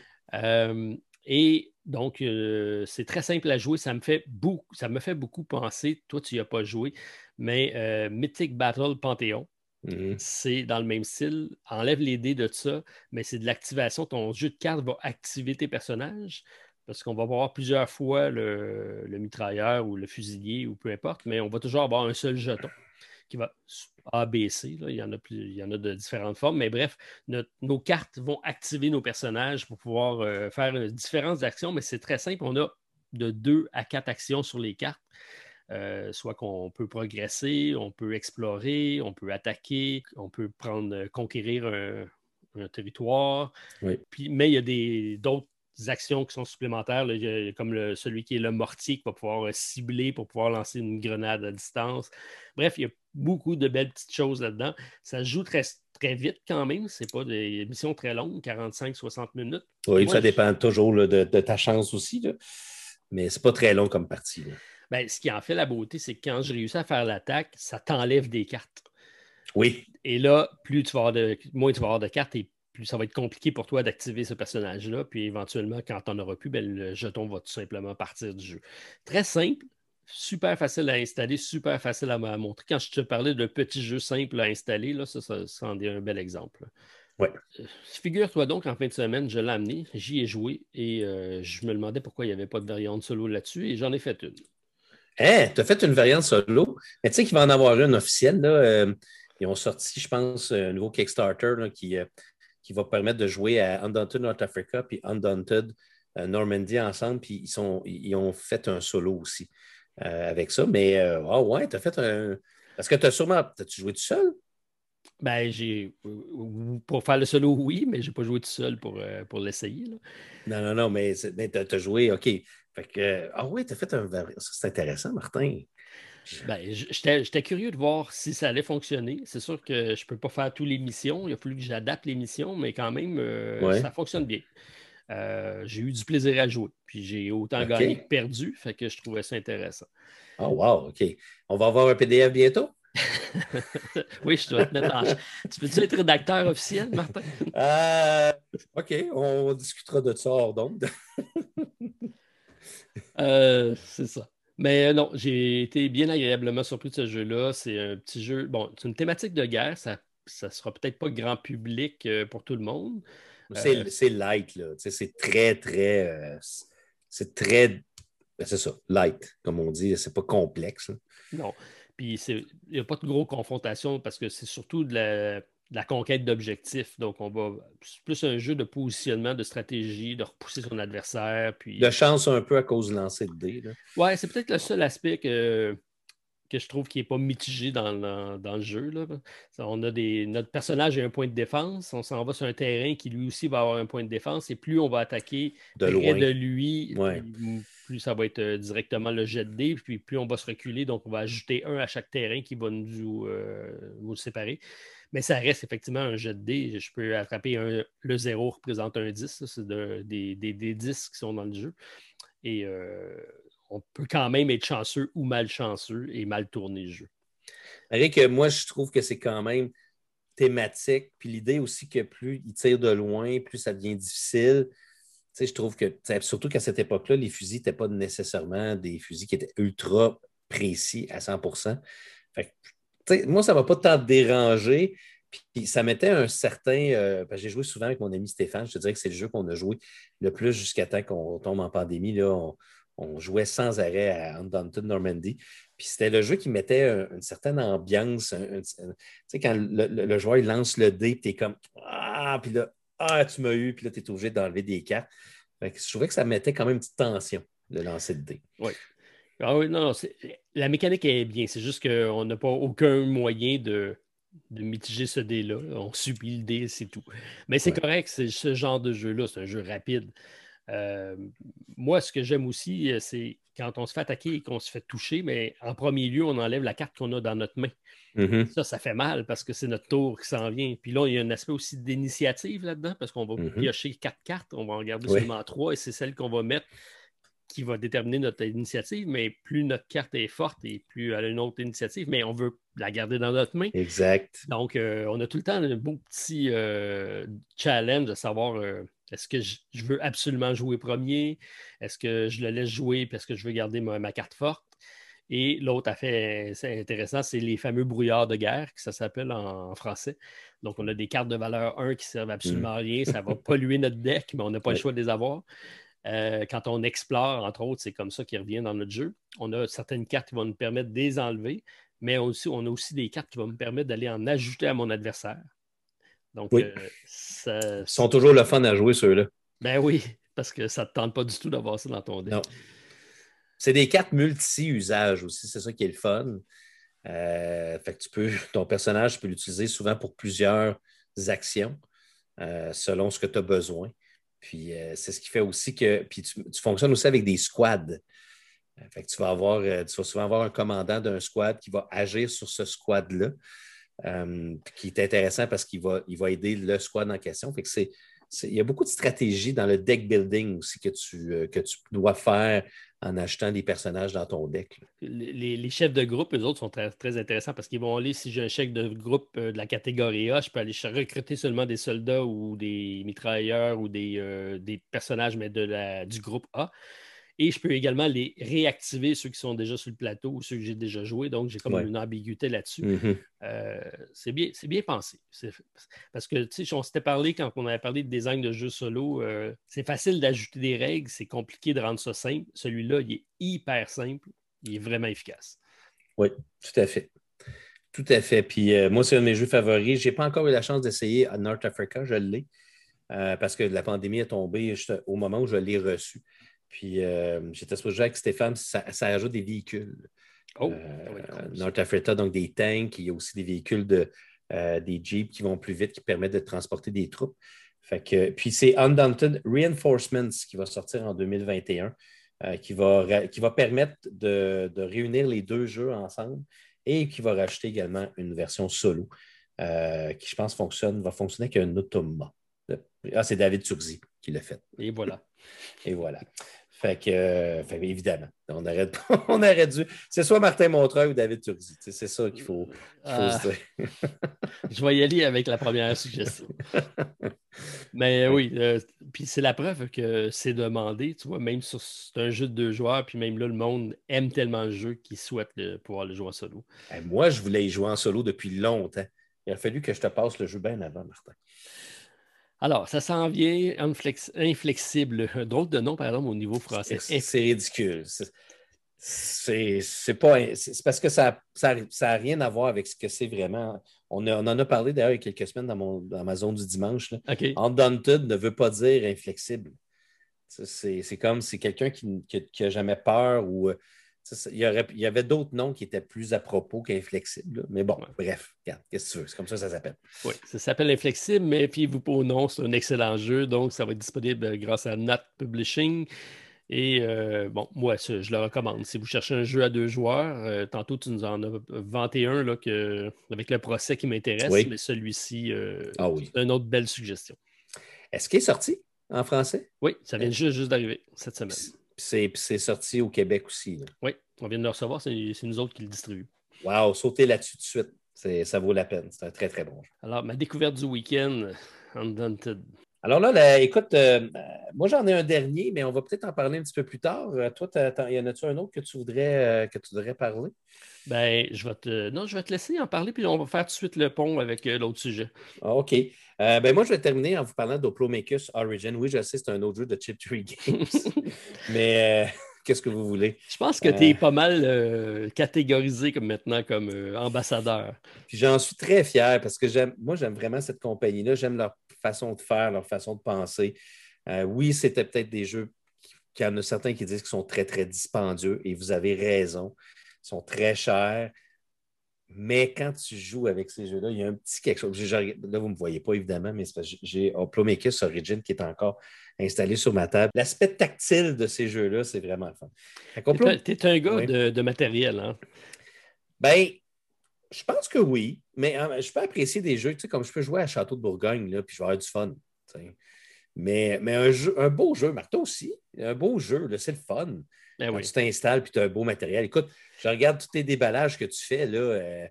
Et donc, c'est très simple à jouer. Ça me fait beaucoup penser. Toi, tu n'y as pas joué, mais Mythic Battle Panthéon. Mm-hmm. C'est dans le même style. Enlève les dés de ça, mais c'est de l'activation. Ton jeu de cartes va activer tes personnages parce qu'on va avoir plusieurs fois le mitrailleur ou le fusilier ou peu importe, mais on va toujours avoir un seul jeton qui va ABC. Là. Il y en a de différentes formes, mais bref, nos cartes vont activer nos personnages pour pouvoir faire différentes actions, mais c'est très simple. On a de 2 à 4 actions sur les cartes. Soit qu'on peut progresser, on peut explorer, on peut attaquer, on peut conquérir un territoire. Oui. Mais il y a d'autres actions qui sont supplémentaires. Là. Il y a comme celui qui est le mortier qui va pouvoir cibler pour pouvoir lancer une grenade à distance. Bref, il y a beaucoup de belles petites choses là-dedans. Ça se joue très, très vite quand même. C'est pas des missions très longues, 45-60 minutes. Oui, Moi, ça dépend toujours là, de ta chance aussi, là. Mais c'est pas très long comme partie. Là. Ben, ce qui en fait la beauté, c'est que quand je réussis à faire l'attaque, ça t'enlève des cartes. Oui. Et là, moins tu vas avoir de cartes et plus ça va être compliqué pour toi d'activer ce personnage-là. Puis éventuellement, quand tu n'en auras plus, ben, le jeton va tout simplement partir du jeu. Très simple, super facile à installer, super facile à montrer. Quand je te parlais de petits jeux simples à installer, là, ça en est un bel exemple. Ouais. Figure-toi donc, en fin de semaine, je l'ai amené, j'y ai joué et je me demandais pourquoi il n'y avait pas de variante solo là-dessus et j'en ai fait une. Hey, tu as fait une variante solo, mais tu sais qu'il va en avoir une officielle. Là, ils ont sorti, je pense, un nouveau Kickstarter là, qui va permettre de jouer à Undaunted North Africa puis Undaunted Normandy ensemble. Puis ils ont fait un solo aussi avec ça. Mais ouais, tu as fait un. Parce que tu as sûrement. As-tu joué tout seul? Ben, pour faire le solo, oui, mais je n'ai pas joué tout seul pour l'essayer. Là. Non, mais tu as joué, OK. Fait que, oui, tu as fait un variant. Ça, c'est intéressant, Martin. Ben, j'étais curieux de voir si ça allait fonctionner. C'est sûr que je ne peux pas faire toutes les missions. Il a fallu que j'adapte les missions, mais quand même, Ouais. ça fonctionne bien. J'ai eu du plaisir à jouer. Puis j'ai autant OK. gagné que perdu. Fait que je trouvais ça intéressant. Oh, wow, OK. On va avoir un PDF bientôt? Oui, je dois te mettre en. Tu peux-tu être rédacteur officiel, Martin? OK, on discutera de ça hors d'onde. C'est ça. Mais non, j'ai été bien agréablement surpris de ce jeu-là. C'est un petit jeu. Bon, c'est une thématique de guerre. Ça ne sera peut-être pas grand public pour tout le monde. C'est light, là. Tu sais, c'est très, très. C'est très. C'est ça, light, comme on dit. C'est pas complexe. Là. Non. Puis il n'y a pas de gros confrontations parce que c'est surtout de la conquête d'objectifs. Donc, c'est plus un jeu de positionnement, de stratégie, de repousser son adversaire. Puis... De chance un peu à cause du lancer de dés. Là. Ouais, c'est peut-être le seul aspect que je trouve qui n'est pas mitigé dans le jeu. Là. Notre personnage a un point de défense. On s'en va sur un terrain qui lui aussi va avoir un point de défense. Et plus on va attaquer de près loin de lui, ouais. plus ça va être directement le jet de dés. Puis plus on va se reculer. Donc, on va ajouter un à chaque terrain qui va nous séparer. Mais ça reste effectivement un jet de dés. Je peux attraper le 0 représente un 10. C'est des 10 qui sont dans le jeu. Et on peut quand même être chanceux ou malchanceux et mal tourner le jeu. Avec moi, je trouve que c'est quand même thématique. Puis l'idée aussi que plus il tire de loin, plus ça devient difficile. Tu sais, je trouve que, surtout qu'à cette époque-là, les fusils n'étaient pas nécessairement des fusils qui étaient ultra précis à 100%. Fait que, moi, ça ne va pas tant te déranger. Puis ça mettait un certain. J'ai joué souvent avec mon ami Stéphane. Je te dirais que c'est le jeu qu'on a joué le plus jusqu'à temps qu'on tombe en pandémie. Là, on jouait sans arrêt à Undaunted Normandy. Puis c'était le jeu qui mettait une certaine ambiance. Tu sais, quand le joueur il lance le dé, puis t'es comme puis là, tu m'as eu, puis là, tu es obligé d'enlever des cartes. Fait que je trouvais que ça mettait quand même une petite tension, le lancer de dé. Oui. Ah oui, non, la mécanique est bien. C'est juste qu'on n'a pas aucun moyen de mitiger ce dé-là. On subit le dé, c'est tout. Mais c'est correct, c'est ce genre de jeu-là. C'est un jeu rapide. Moi, ce que j'aime aussi, c'est quand on se fait attaquer et qu'on se fait toucher, mais en premier lieu, on enlève la carte qu'on a dans notre main. Mm-hmm. Ça fait mal parce que c'est notre tour qui s'en vient. Puis là, il y a un aspect aussi d'initiative là-dedans parce qu'on va piocher 4 cartes, on va en garder seulement 3 et c'est celle qu'on va mettre qui va déterminer notre initiative. Mais plus notre carte est forte et plus elle a une autre initiative, mais on veut la garder dans notre main. Exact. Donc, on a tout le temps un beau petit challenge de savoir est-ce que je veux absolument jouer premier? Est-ce que je le laisse jouer parce que je veux garder ma carte forte? Et l'autre affaire c'est intéressant, c'est les fameux brouillards de guerre, que ça s'appelle en français. Donc, on a des cartes de valeur 1 qui ne servent absolument à rien. Ça va polluer notre deck, mais on n'a pas le choix de les avoir. Quand on explore, entre autres, c'est comme ça qu'ils reviennent dans notre jeu. On a certaines cartes qui vont nous permettre de les enlever, mais on a aussi des cartes qui vont me permettre d'aller en ajouter à mon adversaire. Donc, Ils sont toujours le fun à jouer, ceux-là. Ben oui, parce que ça ne te tente pas du tout d'avoir ça dans ton deck. Non. C'est des cartes multi-usages aussi, c'est ça qui est le fun. Fait que ton personnage, tu peux l'utiliser souvent pour plusieurs actions selon ce que tu as besoin. Puis c'est ce qui fait aussi que. Puis tu fonctionnes aussi avec des squads. Fait que tu vas souvent avoir un commandant d'un squad qui va agir sur ce squad-là, qui est intéressant parce il va aider le squad en question. Fait que il y a beaucoup de stratégies dans le deck building aussi que tu dois faire en achetant des personnages dans ton deck. Les chefs de groupe, eux autres, sont très, très intéressants parce qu'ils vont aller, si j'ai un chef de groupe de la catégorie A, je peux aller recruter seulement des soldats ou des mitrailleurs ou des personnages, mais du groupe A. Et je peux également les réactiver, ceux qui sont déjà sur le plateau ou ceux que j'ai déjà joués. Donc, j'ai comme une ambiguïté là-dessus. C'est bien pensé. Parce que, tu sais, on s'était parlé quand on avait parlé de design de jeux solo. C'est facile d'ajouter des règles. C'est compliqué de rendre ça simple. Celui-là, il est hyper simple. Il est vraiment efficace. Oui, tout à fait. Tout à fait. Puis moi, c'est un de mes jeux favoris. Je n'ai pas encore eu la chance d'essayer à North Africa. Je l'ai. Parce que la pandémie est tombée juste au moment où je l'ai reçu. Puis j'étais supposé jouer avec Stéphane, ça ajoute des véhicules. North Africa, donc des tanks, il y a aussi des véhicules des Jeeps qui vont plus vite, qui permettent de transporter des troupes. Puis c'est Undaunted Reinforcements qui va sortir en 2021, qui va permettre de réunir les deux jeux ensemble et qui va rajouter également une version solo qui, je pense, va fonctionner avec un automa. C'est David Turzi qui l'a fait. Et voilà. Et voilà. Fait évidemment, on aurait dû. C'est soit Martin Montreuil ou David Turzi. C'est ça qu'il faut se dire. Je vais y aller avec la première suggestion. Mais oui, puis c'est la preuve que c'est demandé. Tu vois, même sur c'est un jeu de 2 joueurs, puis même là, le monde aime tellement le jeu qu'il souhaite pouvoir le jouer en solo. Moi, je voulais y jouer en solo depuis longtemps. Il a fallu que je te passe le jeu bien avant, Martin. Alors, ça s'en vient inflexible. Un drôle de nom, par exemple, au niveau français. C'est ridicule. C'est parce que ça n'a rien à voir avec ce que c'est vraiment. On en a parlé d'ailleurs il y a quelques semaines dans ma zone du dimanche. Okay. Undaunted ne veut pas dire inflexible. C'est comme c'est quelqu'un qui n'a jamais peur ou. Il y avait d'autres noms qui étaient plus à propos qu'inflexible. Mais bon, bref, regarde, qu'est-ce que tu veux? C'est comme ça s'appelle. Oui, ça s'appelle Inflexible, mais fiez-vous pas au nom, c'est un excellent jeu. Donc, ça va être disponible grâce à Nat Publishing. Et moi, je le recommande. Si vous cherchez un jeu à 2 joueurs, tantôt, tu nous en as vanté un là, avec le procès qui m'intéresse, mais celui-ci, c'est une autre belle suggestion. Est-ce qu'il est sorti en français? Oui, ça vient juste d'arriver cette semaine. C'est sorti au Québec aussi. Là. Oui, on vient de le recevoir. C'est nous autres qui le distribuons. Wow, sautez là-dessus tout de suite. Ça vaut la peine. C'est un très, très bon jeu. Alors, ma découverte du week-end, Undaunted. Alors là, écoute, moi j'en ai un dernier, mais on va peut-être en parler un petit peu plus tard. Toi, y en a-tu un autre que tu voudrais parler? Ben, je vais te laisser en parler, puis on va faire tout de suite le pont avec l'autre sujet. OK. Moi, je vais terminer en vous parlant d'Oplomachus Origin. Oui, je sais, c'est un autre jeu de Chip Tree Games. Mais qu'est-ce que vous voulez? Je pense que tu es pas mal catégorisé maintenant comme ambassadeur. Puis j'en suis très fier parce que j'aime vraiment cette compagnie-là. J'aime leur façon de faire, leur façon de penser. Oui, c'était peut-être des jeux qu'il y en a certains qui disent qu'ils sont très, très dispendieux et vous avez raison. Ils sont très chers. Mais quand tu joues avec ces jeux-là, il y a un petit quelque chose. Là, vous ne me voyez pas, évidemment, mais j'ai Oplomachus Origin qui est encore installé sur ma table. L'aspect tactile de ces jeux-là, c'est vraiment le fun. Tu es un gars de matériel, hein? Ben, je pense que oui, mais je peux apprécier des jeux, tu sais, comme je peux jouer à Château de Bourgogne, là, puis je vais avoir du fun. Mais un beau jeu, Martha aussi, un beau jeu, là, c'est le fun. Ben oui. Tu t'installes puis tu as un beau matériel. Écoute, je regarde tous tes déballages que tu fais, là,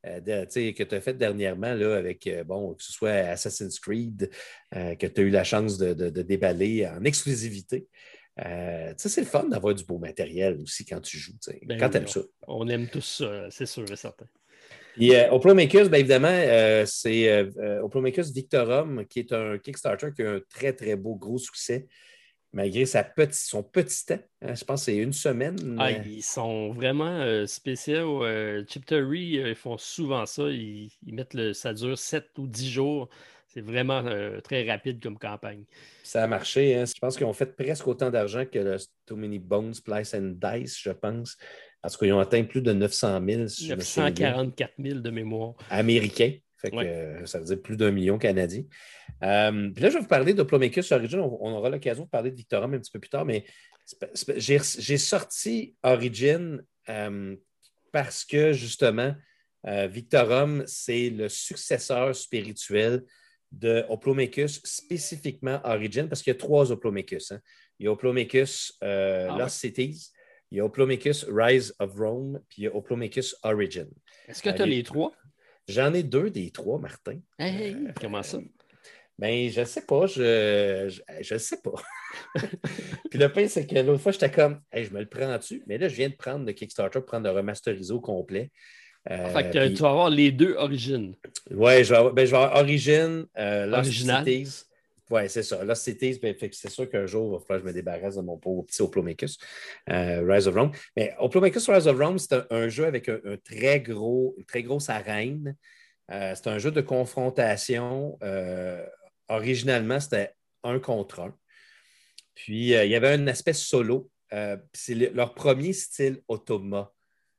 que tu as fait dernièrement là, avec, que ce soit Assassin's Creed, que tu as eu la chance de déballer en exclusivité. C'est le fun d'avoir du beau matériel aussi quand tu joues, quand tu aimes ça. On aime tous ça, c'est sûr et certain. Puis Oplomachus, bien évidemment, c'est Oplomachus Victorum, qui est un Kickstarter qui a un très, très beau, gros succès, malgré son petit temps. Hein, je pense que c'est une semaine. Ils sont vraiment spéciaux. Chip Theory, ils font souvent ça. Ils mettent ça dure 7 ou 10 jours. C'est vraiment très rapide comme campagne. Ça a marché. Hein. Je pense qu'ils ont fait presque autant d'argent que le Too Many Bones, Splice and Dice, je pense. Parce qu'ils ont atteint plus de 900 000. 944 000 de mémoire. Américains. Fait que Ouais. ça veut dire plus d'1 million canadien. Puis là, je vais vous parler d'Oplomachus Origin. On aura l'occasion de parler de Victorum un petit peu plus tard, mais j'ai sorti Origin parce que, justement, Victorum, c'est le successeur spirituel de Oplomachus, spécifiquement Origin, parce qu'il y a 3 Oplomachus. Hein. Il y a Oplomachus Lost Cities, il y a Oplomachus Rise of Rome, puis il y a Oplomachus Origin. Est-ce que tu as les 3? J'en ai 2 des 3, Martin. Hey, comment ça? Ben, je sais pas. Je sais pas. Puis le pire, c'est que l'autre fois, j'étais comme, hey, je me le prends-tu? Mais là, je viens de prendre le Kickstarter pour prendre le remasterisé au complet. Fait que tu vas avoir les 2 origines. Oui, je vais avoir Origin, Lost Original. Cities. Oui, c'est ça. Lost Cities, ben, c'est sûr qu'un jour, il va falloir que je me débarrasse de mon pauvre petit Oplomachus, Rise of Rome. Mais Oplomachus Rise of Rome, c'est un jeu avec une très grosse arène. C'est un jeu de confrontation. Originalement, c'était 1 contre 1. Puis, il y avait un aspect solo. C'est leur premier style Automa.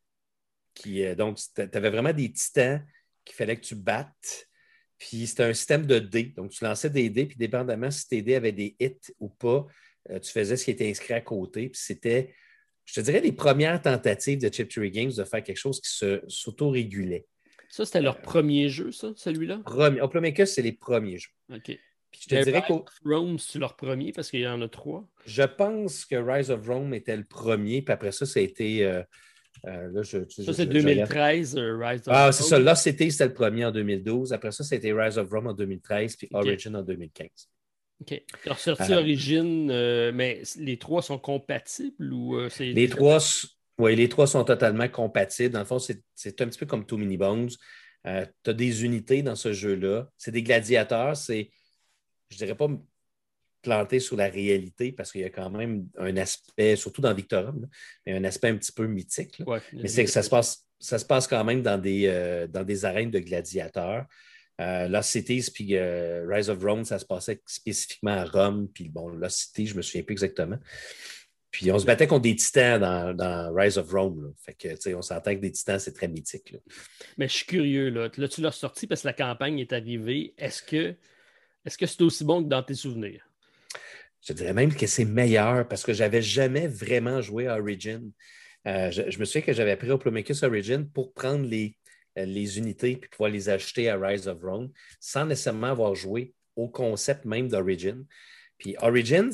Donc, tu avais vraiment des titans qu'il fallait que tu battes. Puis, c'était un système de dés. Donc, tu lançais des dés, puis dépendamment si tes dés avaient des hits ou pas, tu faisais ce qui était inscrit à côté. Puis, c'était, je te dirais, les premières tentatives de Chip Theory Games de faire quelque chose qui s'auto-régulait. Ça, c'était leur premier jeu, ça, celui-là? Oplomachus, c'est les premiers jeux. OK. Puis je te dirais Rise of Rome, c'est leur premier parce qu'il y en a 3. Je pense que Rise of Rome était le premier, puis après ça, ça a été. Là, ça, c'est 2013, Rise of Rome. Ah, c'est ça. Là, c'était le premier en 2012. Après ça, c'était Rise of Rome en 2013, puis Origin en 2015. OK. Tu as ressorti Origin, mais les 3 sont compatibles ou c'est. Les 3 sont totalement compatibles. Dans le fond, c'est un petit peu comme Too Many Bones. Tu as des unités dans ce jeu-là. C'est des gladiateurs. Je dirais pas planté sur la réalité parce qu'il y a quand même un aspect, surtout dans Victorum, là, mais un aspect un petit peu mythique. Ouais, mais c'est que ça se passe quand même dans des arènes de gladiateurs. Lost Cities puis Rise of Rome, ça se passait spécifiquement à Rome. Puis bon, Lost City, je ne me souviens plus exactement. Puis on se battait contre des titans dans Rise of Rome. Là. Fait que, on s'entend que des titans, c'est très mythique. Là. Mais je suis curieux. Là, tu l'as sorti parce que la campagne est arrivée. Est-ce que c'est aussi bon que dans tes souvenirs? Je dirais même que c'est meilleur parce que je n'avais jamais vraiment joué à Origin. Je me souviens que j'avais pris Oplomachus Origin pour prendre les unités et pouvoir les ajouter à Rise of Rome sans nécessairement avoir joué au concept même d'Origin. Puis Origin,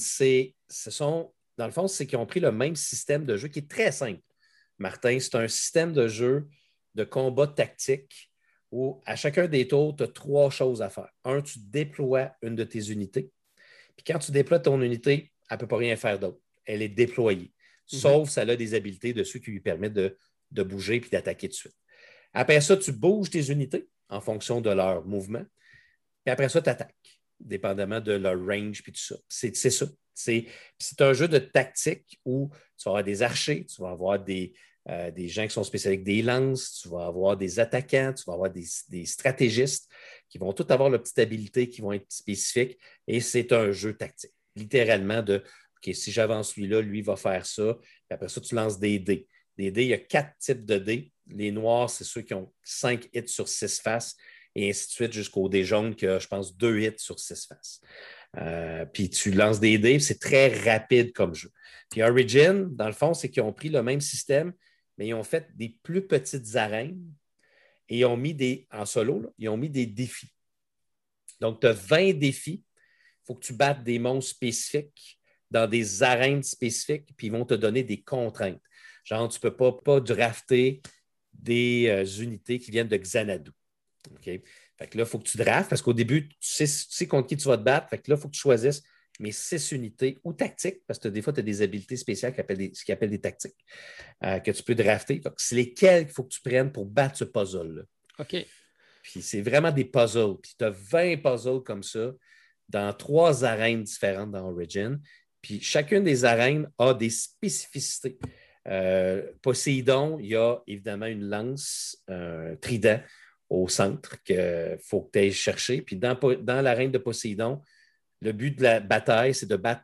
dans le fond, c'est qu'ils ont pris le même système de jeu qui est très simple. Martin, c'est un système de jeu de combat tactique où à chacun des tours, tu as 3 choses à faire. 1, tu déploies une de tes unités. Puis quand tu déploies ton unité, elle ne peut pas rien faire d'autre. Elle est déployée. Sauf si elle a des habiletés dessus qui lui permettent de bouger puis d'attaquer de suite. Après ça, tu bouges tes unités en fonction de leur mouvement. Puis après ça, tu attaques, dépendamment de leur range puis tout ça. C'est ça. C'est un jeu de tactique où tu vas avoir des archers, tu vas avoir des gens qui sont spécialisés avec des lances, tu vas avoir des attaquants, tu vas avoir des stratégistes qui vont tous avoir leur petite habilité qui vont être spécifiques. Et c'est un jeu tactique. Littéralement de OK, si j'avance celui-là, lui va faire ça. Puis après ça, tu lances des dés. Des dés, il y a 4 types de dés. Les noirs, c'est ceux qui ont 5 hits sur 6 faces, et ainsi de suite jusqu'aux dés jaunes qui a, je pense, 2 hits sur 6 faces. Puis tu lances des dés, c'est très rapide comme jeu. Puis Origin, dans le fond, c'est qu'ils ont pris le même système, mais ils ont fait des plus petites arènes et ils ont mis en solo, là, ils ont mis des défis. Donc, tu as 20 défis. Il faut que tu battes des monstres spécifiques dans des arènes spécifiques, puis ils vont te donner des contraintes. Genre, tu ne peux pas drafter des unités qui viennent de Xanadu. OK? Fait que là, il faut que tu draftes parce qu'au début, tu sais contre qui tu vas te battre. Fait que là, il faut que tu choisisses mes 6 unités ou tactiques, parce que des fois, tu as des habiletés spéciales ce qu'ils appellent des tactiques, que tu peux drafter. Donc, c'est lesquelles qu'il faut que tu prennes pour battre ce puzzle-là. OK. Puis c'est vraiment des puzzles. Puis tu as 20 puzzles comme ça dans 3 arènes différentes dans Origin. Puis chacune des arènes a des spécificités. Poséidon, il y a évidemment une lance, un trident au centre qu'il faut que tu ailles chercher. Puis dans l'arène de Poséidon, le but de la bataille, c'est de battre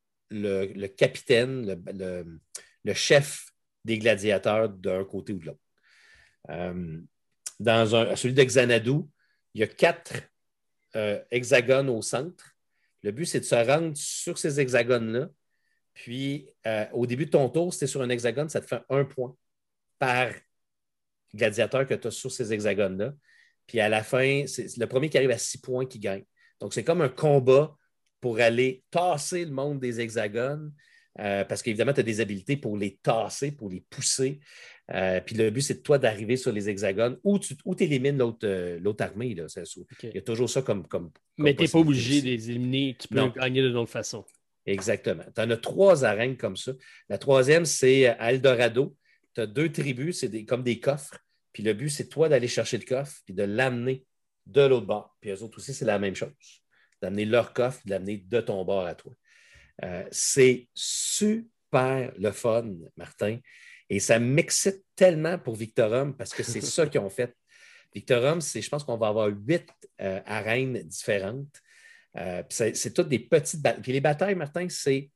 le capitaine, le chef des gladiateurs d'un côté ou de l'autre. Dans celui de Xanadu, Il y a 4 hexagones au centre. Le but, c'est de se rendre sur ces hexagones-là. Puis, au début de ton tour, si tu es sur un hexagone, ça te fait 1 point par gladiateur que tu as sur ces hexagones-là. Puis, à la fin, c'est le premier qui arrive à 6 points qui gagne. Donc, c'est comme un combat pour aller tasser le monde des hexagones. Parce qu'évidemment, tu as des habiletés pour les tasser, pour les pousser. Puis le but, c'est de toi d'arriver sur les hexagones où tu élimines l'autre armée. Là. Okay. Il y a toujours ça comme mais tu n'es pas obligé de les éliminer. Tu peux gagner de d'autres façons. Exactement. Tu en as 3 arènes comme ça. La troisième, c'est à Eldorado. Tu as 2 tribus, c'est comme des coffres. Puis le but, c'est toi d'aller chercher le coffre puis de l'amener de l'autre bord. Puis eux autres aussi, c'est la même chose. D'amener leur coffre, de l'amener de ton bord à toi. C'est super le fun, Martin. Et ça m'excite tellement pour Victorum parce que c'est ça qu'ils ont fait. Victorum, je pense qu'on va avoir 8 arènes différentes. C'est toutes des petites batailles. Puis les batailles, Martin, c'est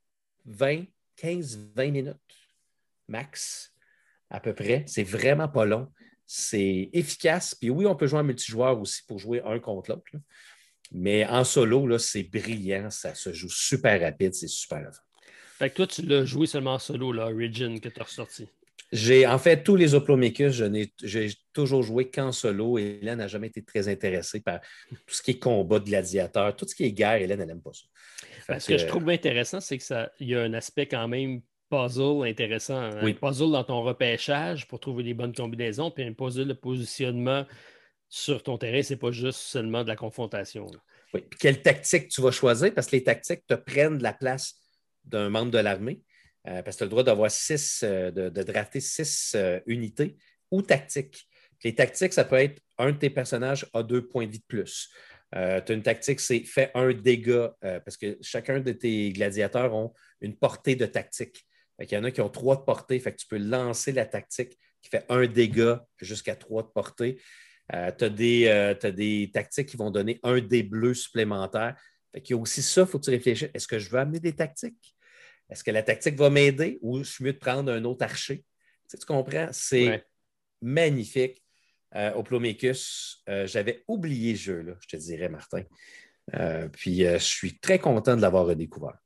15-20 minutes max, à peu près. C'est vraiment pas long. C'est efficace. Puis oui, on peut jouer en multijoueur aussi pour jouer un contre l'autre. Là. Mais en solo, là, c'est brillant. Ça se joue super rapide. C'est super fun. Fait que toi, tu l'as joué seulement en solo, là, Origin, que tu as ressorti. En fait, tous les Hoplomachus, j'ai toujours joué qu'en solo. Et Hélène n'a jamais été très intéressée par tout ce qui est combat de gladiateurs. Tout ce qui est guerre, Hélène, elle n'aime pas ça. Ce que je trouve intéressant, c'est qu'il y a un aspect quand même puzzle intéressant. Oui. Un puzzle dans ton repêchage pour trouver les bonnes combinaisons, puis un puzzle de positionnement sur ton terrain, c'est pas juste seulement de la confrontation. Là. Oui. Puis quelle tactique tu vas choisir? Parce que les tactiques te prennent la place d'un membre de l'armée. Parce que tu as le droit d'avoir de drafter 6 unités ou tactiques. Puis les tactiques, ça peut être un de tes personnages a 2 points de vie de plus. Tu as une tactique, c'est fais 1 dégât, parce que chacun de tes gladiateurs ont une portée de tactique. Il y en a qui ont 3 de portée, fait que tu peux lancer la tactique qui fait 1 dégât jusqu'à 3 de portée. Tu as des tactiques qui vont donner 1 dé bleu supplémentaire. Fait qu'il y a aussi ça, il faut que tu réfléchisses. Est-ce que je veux amener des tactiques? Est-ce que la tactique va m'aider ou je suis mieux de prendre un autre archer? Tu comprends? C'est magnifique. Hoplomachus, j'avais oublié le jeu, là, je te dirais, Martin. Puis je suis très content de l'avoir redécouvert.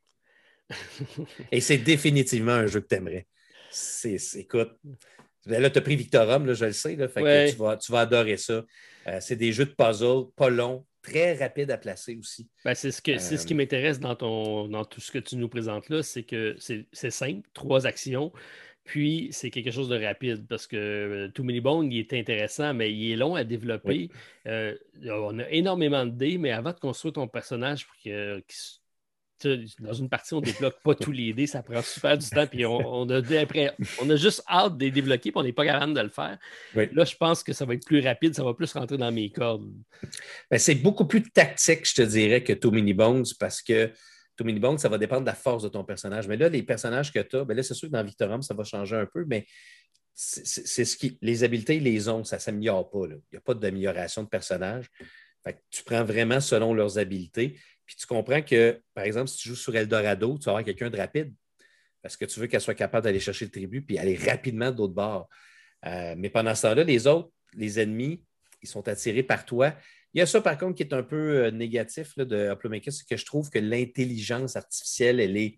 Et c'est définitivement un jeu que tu aimerais. Écoute, là, tu as pris Victorum, là, je le sais, là, fait que tu vas adorer ça. C'est des jeux de puzzle, pas longs, très rapides à placer aussi. Ben, c'est ce qui m'intéresse dans tout ce que tu nous présentes là, c'est que c'est simple, 3 actions. Puis, c'est quelque chose de rapide parce que Too Many Bones, il est intéressant, mais il est long à développer. Oui. On a énormément de dés, mais avant de construire ton personnage pour dans une partie, on ne débloque pas tous les dés, ça prend super du temps, puis on a juste hâte de les débloquer, puis on n'est pas capable de le faire. Oui. Là, je pense que ça va être plus rapide, ça va plus rentrer dans mes cordes. Ben, c'est beaucoup plus tactique, je te dirais, que Too Many Bones, parce que Too Many Bones, ça va dépendre de la force de ton personnage. Mais là, les personnages que tu as, ben là, c'est sûr que dans Victorum, ça va changer un peu, mais c'est les habiletés, ils les ont, ça ne s'améliore pas. Là. Il n'y a pas d'amélioration de personnage. Fait que tu prends vraiment selon leurs habiletés. Puis tu comprends que, par exemple, si tu joues sur Eldorado, tu vas avoir quelqu'un de rapide parce que tu veux qu'elle soit capable d'aller chercher le tribut puis aller rapidement de l'autre bord. Mais pendant ce temps-là, les autres, les ennemis, ils sont attirés par toi. Il y a ça, par contre, qui est un peu négatif là, de Hoplomachus, c'est que je trouve que l'intelligence artificielle, elle est...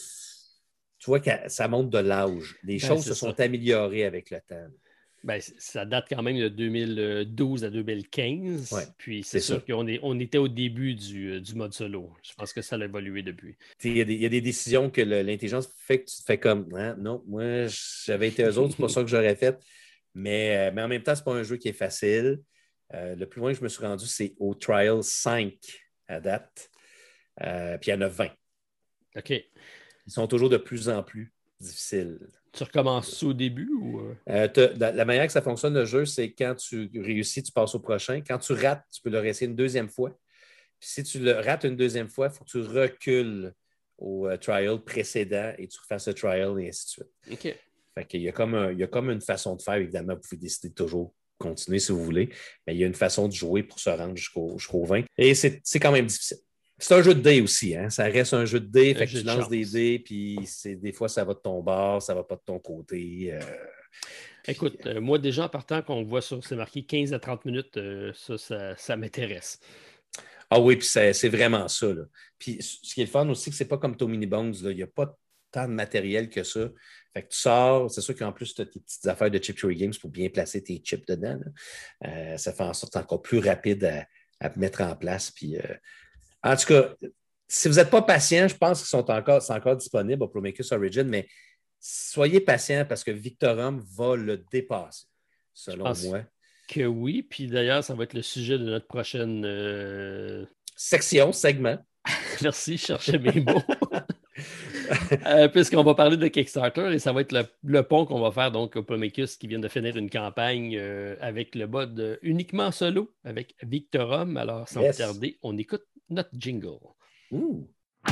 Tu vois que ça monte de l'âge. Les choses se sont améliorées avec le temps. Ben, ça date quand même de 2012 à 2015. Ouais, puis c'est sûr qu'on était au début du mode solo. Je pense que ça a évolué depuis. Il y a des décisions que l'intelligence fait que tu te fais comme hein, non, moi, j'avais été eux autres, c'est pas ça que j'aurais fait. Mais en même temps, c'est pas un jeu qui est facile. Le plus loin que je me suis rendu, c'est au Trial 5 à date. Puis il y en a 20. OK. Ils sont toujours de plus en plus difficiles. Tu recommences au début ou... La manière que ça fonctionne, le jeu, c'est quand tu réussis, tu passes au prochain. Quand tu rates, tu peux le réessayer une deuxième fois. Puis si tu le rates une deuxième fois, il faut que tu recules au trial précédent et tu refasses le trial et ainsi de suite. OK. Fait qu'il y a comme une façon de faire. Évidemment, vous pouvez décider de toujours continuer si vous voulez, mais il y a une façon de jouer pour se rendre jusqu'au 20. Et c'est quand même difficile. C'est un jeu de dés aussi, hein? Ça reste un jeu de dés, fait que tu lances des dés, puis des fois ça va de ton bord, ça va pas de ton côté. Écoute, moi, déjà, en partant, qu'on voit c'est marqué 15 à 30 minutes, ça m'intéresse. Ah oui, puis c'est vraiment ça. Là. Puis ce qui est le fun aussi, c'est que c'est pas comme Tommy Bones. Là. Il n'y a pas tant de matériel que ça. Fait que tu sors, c'est sûr qu'en plus, tu as tes petites affaires de Chip Theory Games pour bien placer tes chips dedans. Ça fait en sorte que c'est encore plus rapide à mettre en place. Puis, en tout cas, si vous n'êtes pas patient, je pense qu'ils c'est encore disponible au Promecus Origin, mais soyez patient parce que Victorum va le dépasser, selon moi. Que oui, puis d'ailleurs, ça va être le sujet de notre prochaine section, segment. Merci, je cherchais mes mots. Puisqu'on va parler de Kickstarter et ça va être le pont qu'on va faire donc au Promecus qui vient de finir une campagne avec le mode uniquement solo avec Victorum. Alors, sans plus tarder, on écoute notre jingle. Ouh.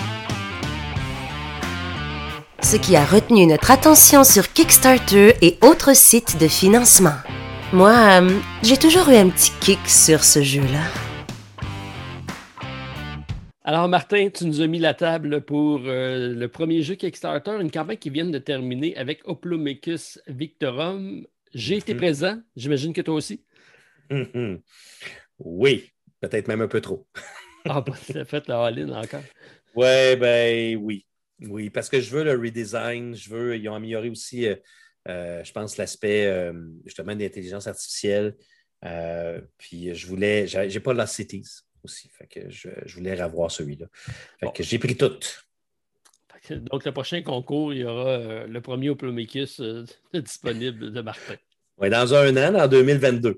Ce qui a retenu notre attention sur Kickstarter et autres sites de financement. Moi, j'ai toujours eu un petit kick sur ce jeu-là. Alors, Martin, tu nous as mis la table pour le premier jeu Kickstarter, une campagne qui vient de terminer avec Hoplomachus Victorum. J'ai été présent, j'imagine que toi aussi. Oui, peut-être même un peu trop. Ah, bah, tu as fait la all-in encore. Ouais, ben oui. Oui, parce que je veux le redesign, ils ont amélioré aussi, je pense, l'aspect justement d'intelligence artificielle. Puis j'ai pas Lost Cities aussi, fait que je voulais revoir celui-là. Fait que j'ai pris tout. Donc, le prochain concours, il y aura le premier Hoplomachus disponible de Martin. Oui, dans un an, en 2022.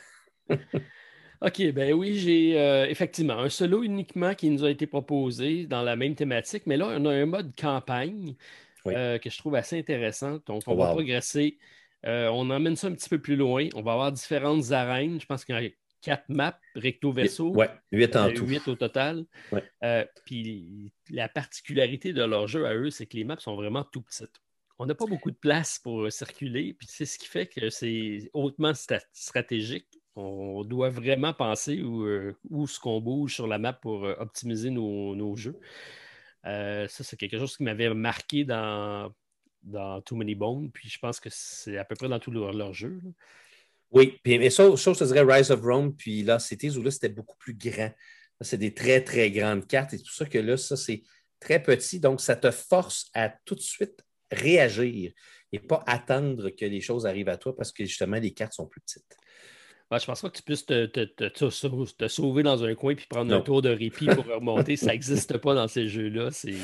OK, ben oui, j'ai effectivement un solo uniquement qui nous a été proposé dans la même thématique, mais là, on a un mode campagne que je trouve assez intéressant. Donc, on va progresser. On emmène ça un petit peu plus loin. On va avoir différentes arènes. Je pense qu'il y a 4 maps recto-verso. Oui, 8 en tout. 8 au total. Ouais. Puis la particularité de leur jeu à eux, c'est que les maps sont vraiment tout petites. On n'a pas beaucoup de place pour circuler, puis c'est ce qui fait que c'est hautement stratégique. On doit vraiment penser où ce qu'on bouge sur la map pour optimiser nos jeux. Ça, c'est quelque chose qui m'avait marqué dans Too Many Bones, puis je pense que c'est à peu près dans tous leurs jeux. Là. Oui, mais ça, je te dirais Rise of Rome, puis là, Cities, où là, c'était beaucoup plus grand. Là, c'est des très, très grandes cartes, et c'est pour ça que là, ça, c'est très petit, donc ça te force à tout de suite réagir et pas attendre que les choses arrivent à toi parce que justement, les cartes sont plus petites. Ben, je ne pense pas que tu puisses te sauver dans un coin puis prendre un tour de répit pour remonter. Ça n'existe pas dans ces jeux-là. C'est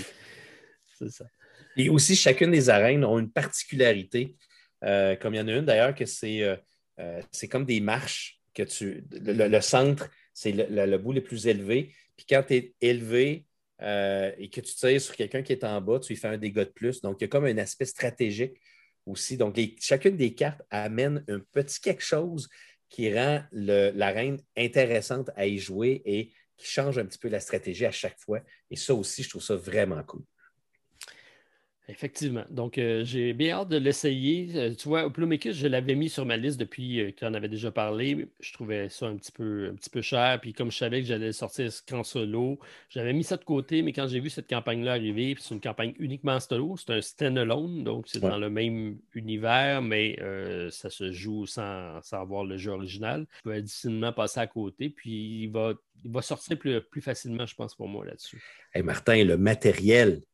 ça. Et aussi, chacune des arènes ont une particularité. Comme il y en a une d'ailleurs, que c'est comme des marches que le centre, c'est le bout le plus élevé. Puis quand tu es élevé et que tu tires sur quelqu'un qui est en bas, tu lui fais un dégât de plus. Donc, il y a comme un aspect stratégique aussi. Donc, chacune des cartes amène un petit quelque chose qui rend l'arène intéressante à y jouer et qui change un petit peu la stratégie à chaque fois. Et ça aussi, je trouve ça vraiment cool. Effectivement. Donc, j'ai bien hâte de l'essayer. Tu vois, Hoplomachus, je l'avais mis sur ma liste depuis que tu en avais déjà parlé. Je trouvais ça un petit peu cher. Puis comme je savais que j'allais sortir qu'en solo, j'avais mis ça de côté. Mais quand j'ai vu cette campagne-là arriver, puis c'est une campagne uniquement solo, c'est un stand-alone. Donc, c'est dans le même univers, mais ça se joue sans avoir le jeu original. Je pouvais difficilement passer à côté. Puis, il va sortir plus facilement, je pense, pour moi là-dessus. Hey Martin, le matériel,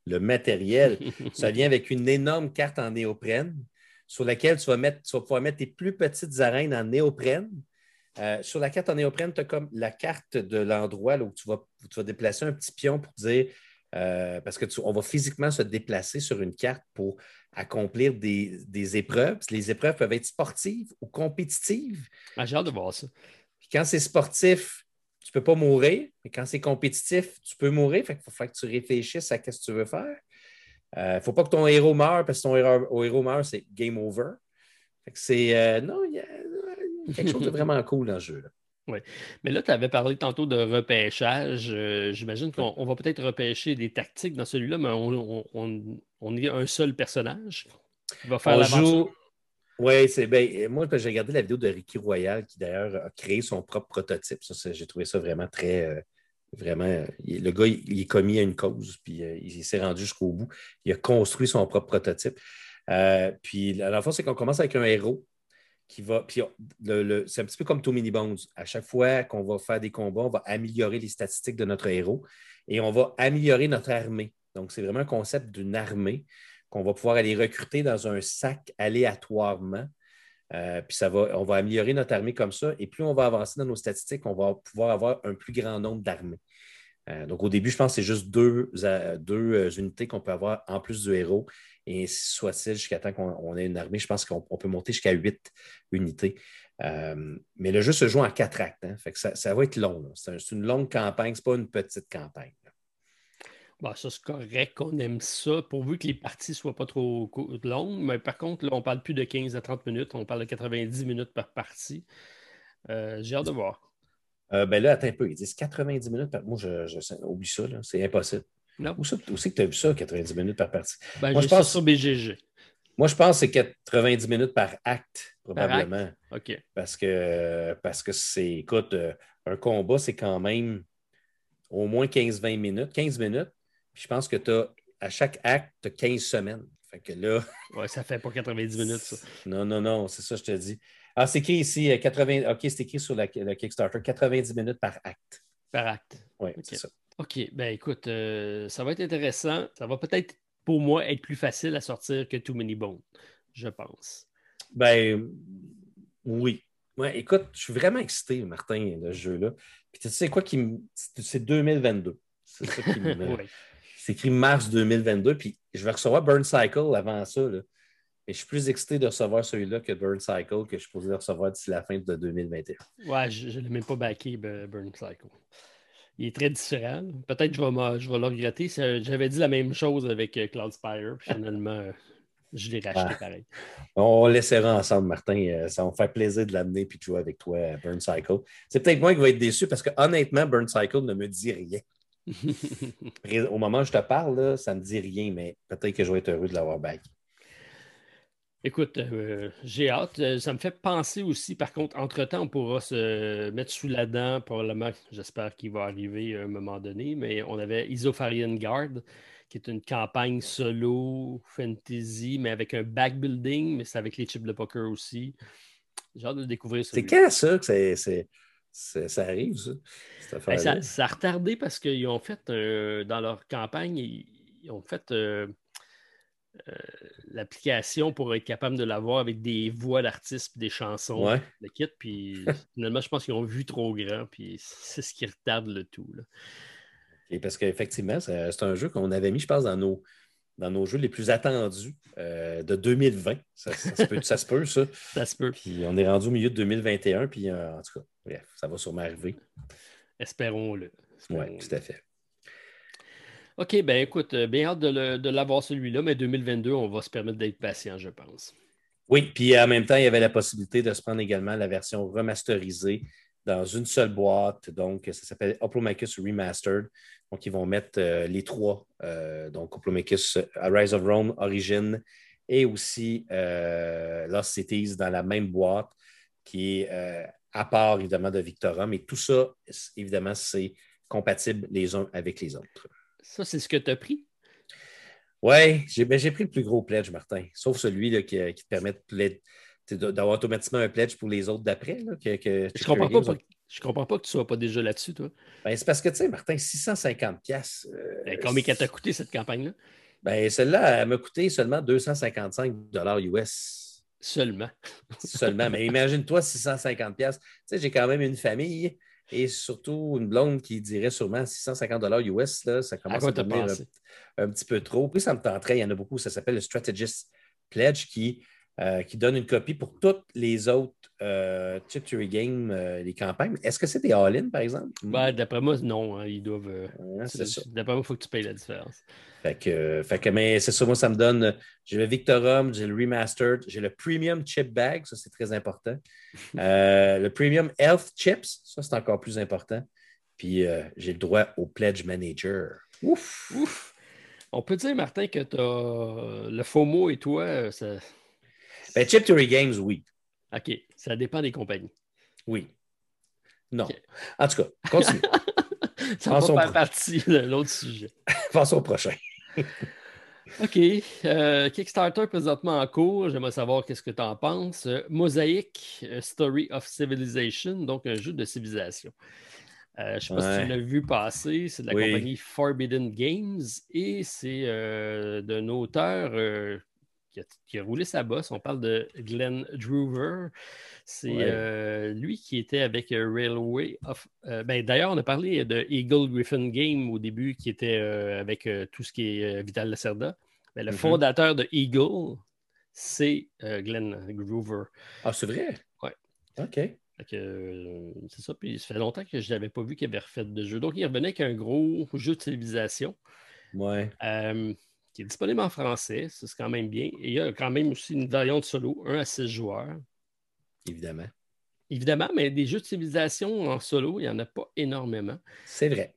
ça vient avec une énorme carte en néoprène sur laquelle tu vas pouvoir mettre tes plus petites arènes en néoprène. Sur la carte en néoprène, tu as comme la carte de l'endroit là, où tu vas déplacer un petit pion pour dire, parce qu'on va physiquement se déplacer sur une carte pour accomplir des épreuves. Les épreuves peuvent être sportives ou compétitives. Ah, j'ai hâte de voir ça. Puis quand c'est sportif, tu ne peux pas mourir, mais quand c'est compétitif, tu peux mourir. Fait qu'il faut faire que tu réfléchisses à ce que tu veux faire. Il ne faut pas que ton héros meure, parce que ton héros meurt, c'est game over. Fait que c'est. Non, il y a quelque chose de vraiment cool dans le jeu. Là. Oui. Mais là, tu avais parlé tantôt de repêchage. J'imagine qu'on va peut-être repêcher des tactiques dans celui-là, mais on est un seul personnage qui va faire l'aventure. Oui, moi, j'ai regardé la vidéo de Ricky Royal, qui d'ailleurs a créé son propre prototype. J'ai trouvé ça vraiment très. Vraiment, le gars, il est commis à une cause, puis il s'est rendu jusqu'au bout. Il a construit son propre prototype. Puis, la fois, c'est qu'on commence avec un héros qui va. Puis, c'est un petit peu comme Too Many Bones. À chaque fois qu'on va faire des combats, on va améliorer les statistiques de notre héros et on va améliorer notre armée. Donc, c'est vraiment un concept d'une armée qu'on va pouvoir aller recruter dans un sac aléatoirement. Puis on va améliorer notre armée comme ça. Et plus on va avancer dans nos statistiques, on va pouvoir avoir un plus grand nombre d'armées. Donc, au début, je pense que c'est juste deux unités qu'on peut avoir en plus du héros. Et ainsi soit-il jusqu'à temps qu'on ait une armée. Je pense qu'on peut monter jusqu'à 8 unités. Mais le jeu se joue en 4 actes. Hein. Fait que ça va être long. C'est une longue campagne. Ce n'est pas une petite campagne. Bon, ça, c'est correct qu'on aime ça, pourvu que les parties ne soient pas trop longues. Mais par contre, là, on ne parle plus de 15 à 30 minutes. On parle de 90 minutes par partie. J'ai hâte de voir. Ben là, attends un peu. Ils disent 90 minutes par... Moi, oublie ça. Là. C'est impossible. Non. Où c'est que tu as vu ça, 90 minutes par partie? Ben, moi, j'ai ça sur BGG. Moi, je pense que c'est 90 minutes par acte, probablement. Par acte? OK. Parce que c'est, écoute, un combat, c'est quand même au moins 15-20 minutes. 15 minutes. Puis je pense que à chaque acte, tu as 15 semaines. Fait que là. Ouais, ça fait pas 90 minutes, ça. Non, c'est ça, je te dis. Ah, c'est écrit ici, 80. OK, c'est écrit sur le Kickstarter, 90 minutes par acte. Par acte. Oui, okay. C'est ça. OK, ben écoute, ça va être intéressant. Ça va peut-être, pour moi, être plus facile à sortir que Too Many Bones, je pense. Ben, oui. Ouais, écoute, je suis vraiment excité, Martin, de ce jeu-là. Puis tu sais quoi, c'est 2022. C'est ça qui me... oui. C'est écrit mars 2022, puis je vais recevoir Burn Cycle avant ça. Là. Et je suis plus excité de recevoir celui-là que Burn Cycle, que je suis supposé recevoir d'ici la fin de 2021. Ouais, je ne l'ai même pas backé, Burn Cycle. Il est très différent. Peut-être que je vais le regretter. J'avais dit la même chose avec Cloudspire, puis finalement, je l'ai racheté pareil. On l'essaiera ensemble, Martin. Ça va me faire plaisir de l'amener et de jouer avec toi à Burn Cycle. C'est peut-être moi qui vais être déçu parce que honnêtement, Burn Cycle ne me dit rien. Au moment où je te parle, là, ça ne me dit rien, mais peut-être que je vais être heureux de l'avoir back. Écoute, j'ai hâte. Ça me fait penser aussi, par contre, entre-temps, on pourra se mettre sous la dent, probablement, j'espère qu'il va arriver à un moment donné, mais on avait Isofarian Guard, qui est une campagne solo, fantasy, mais avec un backbuilding, mais c'est avec les chips de poker aussi. J'ai hâte de le découvrir. C'est quand ça que ça arrive, ça? Ça a retardé parce qu'ils ont fait, dans leur campagne, ils ont fait l'application pour être capable de l'avoir avec des voix d'artistes et des chansons, le kit. Puis finalement, je pense qu'ils ont vu trop grand, puis c'est ce qui retarde le tout. Là. Et parce qu'effectivement, c'est un jeu qu'on avait mis, je pense, dans nos jeux les plus attendus de 2020. Ça se peut, ça. Ça se peut. Puis on est rendu au milieu de 2021, puis en tout cas, bref, ça va sûrement arriver. Espérons-le. Oui, tout à fait. OK, ben écoute, bien hâte de l'avoir celui-là, mais 2022, on va se permettre d'être patient, je pense. Oui, puis en même temps, il y avait la possibilité de se prendre également la version remasterisée dans une seule boîte. Donc, ça s'appelle Hoplomachus Remastered. Donc, ils vont mettre les trois. Donc, Hoplomachus, Rise of Rome, Origin et aussi Lost Cities dans la même boîte qui est à part, évidemment, de Victorum. Et tout ça, évidemment, c'est compatible les uns avec les autres. Ça, c'est ce que tu as pris? Oui, j'ai pris le plus gros pledge, Martin. Sauf celui là, qui te permet d'avoir automatiquement un pledge pour les autres d'après. Je comprends pas que tu ne sois pas déjà là-dessus, toi. Ben, c'est parce que, tu sais, Martin, 650$. Combien qu'elle t'a coûté cette campagne-là? Ben, celle-là, elle m'a coûté seulement 255$ US. Seulement. Seulement. Mais imagine-toi 650$. Tu sais, j'ai quand même une famille. Et surtout, une blonde qui dirait sûrement 650$ US, là, ça commence à devenir un petit peu trop. Puis ça me tenterait, il y en a beaucoup, ça s'appelle le Strategist Pledge qui donne une copie pour toutes les autres Chip Theory Games, les campagnes. Est-ce que c'est des all-in, par exemple? Ben, d'après moi, non. Hein, ils doivent. C'est ça. D'après moi, il faut que tu payes la différence. Mais c'est ça, moi, ça me donne. J'ai le Victorum, j'ai le Remastered, j'ai le Premium Chip Bag, ça, c'est très important. Le Premium Health Chips, ça, c'est encore plus important. Puis, j'ai le droit au Pledge Manager. Ouf! Ouf! On peut dire, Martin, que tu as le FOMO et toi, ça. Ben, Chip Theory Games, oui. OK. Ça dépend des compagnies. Oui. Non. Okay. En tout cas, continue. Ça va faire partie de l'autre sujet. Passons au prochain. OK. Kickstarter présentement en cours. J'aimerais savoir qu'est-ce que tu en penses. Mosaic, Story of Civilization, donc un jeu de civilisation. Je ne sais pas si tu Ouais. l'as vu passer. C'est de la Oui. compagnie Forbidden Games et c'est d'un auteur qui a roulé sa bosse. On parle de Glenn Druver. C'est Ouais. lui qui était avec Railway of. D'ailleurs, on a parlé de Eagle Griffin Game au début, qui était avec tout ce qui est Vital Lacerda. Mais le Mhm. fondateur de Eagle, c'est Glenn Druver. Ah, c'est vrai? Ouais. OK. Fait que, c'est ça. Puis ça fait longtemps que je n'avais pas vu qu'il avait refait de jeu. Donc, il revenait avec un gros jeu de civilisation Ouais, qui est disponible en français. Ça, c'est quand même bien. Et il y a quand même aussi une variante solo, 1 à 6 joueurs. évidemment. Évidemment, mais des jeux de civilisation en solo, il n'y en a pas énormément. C'est vrai.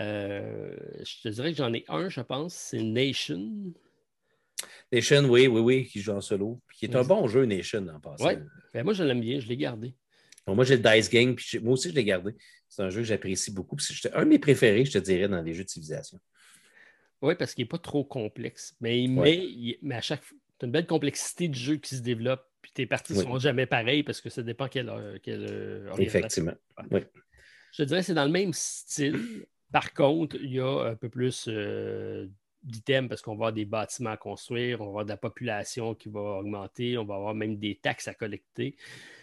Je te dirais que j'en ai un, je pense, c'est Nation. Nation, oui, oui, oui, qui joue en solo. Puis qui est un bon jeu, Nation, en passant. Oui, moi je l'aime bien, je l'ai gardé. Bon, moi, j'ai le Dice Gang, puis moi aussi, je l'ai gardé. C'est un jeu que j'apprécie beaucoup. Puis c'est un de mes préférés, je te dirais, dans les jeux de civilisation. Oui, parce qu'il n'est pas trop complexe. Ouais, Mais à chaque fois, tu as une belle complexité du jeu qui se développe. Puis tes parties ne oui, seront jamais pareilles parce que ça dépend quelle orientation. effectivement. Oui. Je te dirais que c'est dans le même style. Par contre, il y a un peu plus d'items parce qu'on va avoir des bâtiments à construire, on va avoir de la population qui va augmenter, on va avoir même des taxes à collecter.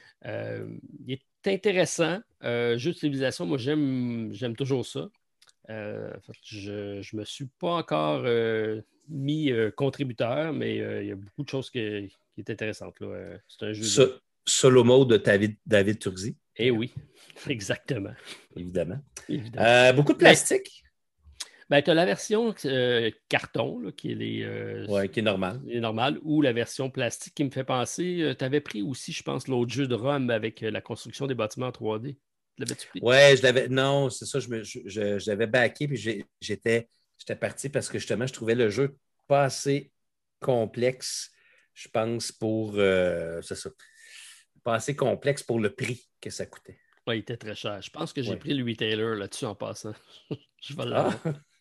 Il est intéressant. Jeu de civilisation, moi j'aime toujours ça. Je ne me suis pas encore mis contributeur, mais il y a beaucoup de choses qui est intéressantes. Là. C'est un jeu de. Solo mode de David Turzi. Eh oui, exactement. Évidemment. Évidemment. Beaucoup de Ben, plastique. tu as la version carton, là, qui est Oui, qui est normal. les normales, ou la version plastique qui me fait penser. Tu avais pris aussi, je pense, l'autre jeu de Rome avec la construction des bâtiments en 3D. L'avais-tu pris? Ouais, je l'avais. Non, c'est ça, je l'avais backé, puis j'étais parti parce que justement, je trouvais le jeu pas assez complexe, je pense, c'est ça, pas assez complexe pour le prix que ça coûtait. Oui, il était très cher. Je pense que j'ai Ouais. pris le retailer là-dessus en passant. Je vais Ah! l'avoir.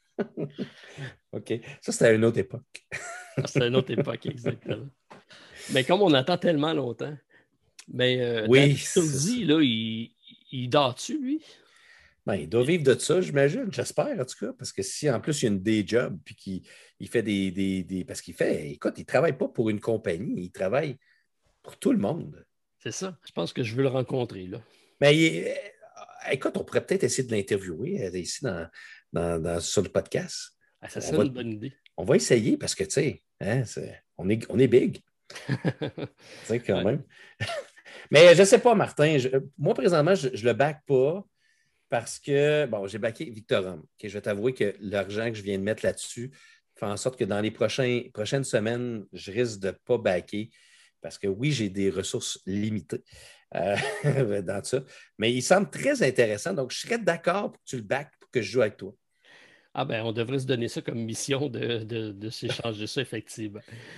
OK. Ça, c'était à une autre époque. C'est une autre époque, exactement. Mais comme on attend tellement longtemps. Mais Oui, David c'est ça. Turzi, là, il dort-tu, lui? Ben, il doit vivre de ça, j'imagine, j'espère en tout cas, parce que si en plus il y a une day job, puis qu'il fait parce qu'il fait, écoute, il ne travaille pas pour une compagnie, il travaille pour tout le monde. C'est ça. Je pense que je veux le rencontrer, là. Mais écoute, on pourrait peut-être essayer de l'interviewer ici sur le podcast. Ah, ça On serait va, une bonne idée. on va essayer parce que, tu sais, hein, on est big, tu sais, quand Ouais. même. Mais je ne sais pas, Martin. Moi, présentement, je ne le back pas parce que, bon, j'ai backé Victorum. Okay, je vais t'avouer que l'argent que je viens de mettre là-dessus fait en sorte que dans les prochaines semaines, je risque de ne pas backer parce que oui, j'ai des ressources limitées dans ça. Mais il semble très intéressant. Donc, je serais d'accord pour que tu le back pour que je joue avec toi. Ah ben, on devrait se donner ça comme mission de s'échanger ça, effectivement.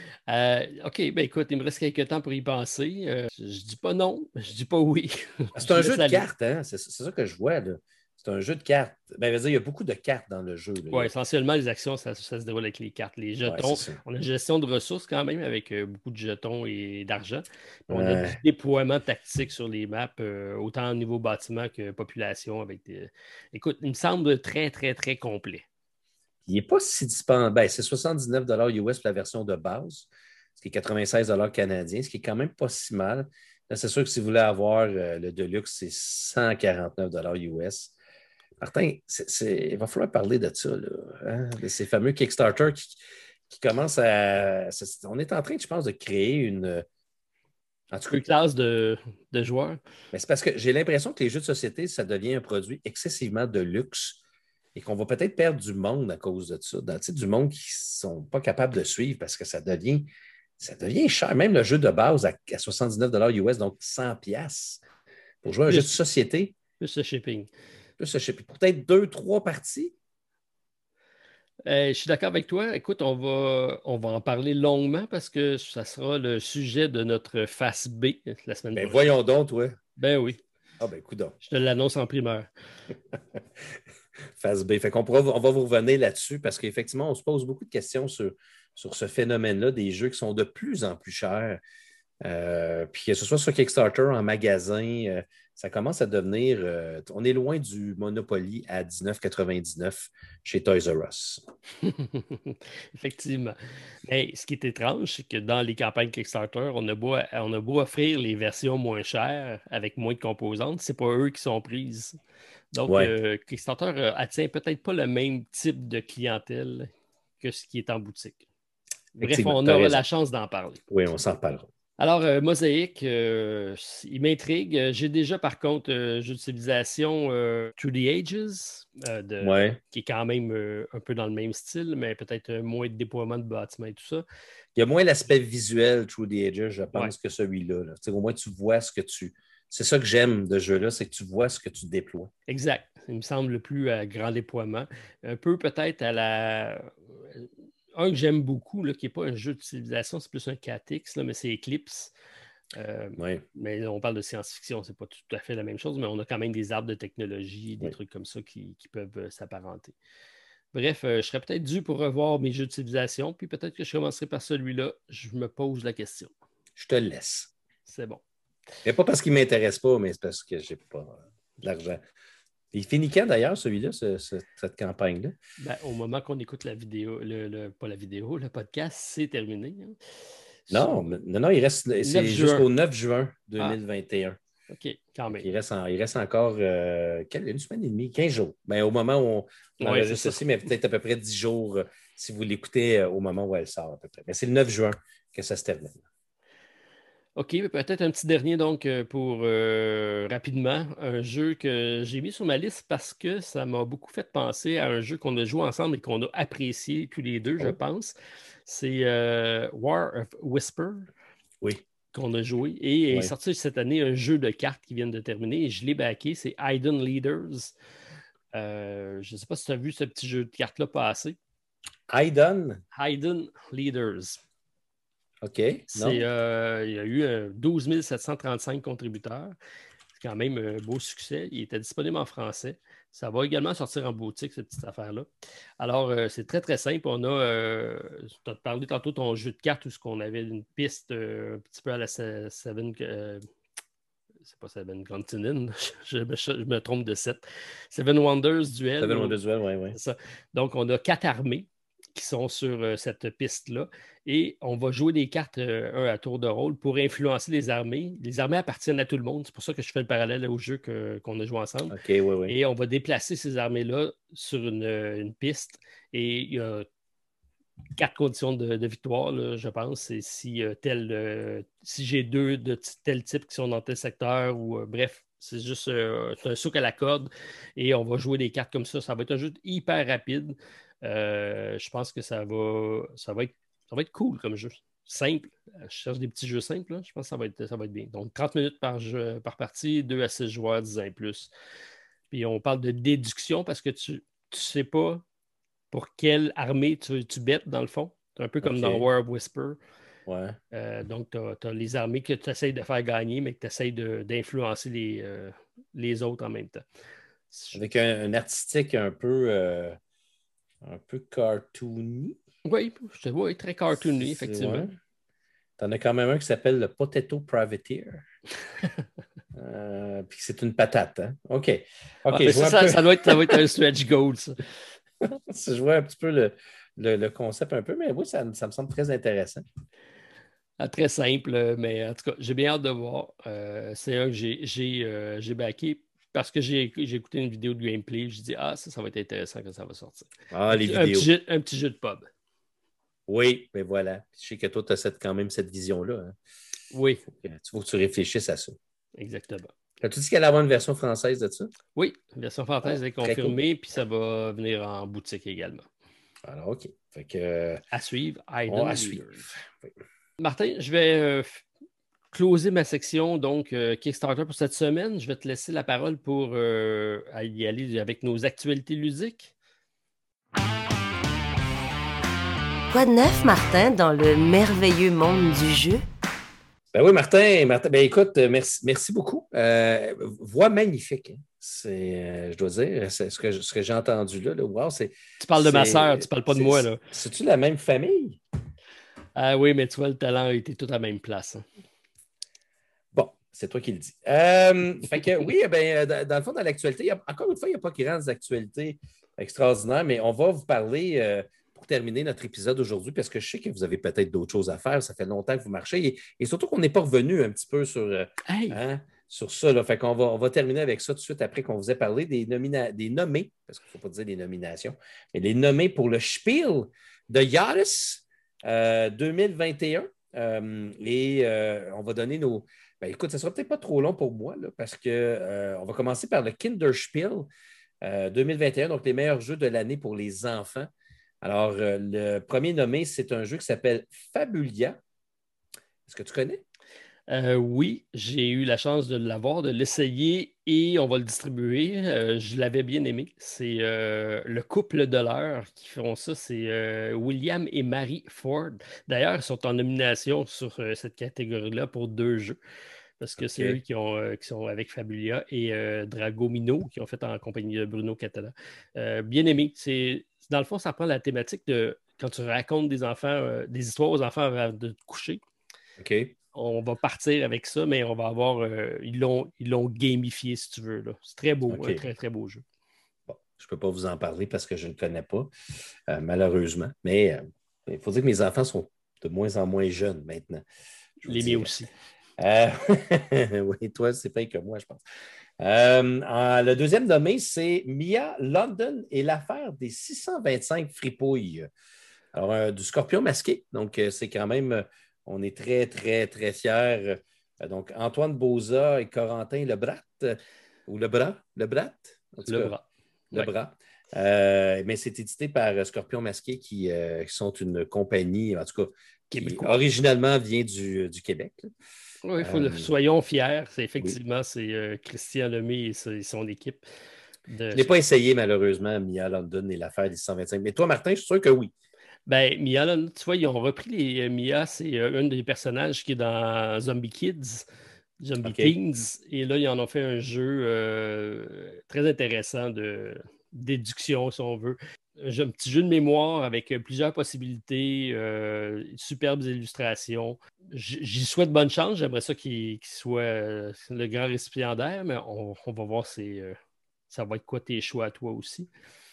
OK, ben écoute, il me reste quelques temps pour y penser. Je dis pas non, je dis pas oui. C'est Je un jeu laisse de aller. cartes, hein? C'est ça que je vois, là. C'est un jeu de cartes. Ben, je veux dire, il y a beaucoup de cartes dans le jeu. Là. Oui, essentiellement, les actions, ça se déroule avec les cartes. Les Ouais, c'est jetons, ça. on a une gestion de ressources quand même avec beaucoup de jetons et d'argent. Puis on a du Ouais. déploiement tactique sur les maps, autant au niveau bâtiment que population. Écoute, il me semble très, très, très complet. Il n'est pas si dispendieux. Ben, c'est 79 US pour la version de base, ce qui est 96 canadiens, ce qui est quand même pas si mal. Là, c'est sûr que si vous voulez avoir le Deluxe, c'est 149 US. Martin, il va falloir parler de ça, là, hein, de ces fameux Kickstarter qui commencent à. On est en train, je pense, de créer une. En tout Deux cas, classes de joueurs. mais c'est parce que j'ai l'impression que les jeux de société, ça devient un produit excessivement de luxe et qu'on va peut-être perdre du monde à cause de ça. Du monde qui ne sont pas capables de suivre parce que ça devient cher. Même le jeu de base à 79 US, donc 100 pour jouer à un jeu de Plus, société, plus le shipping. pour peut-être 2, 3 parties. Je suis d'accord avec toi. Écoute, on va en parler longuement parce que ça sera le sujet de notre face B la semaine Ben prochaine. voyons donc, toi. Ben oui, Ah ben coudonc. je te l'annonce en primeur. Phase B. On va vous revenir là-dessus parce qu'effectivement, on se pose beaucoup de questions sur sur ce phénomène-là des jeux qui sont de plus en plus chers. Puis que ce soit sur Kickstarter, en magasin, ça commence à devenir... on est loin du Monopoly à 19,99 chez Toys R Us. Effectivement. Mais ce qui est étrange, c'est que dans les campagnes Kickstarter, on a beau offrir les versions moins chères avec moins de composantes, c'est pas eux qui sont prises. Donc, Kickstarter attient peut-être pas le même type de clientèle que ce qui est en boutique. Bref, on aura la chance d'en parler. Oui, on s'en reparlera. Alors, Mosaïque, il m'intrigue. J'ai déjà, par contre, jeu de civilisation Through the Ages, qui est quand même un peu dans le même style, mais peut-être moins de déploiement de bâtiments et tout ça. Il y a moins l'aspect visuel Through the Ages, je pense, que celui-là. Là. Au moins, tu vois ce que tu... C'est ça que j'aime de ce jeu-là, c'est que tu vois ce que tu déploies. Exact. Il me semble le plus à grand déploiement. Un peu peut-être à la... Un que j'aime beaucoup, là, qui n'est pas un jeu de civilisation, c'est plus un 4X, là, mais c'est Eclipse. Mais on parle de science-fiction, c'est pas tout à fait la même chose, mais on a quand même des arbres de technologie, des trucs comme ça qui peuvent s'apparenter. Bref, je serais peut-être dû pour revoir mes jeux de civilisation, puis peut-être que je commencerai par celui-là. Je me pose la question. Je te laisse. C'est bon. Mais pas parce qu'il ne m'intéresse pas, mais c'est parce que je n'ai pas de l'argent. Il finit quand d'ailleurs, celui-là, cette campagne-là? Ben, au moment qu'on écoute la vidéo, pas la vidéo, le podcast, c'est terminé. Hein. Non, il reste c'est jusqu'au 9 juin 2021. OK, quand même. Il reste encore une semaine et demie, 15 jours. Ben, au moment où on enregistre ceci, mais peut-être à peu près 10 jours si vous l'écoutez au moment où elle sort à peu près. Mais c'est le 9 juin que ça se termine. OK, peut-être un petit dernier donc pour rapidement, un jeu que j'ai mis sur ma liste parce que ça m'a beaucoup fait penser à un jeu qu'on a joué ensemble et qu'on a apprécié tous les deux, je pense. C'est War of Whisper qu'on a joué et il est sorti cette année un jeu de cartes qui vient de terminer et je l'ai backé, c'est Hidden Leaders. Je ne sais pas si tu as vu ce petit jeu de cartes-là passer. Hidden Leaders. OK. Il y a eu 12 735 contributeurs. C'est quand même un beau succès. Il était disponible en français. Ça va également sortir en boutique, cette petite affaire-là. Alors, c'est très, très simple. On a, tu as parlé tantôt de ton jeu de cartes où on avait une piste un petit peu à la Seven... c'est pas Seven Continent, je me trompe de 7. Seven Wonders Duel. Seven Wonders Duel, oui. C'est ça. Donc, on a 4 armées qui sont sur cette piste-là. Et on va jouer des cartes un à tour de rôle pour influencer les armées. Les armées appartiennent à tout le monde. C'est pour ça que je fais le parallèle au jeu qu'on a joué ensemble. OK, oui. Et on va déplacer ces armées-là sur une piste. Et il y a 4 conditions de victoire, là, je pense. C'est si j'ai 2 de tel type qui sont dans tel secteur ou bref. C'est juste c'est un souk à la corde. Et on va jouer des cartes comme ça. Ça va être un jeu hyper rapide. Je pense que ça va être cool comme jeu. Simple. Je cherche des petits jeux simples. Là. Je pense que ça va être bien. Donc, 30 minutes par partie, 2 à 6 joueurs, 10 ans et plus. Puis, on parle de déduction parce que tu ne sais pas pour quelle armée tu bêtes, dans le fond. C'est un peu comme dans War of Whisper. Ouais. Donc, tu as les armées que tu essaies de faire gagner, mais que tu essaies d'influencer les autres en même temps. Avec un artistique un peu cartoony. Oui, je te vois, très cartoony, effectivement. Ouais. T'en as quand même un qui s'appelle le Potato Privateer. Puis c'est une patate, hein? OK. Ça doit être un stretch goal, ça. Je vois un petit peu le concept un peu, mais oui, ça me semble très intéressant. Très simple, mais en tout cas, j'ai bien hâte de voir. C'est un que j'ai backé parce que j'ai écouté une vidéo de gameplay. Je dis, ça va être intéressant quand ça va sortir. Les vidéos. Un petit jeu de pub. Oui, mais voilà. Je sais que toi, tu as quand même cette vision-là. Hein. Oui. Il faut que tu réfléchisses à ça. Exactement. As-tu dit qu'il allait avoir une version française de ça? Oui, la version française est confirmée, puis ça va venir en boutique également. Alors, OK. Fait que, à suivre. À suivre. Oui. Martin, je vais closer ma section, donc Kickstarter pour cette semaine. Je vais te laisser la parole pour y aller avec nos actualités ludiques. Quoi de neuf, Martin, dans le merveilleux monde du jeu? Ben oui, Martin, ben écoute, merci beaucoup. Voix magnifique, hein. Je dois dire, ce que j'ai entendu là, wow, Tu parles de ma sœur, tu parles pas de moi, là. C'est-tu la même famille? Ah oui, mais tu vois, le talent était tout à la même place. Hein. Bon, c'est toi qui le dis. Fait que oui, ben, dans le fond, dans l'actualité, encore une fois, il n'y a pas grandes actualités extraordinaires, mais on va vous parler pour terminer notre épisode aujourd'hui, parce que je sais que vous avez peut-être d'autres choses à faire. Ça fait longtemps que vous marchez et surtout qu'on n'est pas revenu un petit peu Hey! sur ça. Là. Fait qu'on on va terminer avec ça tout de suite après qu'on vous ait parlé des nommés, parce qu'il ne faut pas dire des nominations, mais les nommés pour le Spiel de Yaris 2021. On va donner nos. Ben, écoute, ça ne sera peut-être pas trop long pour moi, là, parce qu'on va commencer par le Kinderspiel 2021, donc les meilleurs jeux de l'année pour les enfants. Alors, le premier nommé, c'est un jeu qui s'appelle Fabulia. Est-ce que tu connais? Oui, j'ai eu la chance de l'avoir, de l'essayer et on va le distribuer. Je l'avais bien aimé. C'est le couple de l'heure qui font ça. C'est William et Mary Ford. D'ailleurs, ils sont en nomination sur cette catégorie-là pour 2 jeux. Parce que c'est eux qui sont avec Fabulia et Dragomino, qui ont fait en compagnie de Bruno Catala. Bien aimé. Dans le fond, ça prend la thématique de quand tu racontes des des histoires aux enfants avant de te coucher. OK. On va partir avec ça, mais on va avoir. Ils l'ont gamifié, si tu veux. Là. C'est très beau, un très, très beau jeu. Bon, je ne peux pas vous en parler parce que je ne le connais pas, malheureusement. Mais il faut dire que mes enfants sont de moins en moins jeunes maintenant. Les miens aussi. Oui, toi, c'est pas que moi, je pense. Le deuxième nommé, c'est Mia London et l'affaire des 625 fripouilles. Alors, du scorpion masqué. Donc, c'est quand même, on est très, très, très fiers. Donc, Antoine Boza et Corentin Lebrat, ou Lebrat? En tout cas, Lebrat. Mais c'est édité par Scorpion Masqué qui sont une compagnie, en tout cas, qui originalement vient du Québec. Là. Oui, soyons fiers. Effectivement, c'est Christian Lemay et son équipe. Je ne l'ai pas essayé, malheureusement, Mia London et l'affaire des 625. Mais toi, Martin, je suis sûr que oui. Ben, Mia, là, tu vois, ils ont repris Mia, c'est un des personnages qui est dans Zombie Kids, Zombie Teens. Et là, ils en ont fait un jeu très intéressant de déduction, si on veut. Un petit jeu de mémoire avec plusieurs possibilités, superbes illustrations. J'y souhaite bonne chance. J'aimerais ça qu'il soit le grand récipiendaire, mais on va voir ça va être quoi tes choix à toi aussi.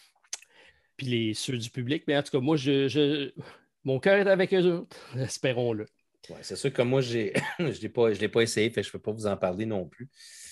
Puis ceux du public. Mais en tout cas, moi, mon cœur est avec eux autres. Espérons-le. Ouais, c'est sûr que moi, je ne l'ai pas essayé, fait que je ne peux pas vous en parler non plus.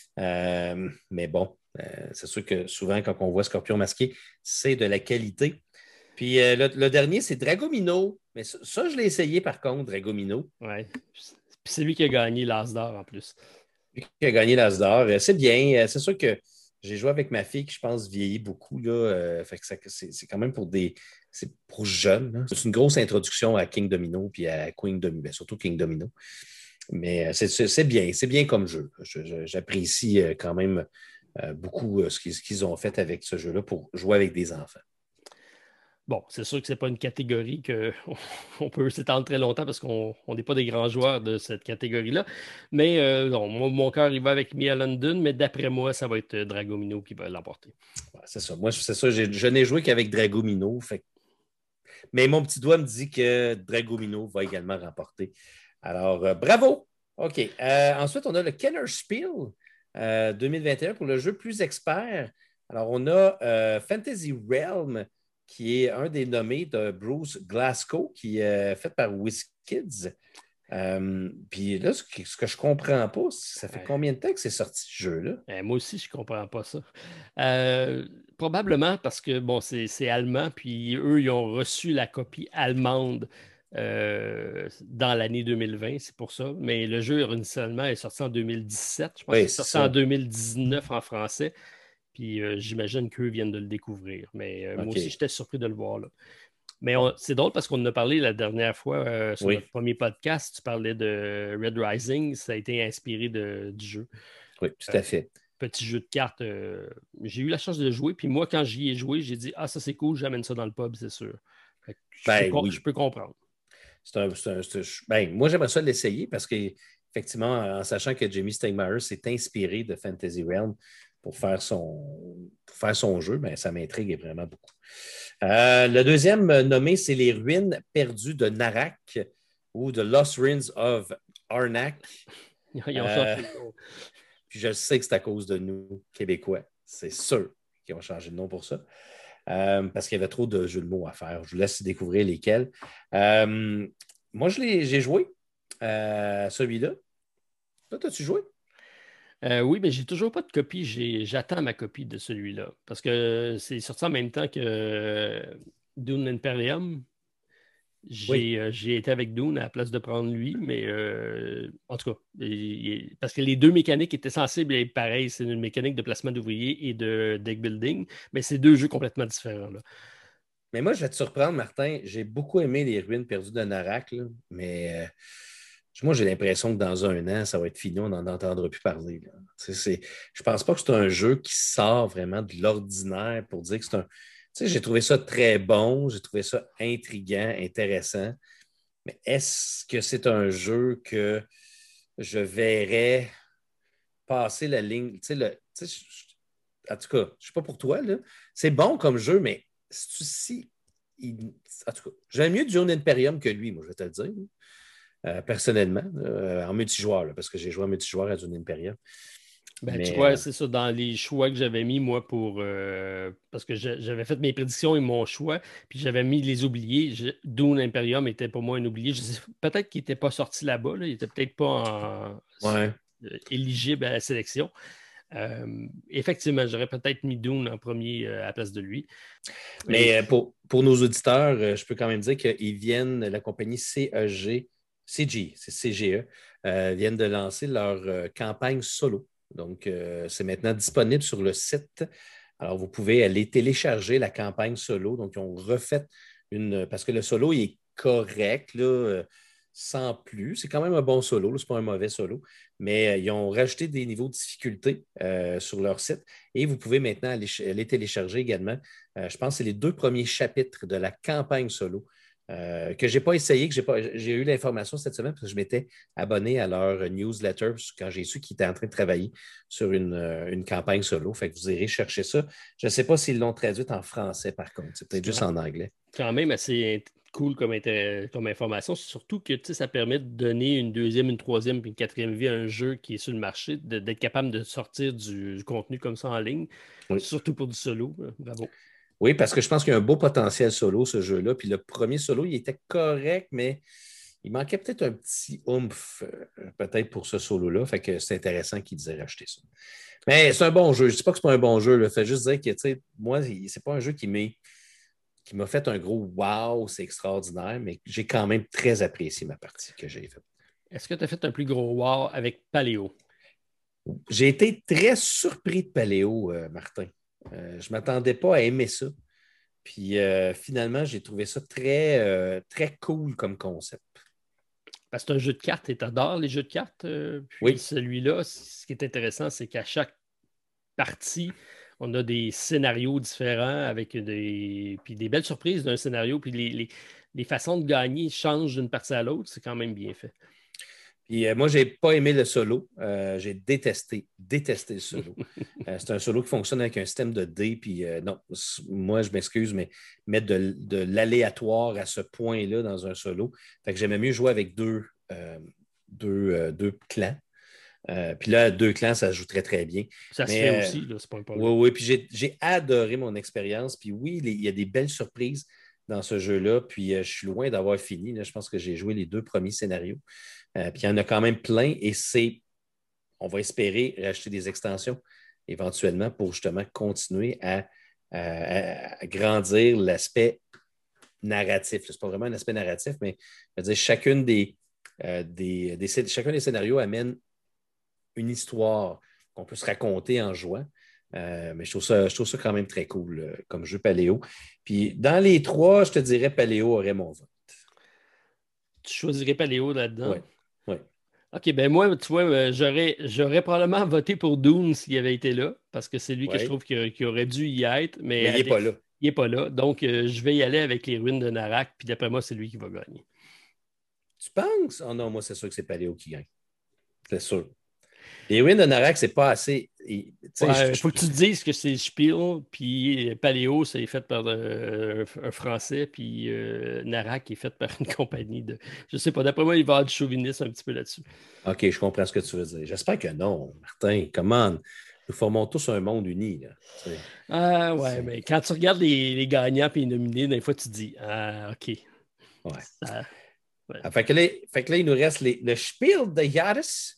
Mais bon, c'est sûr que souvent, quand on voit Scorpion masqué, c'est de la qualité. Puis le dernier, c'est Dragomino. Mais ça, je l'ai essayé par contre, Dragomino. Oui. Puis c'est lui qui a gagné l'As d'or en plus. Lui qui a gagné l'As d'or. C'est bien. C'est sûr que j'ai joué avec ma fille qui, je pense, vieillit beaucoup. Là, fait que c'est quand même c'est pour jeunes. Là. C'est une grosse introduction à King Domino puis à Queen Domino, bien, surtout King Domino. Mais c'est bien comme jeu. J'apprécie quand même beaucoup ce qu'ils ont fait avec ce jeu-là pour jouer avec des enfants. Bon, c'est sûr que ce n'est pas une catégorie qu'on peut s'étendre très longtemps parce qu'on n'est pas des grands joueurs de cette catégorie-là. Mais non, mon cœur, il va avec Mia London, mais d'après moi, ça va être Dragomino qui va l'emporter. Ouais, c'est ça. Moi, c'est ça. Je n'ai joué qu'avec Dragomino. Mais mon petit doigt me dit que Dragomino va également remporter. Alors, bravo! OK. Ensuite, on a le Kennerspiel 2021 pour le jeu plus expert. Alors, on a Fantasy Realm, qui est un des nommés de Bruce Glasgow, qui est fait par WizKids. Puis là, ce que je ne comprends pas, ça fait combien de temps que c'est sorti ce jeu-là? Moi aussi, je ne comprends pas ça. Probablement parce que, bon, c'est allemand, puis eux, ils ont reçu la copie allemande dans l'année 2020, c'est pour ça. Mais le jeu, initialement, est sorti en 2017. Je pense qu'il est sorti en 2019 en français. Puis j'imagine qu'eux viennent de le découvrir. Mais moi aussi, j'étais surpris de le voir là. Mais c'est drôle parce qu'on en a parlé la dernière fois sur notre premier podcast. Tu parlais de Red Rising. Ça a été inspiré du jeu. Oui, tout à fait. Petit jeu de cartes. J'ai eu la chance de jouer. Puis moi, quand j'y ai joué, j'ai dit « Ah, ça c'est cool, j'amène ça dans le pub, c'est sûr. » Je peux comprendre. Moi, j'aimerais ça l'essayer parce qu'il effectivement, en sachant que Jamie Stegmaier s'est inspiré de Fantasy Realm pour faire son jeu, ben, ça m'intrigue vraiment beaucoup. Le deuxième nommé, c'est Les Ruines perdues de Narak ou The Lost Ruins of Arnak. Ils ont changé. Puis je sais que c'est à cause de nous, Québécois. C'est sûr qu'ils ont changé de nom pour ça. Parce qu'il y avait trop de jeux de mots à faire. Je vous laisse découvrir lesquels. Moi, j'ai joué celui-là. Toi, as-tu joué? Oui, mais j'ai toujours pas de copie. J'attends ma copie de celui-là. Parce que c'est sorti en même temps que Dune Imperium. Oui. J'ai été avec Dune à la place de prendre lui, mais en tout cas, parce que les deux mécaniques étaient sensibles et pareilles. C'est une mécanique de placement d'ouvriers et de deck building, mais c'est deux jeux complètement différents, là. Mais moi, je vais te surprendre, Martin. J'ai beaucoup aimé Les Ruines perdues de Narak, là, mais moi, j'ai l'impression que dans un an, ça va être fini, on n'en entendra plus parler. Là. Je pense pas que c'est un jeu qui sort vraiment de l'ordinaire pour dire que c'est un. Tu sais, j'ai trouvé ça très bon, j'ai trouvé ça intriguant, intéressant. Mais est-ce que c'est un jeu que je verrais passer la ligne? En tout cas, je ne sais pas pour toi, là. C'est bon comme jeu, mais si. En tout cas, j'aime mieux Dune Imperium que lui, moi, je vais te le dire. Personnellement, en multijoueur, là, parce que j'ai joué en multijoueur à Dune Imperium. Ben, tu Mais, vois, c'est ça, dans les choix que j'avais mis, moi, parce que j'avais fait mes prédictions et mon choix, puis j'avais mis les oubliés. Dune Imperium était pour moi un oublié. Peut-être qu'il n'était pas sorti là-bas, là, il n'était peut-être pas ouais. éligible à la sélection. Effectivement, j'aurais peut-être mis Dune en premier à la place de lui. Mais pour nos auditeurs, je peux quand même dire qu'ils viennent, la compagnie CG, c'est CGE, viennent de lancer leur campagne solo. Donc, c'est maintenant disponible sur le site. Alors, vous pouvez aller télécharger la campagne solo. Donc, ils ont refait parce que le solo, il est correct, là, sans plus. C'est quand même un bon solo, ce n'est pas un mauvais solo. Mais ils ont rajouté des niveaux de difficulté sur leur site. Et vous pouvez maintenant aller télécharger également. Je pense que c'est les 2 premiers chapitres de la campagne solo. Que je n'ai pas essayé, j'ai eu l'information cette semaine parce que je m'étais abonné à leur newsletter quand j'ai su qu'ils étaient en train de travailler sur une campagne solo. Fait que vous irez chercher ça. Je ne sais pas s'ils l'ont traduite en français, par contre. C'est peut-être juste en anglais. Quand même assez cool comme information, surtout que ça permet de donner une deuxième, une troisième puis une quatrième vie à un jeu qui est sur le marché, d'être capable de sortir du contenu comme ça en ligne, oui. Surtout pour du solo. Bravo. Oui, parce que je pense qu'il y a un beau potentiel solo, ce jeu-là. Puis le premier solo, il était correct, mais il manquait peut-être un petit oomph, peut-être pour ce solo-là. Fait que c'est intéressant qu'ils aient racheté ça. Mais c'est un bon jeu. Je ne dis pas que ce n'est pas un bon jeu. Fait juste dire que, moi, ce n'est pas un jeu qui m'a fait un gros wow, c'est extraordinaire, mais j'ai quand même très apprécié ma partie que j'ai faite. Est-ce que tu as fait un plus gros wow avec Paléo? J'ai été très surpris de Paléo, Martin. Je ne m'attendais pas à aimer ça. Puis finalement, j'ai trouvé ça très, très cool comme concept. Parce que c'est un jeu de cartes et tu adores les jeux de cartes. Puis oui. Celui-là, ce qui est intéressant, c'est qu'à chaque partie, on a des scénarios différents avec puis des belles surprises d'un scénario. Puis les façons de gagner changent d'une partie à l'autre. C'est quand même bien fait. Puis moi, je n'ai pas aimé le solo. J'ai détesté le solo. C'est un solo qui fonctionne avec un système de dés. Puis non, moi, je m'excuse, mais mettre de l'aléatoire à ce point-là dans un solo. Fait que j'aimais mieux jouer avec deux clans. Puis là, 2 clans, ça se joue très, très bien. Ça se fait aussi, là, c'est pas un problème. Oui. Puis j'ai adoré mon expérience. Puis oui, il y a des belles surprises dans ce jeu-là. Puis je suis loin d'avoir fini. Là. Je pense que j'ai joué les 2 premiers scénarios. Puis il y en a quand même plein et on va espérer racheter des extensions éventuellement pour justement continuer à grandir l'aspect narratif. Ce n'est pas vraiment un aspect narratif, mais je veux dire, chacun des scénarios amène une histoire qu'on peut se raconter en jouant. Mais je trouve ça quand même très cool comme jeu Paléo. Puis dans les 3, je te dirais Paléo aurait mon vote. Tu choisirais Paléo là-dedans? Oui. OK, ben moi, tu vois, j'aurais probablement voté pour Dune s'il avait été là, parce que c'est lui que je trouve qu'il aurait dû y être. Mais il n'est pas là. Il n'est pas là. Donc, je vais y aller avec les ruines de Narak, puis d'après moi, c'est lui qui va gagner. Tu penses? Oh non, moi, c'est sûr que c'est Paléo qui gagne. C'est sûr. Les ruines de Narak, c'est pas assez. Il faut que tu te dises que c'est Spiel, puis Paléo, c'est fait par un Français, puis Narak est fait par une compagnie de. Je sais pas, d'après moi, il va y avoir du chauvinisme un petit peu là-dessus. OK, je comprends ce que tu veux dire. J'espère que non, Martin. Comment nous formons tous un monde uni. Là. Ouais, mais quand tu regardes les gagnants et les nominés, des fois, tu te dis OK. Ouais. Ça, ouais. Fait que là, il nous reste le Spiel de Jahres.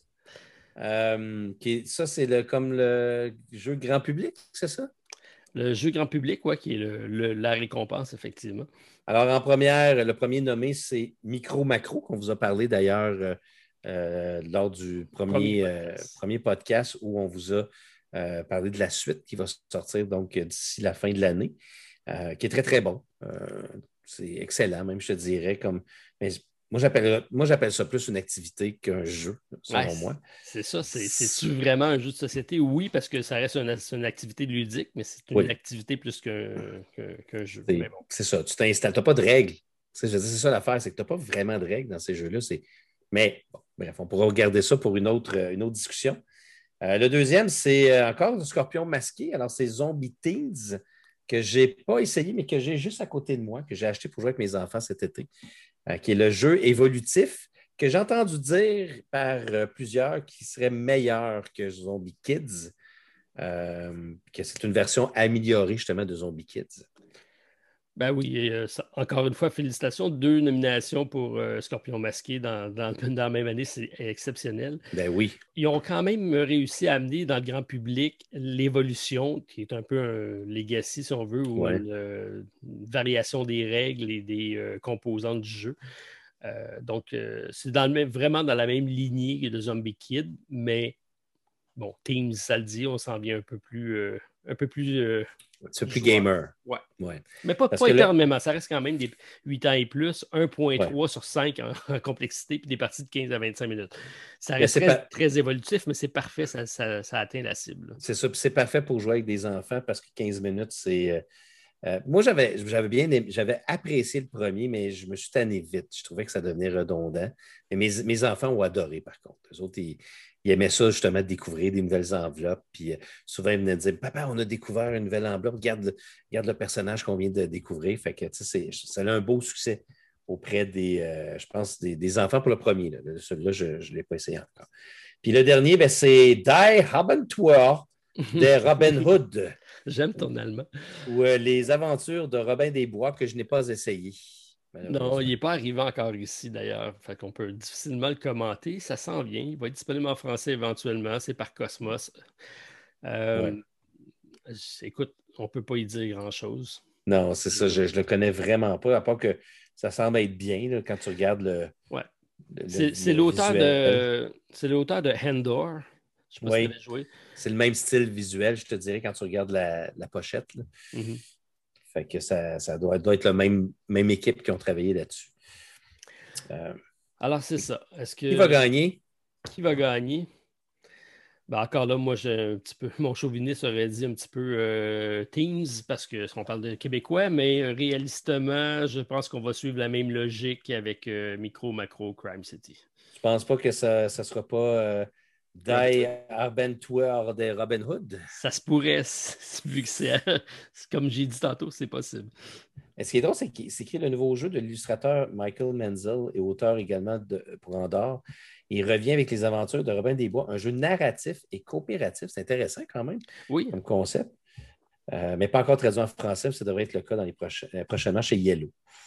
Ça, c'est comme le jeu grand public, c'est ça? Le jeu grand public, ouais, qui est la récompense, effectivement. Alors, en première, le premier nommé, c'est Micro Macro, qu'on vous a parlé d'ailleurs lors du premier podcast où on vous a parlé de la suite qui va sortir donc d'ici la fin de l'année, qui est très, très bon. C'est excellent, même, je te dirais. Mais moi, j'appelle ça plus une activité qu'un jeu, selon moi. C'est ça. C'est-tu vraiment un jeu de société? Oui, parce que ça reste une activité ludique, mais c'est une activité plus qu'un jeu. C'est ça. Tu t'installes. Tu n'as pas de règles. C'est ça l'affaire, c'est que tu n'as pas vraiment de règles dans ces jeux-là. Mais, bon, bref, on pourra regarder ça pour une autre discussion. Le deuxième, c'est encore le Scorpion masqué. Alors, c'est Zombie Teens, que je n'ai pas essayé, mais que j'ai juste à côté de moi, que j'ai acheté pour jouer avec mes enfants cet été. Qui est le jeu évolutif, que j'ai entendu dire par plusieurs qui serait meilleur que Zombie Kids, que c'est une version améliorée justement de Zombie Kids. Ben oui, encore une fois, félicitations. 2 nominations pour Scorpion masqué dans la même année, c'est exceptionnel. Ben oui. Ils ont quand même réussi à amener dans le grand public l'évolution, qui est un peu un legacy, si on veut, ou une variation des règles et des composantes du jeu. Donc, c'est vraiment dans la même lignée que de Zombie Kid, mais bon, Teams, ça le dit, on s'en vient un peu plus c'est plus gamer. Ouais. Mais pas éternellement. Ça reste quand même des 8 ans et plus, 1.3 sur 5 en complexité, puis des parties de 15 à 25 minutes. Ça reste très évolutif, mais c'est parfait, ça atteint la cible. C'est ça, puis c'est parfait pour jouer avec des enfants parce que 15 minutes, c'est. Moi, j'avais apprécié le premier, mais je me suis tanné vite. Je trouvais que ça devenait redondant. Mais mes enfants ont adoré, par contre. Eux autres, ils aimaient ça, justement, de découvrir des nouvelles enveloppes. Puis souvent, ils venaient dire Papa, on a découvert une nouvelle enveloppe. Regarde le personnage qu'on vient de découvrir. Fait que, tu sais, ça a un beau succès auprès je pense, des enfants pour le premier. Là. Celui-là, je ne l'ai pas essayé encore. Puis le dernier, c'est Die Abenteuer de Robin Hood. J'aime ton allemand. Ou les aventures de Robin des Bois que je n'ai pas essayé. Non, il n'est pas arrivé encore ici d'ailleurs. Fait qu'on peut difficilement le commenter. Ça s'en vient. Il va être disponible en français éventuellement. C'est par Cosmos. Écoute, on ne peut pas y dire grand-chose. Non, c'est ça. Je ne le connais vraiment pas, à part que ça semble être bien là, quand tu regardes le. Ouais. C'est l'auteur de Handor. Je ne sais pas si tu avais joué. C'est le même style visuel, je te dirais, quand tu regardes la pochette. Mm-hmm. Fait que ça doit être la même équipe qui ont travaillé là-dessus. Alors, c'est ça. Qui va gagner? Qui va gagner? Ben encore là, moi, j'ai un petit peu. Mon chauviniste aurait dit un petit peu Teams, parce qu'on parle de Québécois, mais réalistement, je pense qu'on va suivre la même logique avec Micro, Macro, Crime City. Je pense pas que ça ne sera pas. Die Abenteuer de Robin Hood. Ça se pourrait, vu que c'est comme j'ai dit tantôt, c'est possible. Et ce qui est drôle, c'est qu'il écrit le nouveau jeu de l'illustrateur Michael Menzel et auteur également pour Andorre. Il revient avec les aventures de Robin des Bois, un jeu narratif et coopératif. C'est intéressant quand même comme concept. Mais pas encore traduit en français, ça devrait être le cas prochainement chez Yellow.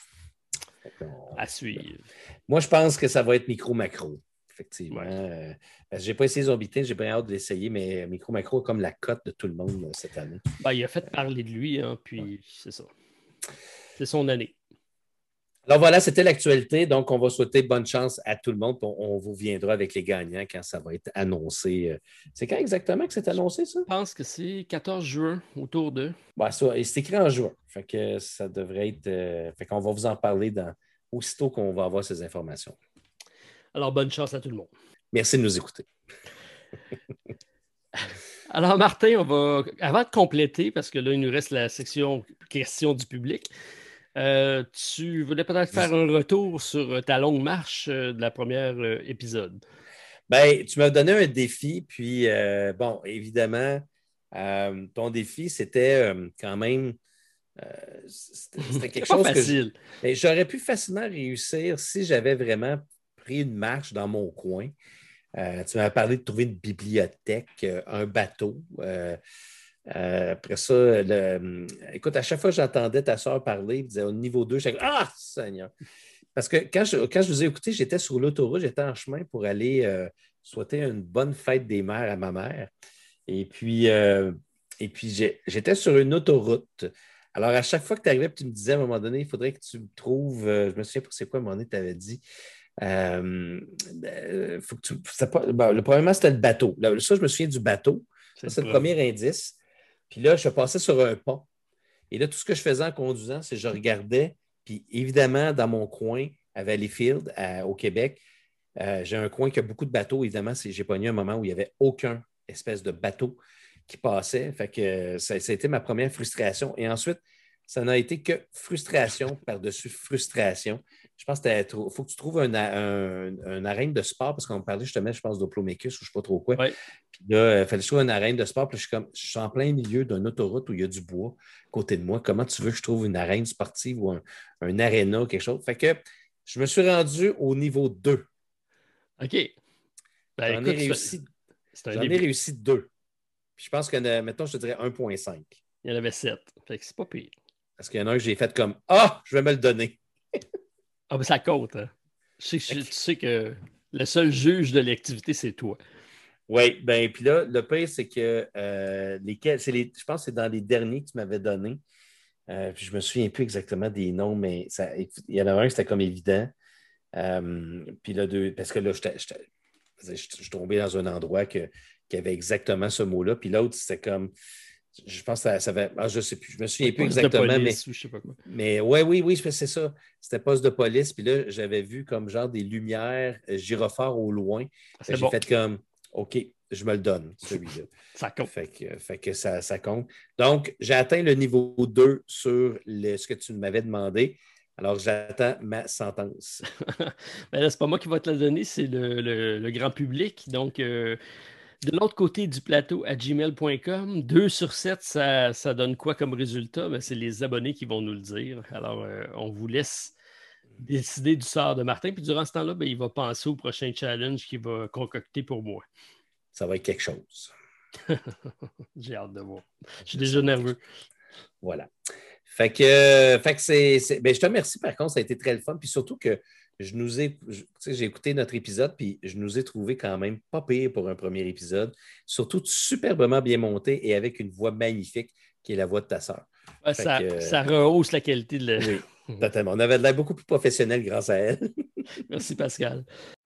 À suivre. Moi, je pense que ça va être Micro-Macro. Effectivement. Je n'ai pas essayé Zombie Teens, j'ai bien hâte d'essayer, mais Micro Macro a comme la cote de tout le monde cette année. Il a fait parler de lui, hein, puis c'est ça. C'est son année. Alors voilà, c'était l'actualité. Donc, on va souhaiter bonne chance à tout le monde. On vous viendra avec les gagnants quand ça va être annoncé. C'est quand exactement que c'est annoncé, ça? Je pense que c'est 14 juin, autour de. C'est écrit en juin. Fait que ça devrait être. Fait qu'on va vous en parler aussitôt qu'on va avoir ces informations. Alors, bonne chance à tout le monde. Merci de nous écouter. Alors, Martin, avant de compléter, parce que là, il nous reste la section questions du public, tu voulais peut-être faire un retour sur ta longue marche de la première épisode. Ben, tu m'as donné un défi, puis bon, évidemment, ton défi, c'était quand même, c'était quelque C'est pas chose facile. ben, j'aurais pu facilement réussir si j'avais vraiment pris une marche dans mon coin. Tu m'as parlé de trouver une bibliothèque, un bateau. Après ça, écoute, à chaque fois que j'entendais ta soeur parler, elle disait au niveau 2, j'étais comme Ah, Seigneur! Parce que quand je vous ai écouté, j'étais sur l'autoroute, j'étais en chemin pour aller souhaiter une bonne fête des mères à ma mère. Et puis, j'étais sur une autoroute. Alors, à chaque fois que tu arrivais, tu me disais à un moment donné, il faudrait que tu me trouves, je me souviens pas c'est quoi, à un moment donné, tu avais dit. Faut que le premier, c'était le bateau. Là, ça, je me souviens du bateau. Ça, c'est le premier indice. Puis là, je passais sur un pont. Et là, tout ce que je faisais en conduisant, c'est que je regardais. Puis évidemment, dans mon coin, à Valleyfield, au Québec, j'ai un coin qui a beaucoup de bateaux. Évidemment, j'ai pogné un moment où il n'y avait aucun espèce de bateau qui passait. Fait que ça a été ma première frustration. Et ensuite, ça n'a été que frustration par-dessus frustration. Je pense qu'il faut que tu trouves un arène de sport, parce qu'on parlait justement, je pense, d'Oplomecus ou je ne sais pas trop quoi. Ouais. Puis là, il fallait que je trouve un arène de sport. Puis je suis en plein milieu d'une autoroute où il y a du bois à côté de moi. Comment tu veux que je trouve une arène sportive ou un aréna, quelque chose? Fait que je me suis rendu au niveau 2. OK. Ben, J'en écoute, ai réussi 2. Puis je pense que, mettons, je te dirais 1,5. Il y en avait 7. Fait que c'est pas pire. Parce qu'il y en a un que j'ai fait comme Ah, je vais me le donner. Ah, ben ça compte. Hein? Tu sais que le seul juge de l'activité, c'est toi. Oui, bien, puis là, le pire, c'est que je pense que c'est dans les derniers que tu m'avais donné. Puis je me souviens plus exactement des noms, mais il y en a un, c'était comme évident. Puis là, parce que là, je suis tombé dans un endroit qui avait exactement ce mot-là. Puis l'autre, c'était comme. Je pense que ça avait. Ah, je ne sais plus. Je me souviens plus exactement. De police, ou je sais pas quoi. Mais oui, c'est ça. C'était poste de police. Puis là, j'avais vu comme genre des lumières gyrophares au loin. J'ai bon. fait comme OK, je me le donne, celui-là. Ça compte. Fait que ça compte. Donc, j'ai atteint le niveau 2 sur ce que tu m'avais demandé. Alors, j'attends ma sentence. Ben là, c'est pas moi qui va te la donner, c'est le grand public. Donc, de l'autre côté du plateau à gmail.com, 2 sur 7, ça donne quoi comme résultat? Ben, c'est les abonnés qui vont nous le dire. Alors, on vous laisse décider du sort de Martin. Puis durant ce temps-là, ben, il va penser au prochain challenge qu'il va concocter pour moi. Ça va être quelque chose. J'ai hâte de voir. Je suis déjà nerveux. Voilà. Fait que ben, je te remercie par contre, ça a été très le fun. Puis surtout que j'ai écouté notre épisode, puis je nous ai trouvé quand même pas pire pour un premier épisode. Surtout superbement bien monté et avec une voix magnifique qui est la voix de ta sœur. Ça rehausse la qualité de Oui, totalement. On avait l'air beaucoup plus professionnel grâce à elle. Merci Pascal.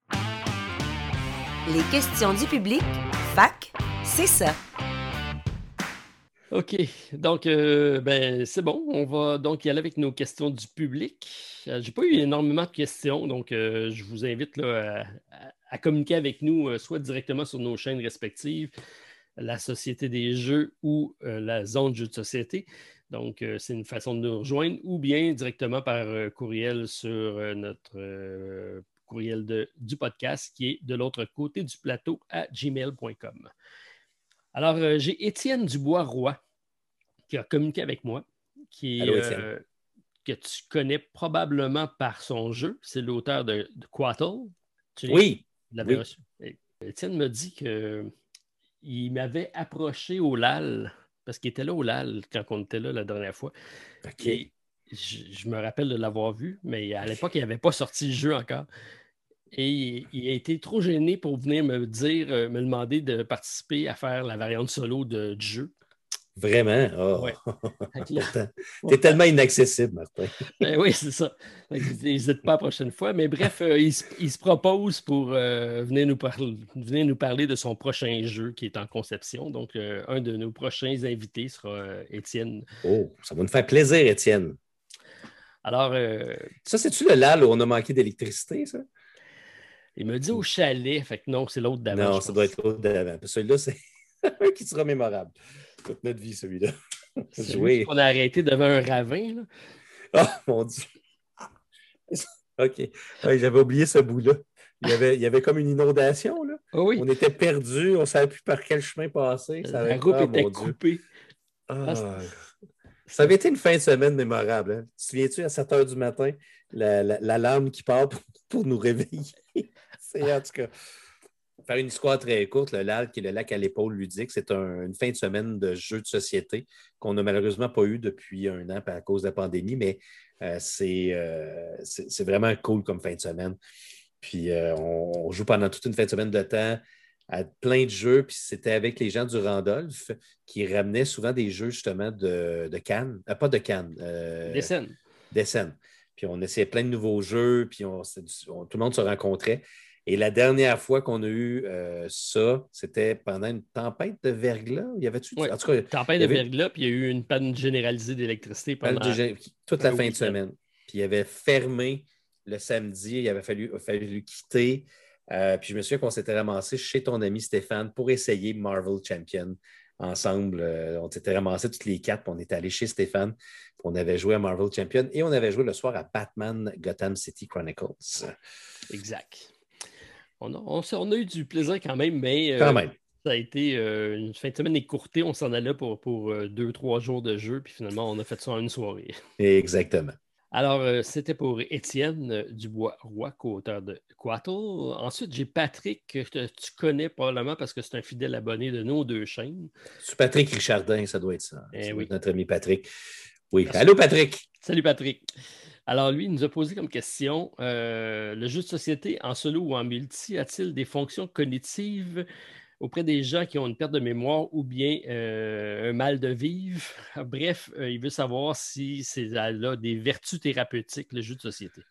Les questions du public, fac, c'est ça. OK. Donc, c'est bon. On va donc y aller avec nos questions du public. J'ai pas eu énormément de questions, donc je vous invite là, à communiquer avec nous, soit directement sur nos chaînes respectives, la Société des Jeux ou la Zone Jeux de Société. Donc, c'est une façon de nous rejoindre, ou bien directement par courriel sur notre courriel du podcast qui est de l'autre côté du plateau à gmail.com. Alors, j'ai Étienne Dubois-Roy qui a communiqué avec moi, Allô, que tu connais probablement par son jeu. C'est l'auteur de Quattle. Oui. L'avais reçu. Étienne me dit qu'il m'avait approché au LAL, parce qu'il était là au LAL quand on était là la dernière fois. OK. Et je me rappelle de l'avoir vu, mais à l'époque, il n'avait pas sorti le jeu encore. Et il a été trop gêné pour venir me demander de participer à faire la variante solo du jeu. Vraiment? Oh. Ouais. T'es tellement inaccessible, Martin. Oui, c'est ça. N'hésite pas la prochaine fois. Mais bref, il se propose pour venir nous parler de son prochain jeu qui est en conception. Donc, un de nos prochains invités sera Étienne. Oh, ça va nous faire plaisir, Étienne. Alors, ça, c'est-tu le LAL où on a manqué d'électricité, ça? Il me dit au chalet, fait que non, c'est l'autre d'avant. Non, ça doit être l'autre d'avant. Celui-là, c'est un qui sera mémorable. Toute notre vie, celui-là. Celui qu'on a arrêté devant un ravin. Là. Oh, mon Dieu. OK. Ouais, j'avais oublié ce bout-là. il y avait comme une inondation, là. Ah oui, On était perdus, on ne savait plus par quel chemin passer. la route était Mon Dieu. coupée. Ah, Ah, ça avait été une fin de semaine mémorable. Hein? Tu te souviens-tu, à 7 heures du matin, l'alarme qui part pour nous réveiller? C'est en tout cas. Faire une histoire très courte, le lac, qui est le lac à l'épaule ludique, c'est une fin de semaine de jeux de société qu'on n'a malheureusement pas eu depuis un an à cause de la pandémie, mais c'est vraiment cool comme fin de semaine. Puis on joue pendant toute une fin de semaine de temps à plein de jeux, puis c'était avec les gens du Randolph qui ramenaient souvent des jeux justement de Cannes, pas de Cannes, des scènes. d'Essen. Puis on essayait plein de nouveaux jeux, puis tout le monde se rencontrait. Et la dernière fois qu'on a eu ça, c'était pendant une tempête de verglas. Il y avait-tu? Oui, En tout cas, tempête il y de avait verglas, puis il y a eu une panne généralisée d'électricité pendant toute un la fin de week-end. semaine. Puis il avait fermé le samedi. Il avait fallu quitter. Puis je me souviens qu'on s'était ramassé chez ton ami Stéphane pour essayer Marvel Champion ensemble. On s'était ramassés toutes les quatre, puis on était allé chez Stéphane. On avait joué à Marvel Champion et on avait joué le soir à Batman Gotham City Chronicles. Exact. On a eu du plaisir quand même, mais Quand même. ça a été une fin de semaine écourtée. On s'en allait pour 2-3 jours de jeu, puis finalement, on a fait ça en une soirée. Exactement. Alors, c'était pour Étienne Dubois-Roy, co-auteur de Quattle. Ensuite, j'ai Patrick, que tu connais probablement parce que c'est un fidèle abonné de nos deux chaînes. C'est Patrick Richardin, ça doit être ça. Eh Ça doit oui. être notre ami Patrick. Oui. Merci. Allô, Patrick. Salut, Patrick. Alors, lui, il nous a posé comme question, le jeu de société en solo ou en multi a-t-il des fonctions cognitives auprès des gens qui ont une perte de mémoire ou bien un mal de vivre? Bref, il veut savoir si c'est là des vertus thérapeutiques, le jeu de société.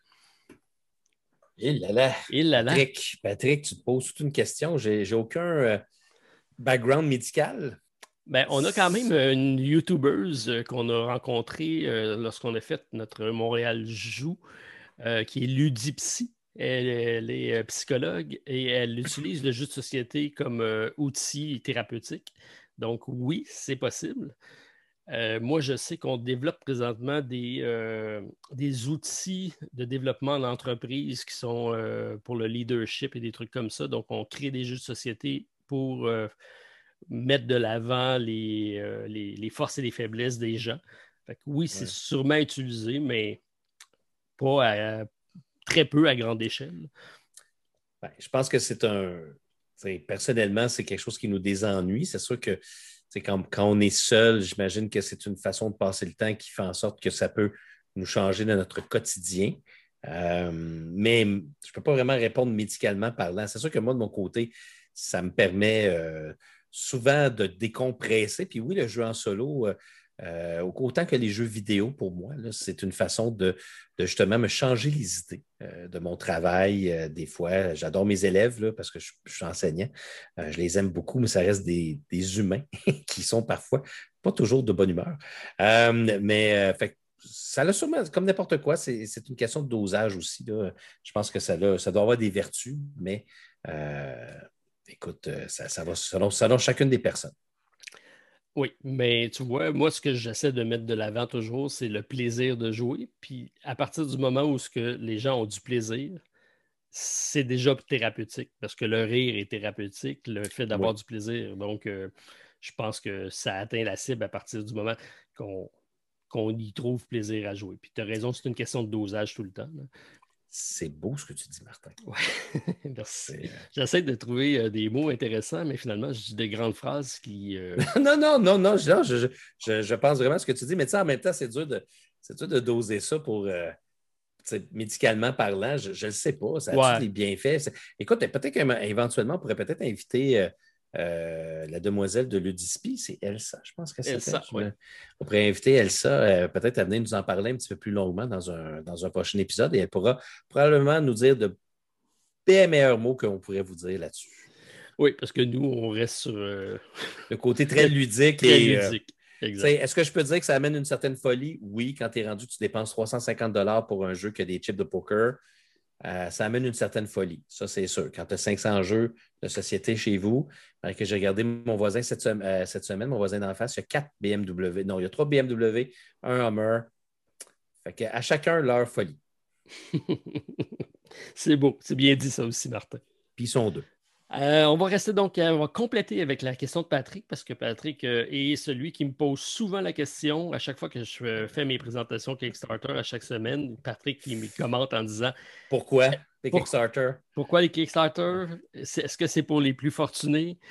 Il là. Patrick, tu te poses toute une question. J'ai aucun background médical. Ben, on a quand même une YouTubeuse qu'on a rencontrée lorsqu'on a fait notre Montréal Joue, qui est Ludipsy. Elle est psychologue et elle utilise le jeu de société comme outil thérapeutique. Donc oui, c'est possible. Moi, je sais qu'on développe présentement des outils de développement d'entreprise qui sont pour le leadership et des trucs comme ça. Donc, on crée des jeux de société pour mettre de l'avant les forces et les faiblesses des gens. Fait que oui, c'est sûrement utilisé, mais pas très peu à grande échelle. Ben, je pense que personnellement, c'est quelque chose qui nous désennuie. C'est sûr que quand on est seul, j'imagine que c'est une façon de passer le temps qui fait en sorte que ça peut nous changer dans notre quotidien. Mais je ne peux pas vraiment répondre médicalement parlant. C'est sûr que moi, de mon côté, ça me permet souvent de décompresser. Puis oui, le jeu en solo, autant que les jeux vidéo, pour moi, là, c'est une façon de justement me changer les idées de mon travail. Des fois, j'adore mes élèves là, parce que je suis enseignant. Je les aime beaucoup, mais ça reste des humains qui sont parfois pas toujours de bonne humeur. Fait, ça a sûrement, comme n'importe quoi, c'est une question de dosage aussi. Là. Je pense que ça doit avoir des vertus, mais écoute, ça va selon chacune des personnes. Oui, mais tu vois, moi, ce que j'essaie de mettre de l'avant toujours, c'est le plaisir de jouer. Puis à partir du moment où les gens ont du plaisir, c'est déjà thérapeutique parce que le rire est thérapeutique, le fait d'avoir du plaisir. Donc, je pense que ça atteint la cible à partir du moment qu'on y trouve plaisir à jouer. Puis tu as raison, c'est une question de dosage tout le temps. Là. C'est beau ce que tu dis, Martin. Ouais. Merci. J'essaie de trouver des mots intéressants, mais finalement, je dis des grandes phrases qui. Non, je pense vraiment à ce que tu dis, mais en même temps, c'est dur de doser ça pour médicalement parlant. Je ne le sais pas. Ça a-tu des bienfaits? Écoute, peut-être qu'éventuellement, on pourrait peut-être inviter la demoiselle de l'Udispi, c'est Elsa, je pense que c'est Elsa. Oui. On pourrait inviter Elsa, peut-être à venir nous en parler un petit peu plus longuement dans un prochain épisode et elle pourra probablement nous dire de meilleurs mots qu'on pourrait vous dire là-dessus. Oui, parce que nous, on reste sur le côté très ludique. Très ludique. Est-ce que je peux dire que ça amène une certaine folie? Oui, quand tu es rendu, tu dépenses 350 $ pour un jeu qui a des chips de poker. Ça amène une certaine folie, ça c'est sûr. Quand tu as 500 jeux de société chez vous, que j'ai regardé mon voisin cette semaine, mon voisin d'en face, il y a 4 BMW. Non, il y a 3 BMW, un Hummer. Fait qu'à chacun leur folie. C'est beau, c'est bien dit ça aussi, Martin. Puis ils sont deux. On va rester donc, on va compléter avec la question de Patrick, parce que Patrick est celui qui me pose souvent la question à chaque fois que je fais mes présentations Kickstarter à chaque semaine. Patrick qui me commente en disant Pourquoi les Kickstarter? Pourquoi les Kickstarter? Est-ce que c'est pour les plus fortunés?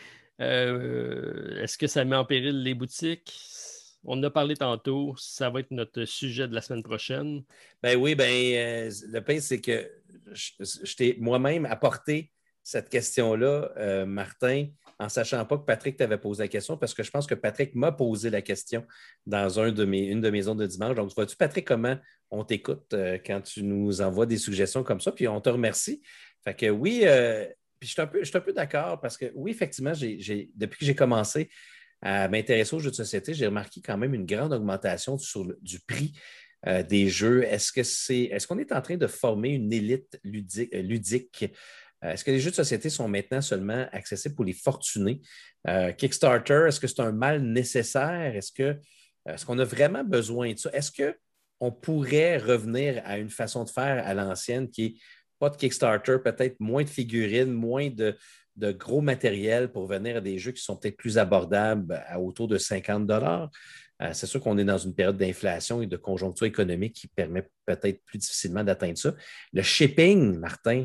Est-ce que ça met en péril les boutiques? On en a parlé tantôt, ça va être notre sujet de la semaine prochaine. Ben oui, le pire, c'est que je t'ai moi-même apporté cette question-là, Martin, en sachant pas que Patrick t'avait posé la question, parce que je pense que Patrick m'a posé la question dans une de mes zones de dimanche. Donc, vois-tu, Patrick, comment on t'écoute quand tu nous envoies des suggestions comme ça, puis on te remercie. Fait que oui, puis je suis un peu d'accord, parce que oui, effectivement, depuis que j'ai commencé à m'intéresser aux jeux de société, j'ai remarqué quand même une grande augmentation du prix des jeux. Est-ce qu'on est en train de former une élite ludique? Est-ce que les jeux de société sont maintenant seulement accessibles pour les fortunés? Kickstarter, est-ce que c'est un mal nécessaire? Est-ce qu'on a vraiment besoin de ça? Est-ce qu'on pourrait revenir à une façon de faire à l'ancienne qui est pas de Kickstarter, peut-être moins de figurines, moins de gros matériel pour venir à des jeux qui sont peut-être plus abordables à autour de 50 $? C'est sûr qu'on est dans une période d'inflation et de conjoncture économique qui permet peut-être plus difficilement d'atteindre ça. Le shipping, Martin,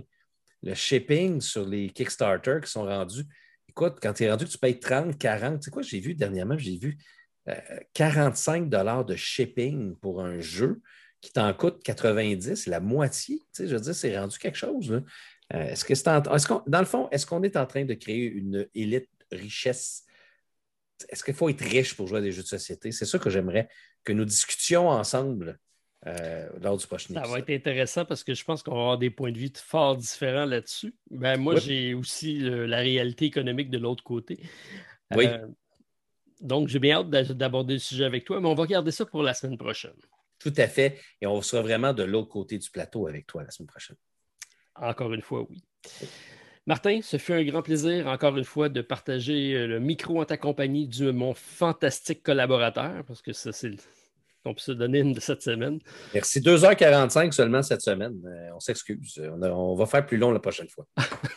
sur les Kickstarter qui sont rendus, écoute, quand tu es rendu que tu payes 30, 40, tu sais quoi, dernièrement, j'ai vu 45 $ de shipping pour un jeu qui t'en coûte 90, c'est la moitié. Tu sais, je veux dire, c'est rendu quelque chose. Là. Dans le fond, est-ce qu'on est en train de créer une élite richesse? Est-ce qu'il faut être riche pour jouer à des jeux de société? C'est ça que j'aimerais que nous discutions ensemble lors du prochain épisode. Ça va être intéressant parce que je pense qu'on va avoir des points de vue fort différents là-dessus. Moi, j'ai aussi la réalité économique de l'autre côté. Oui. Donc, j'ai bien hâte d'aborder le sujet avec toi, mais on va garder ça pour la semaine prochaine. Tout à fait. Et on sera vraiment de l'autre côté du plateau avec toi la semaine prochaine. Encore une fois, oui. Martin, ce fut un grand plaisir, encore une fois, de partager le micro en ta compagnie de mon fantastique collaborateur, parce que ça, c'est ton pseudonyme de cette semaine. Merci. 2h45 seulement cette semaine. On s'excuse. On va faire plus long la prochaine fois.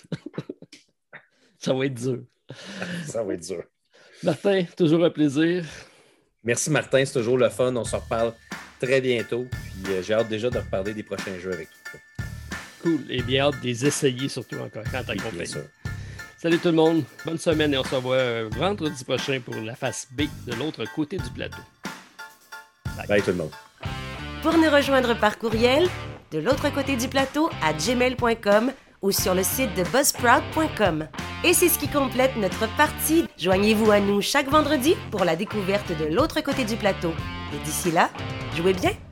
Ça va être dur. Ça va être dur. Martin, toujours un plaisir. Merci, Martin. C'est toujours le fun. On se reparle très bientôt. Puis j'ai hâte déjà de reparler des prochains jeux avec toi. Cool. Et bien hâte de les essayer, surtout encore quand ta compagnie. Salut tout le monde. Bonne semaine et on se revoit vendredi prochain pour la face B de l'autre côté du plateau. Bye tout le monde. Pour nous rejoindre par courriel, de l'autre côté du plateau à gmail.com ou sur le site de buzzsprout.com. Et c'est ce qui complète notre partie. Joignez-vous à nous chaque vendredi pour la découverte de l'autre côté du plateau. Et d'ici là, jouez bien!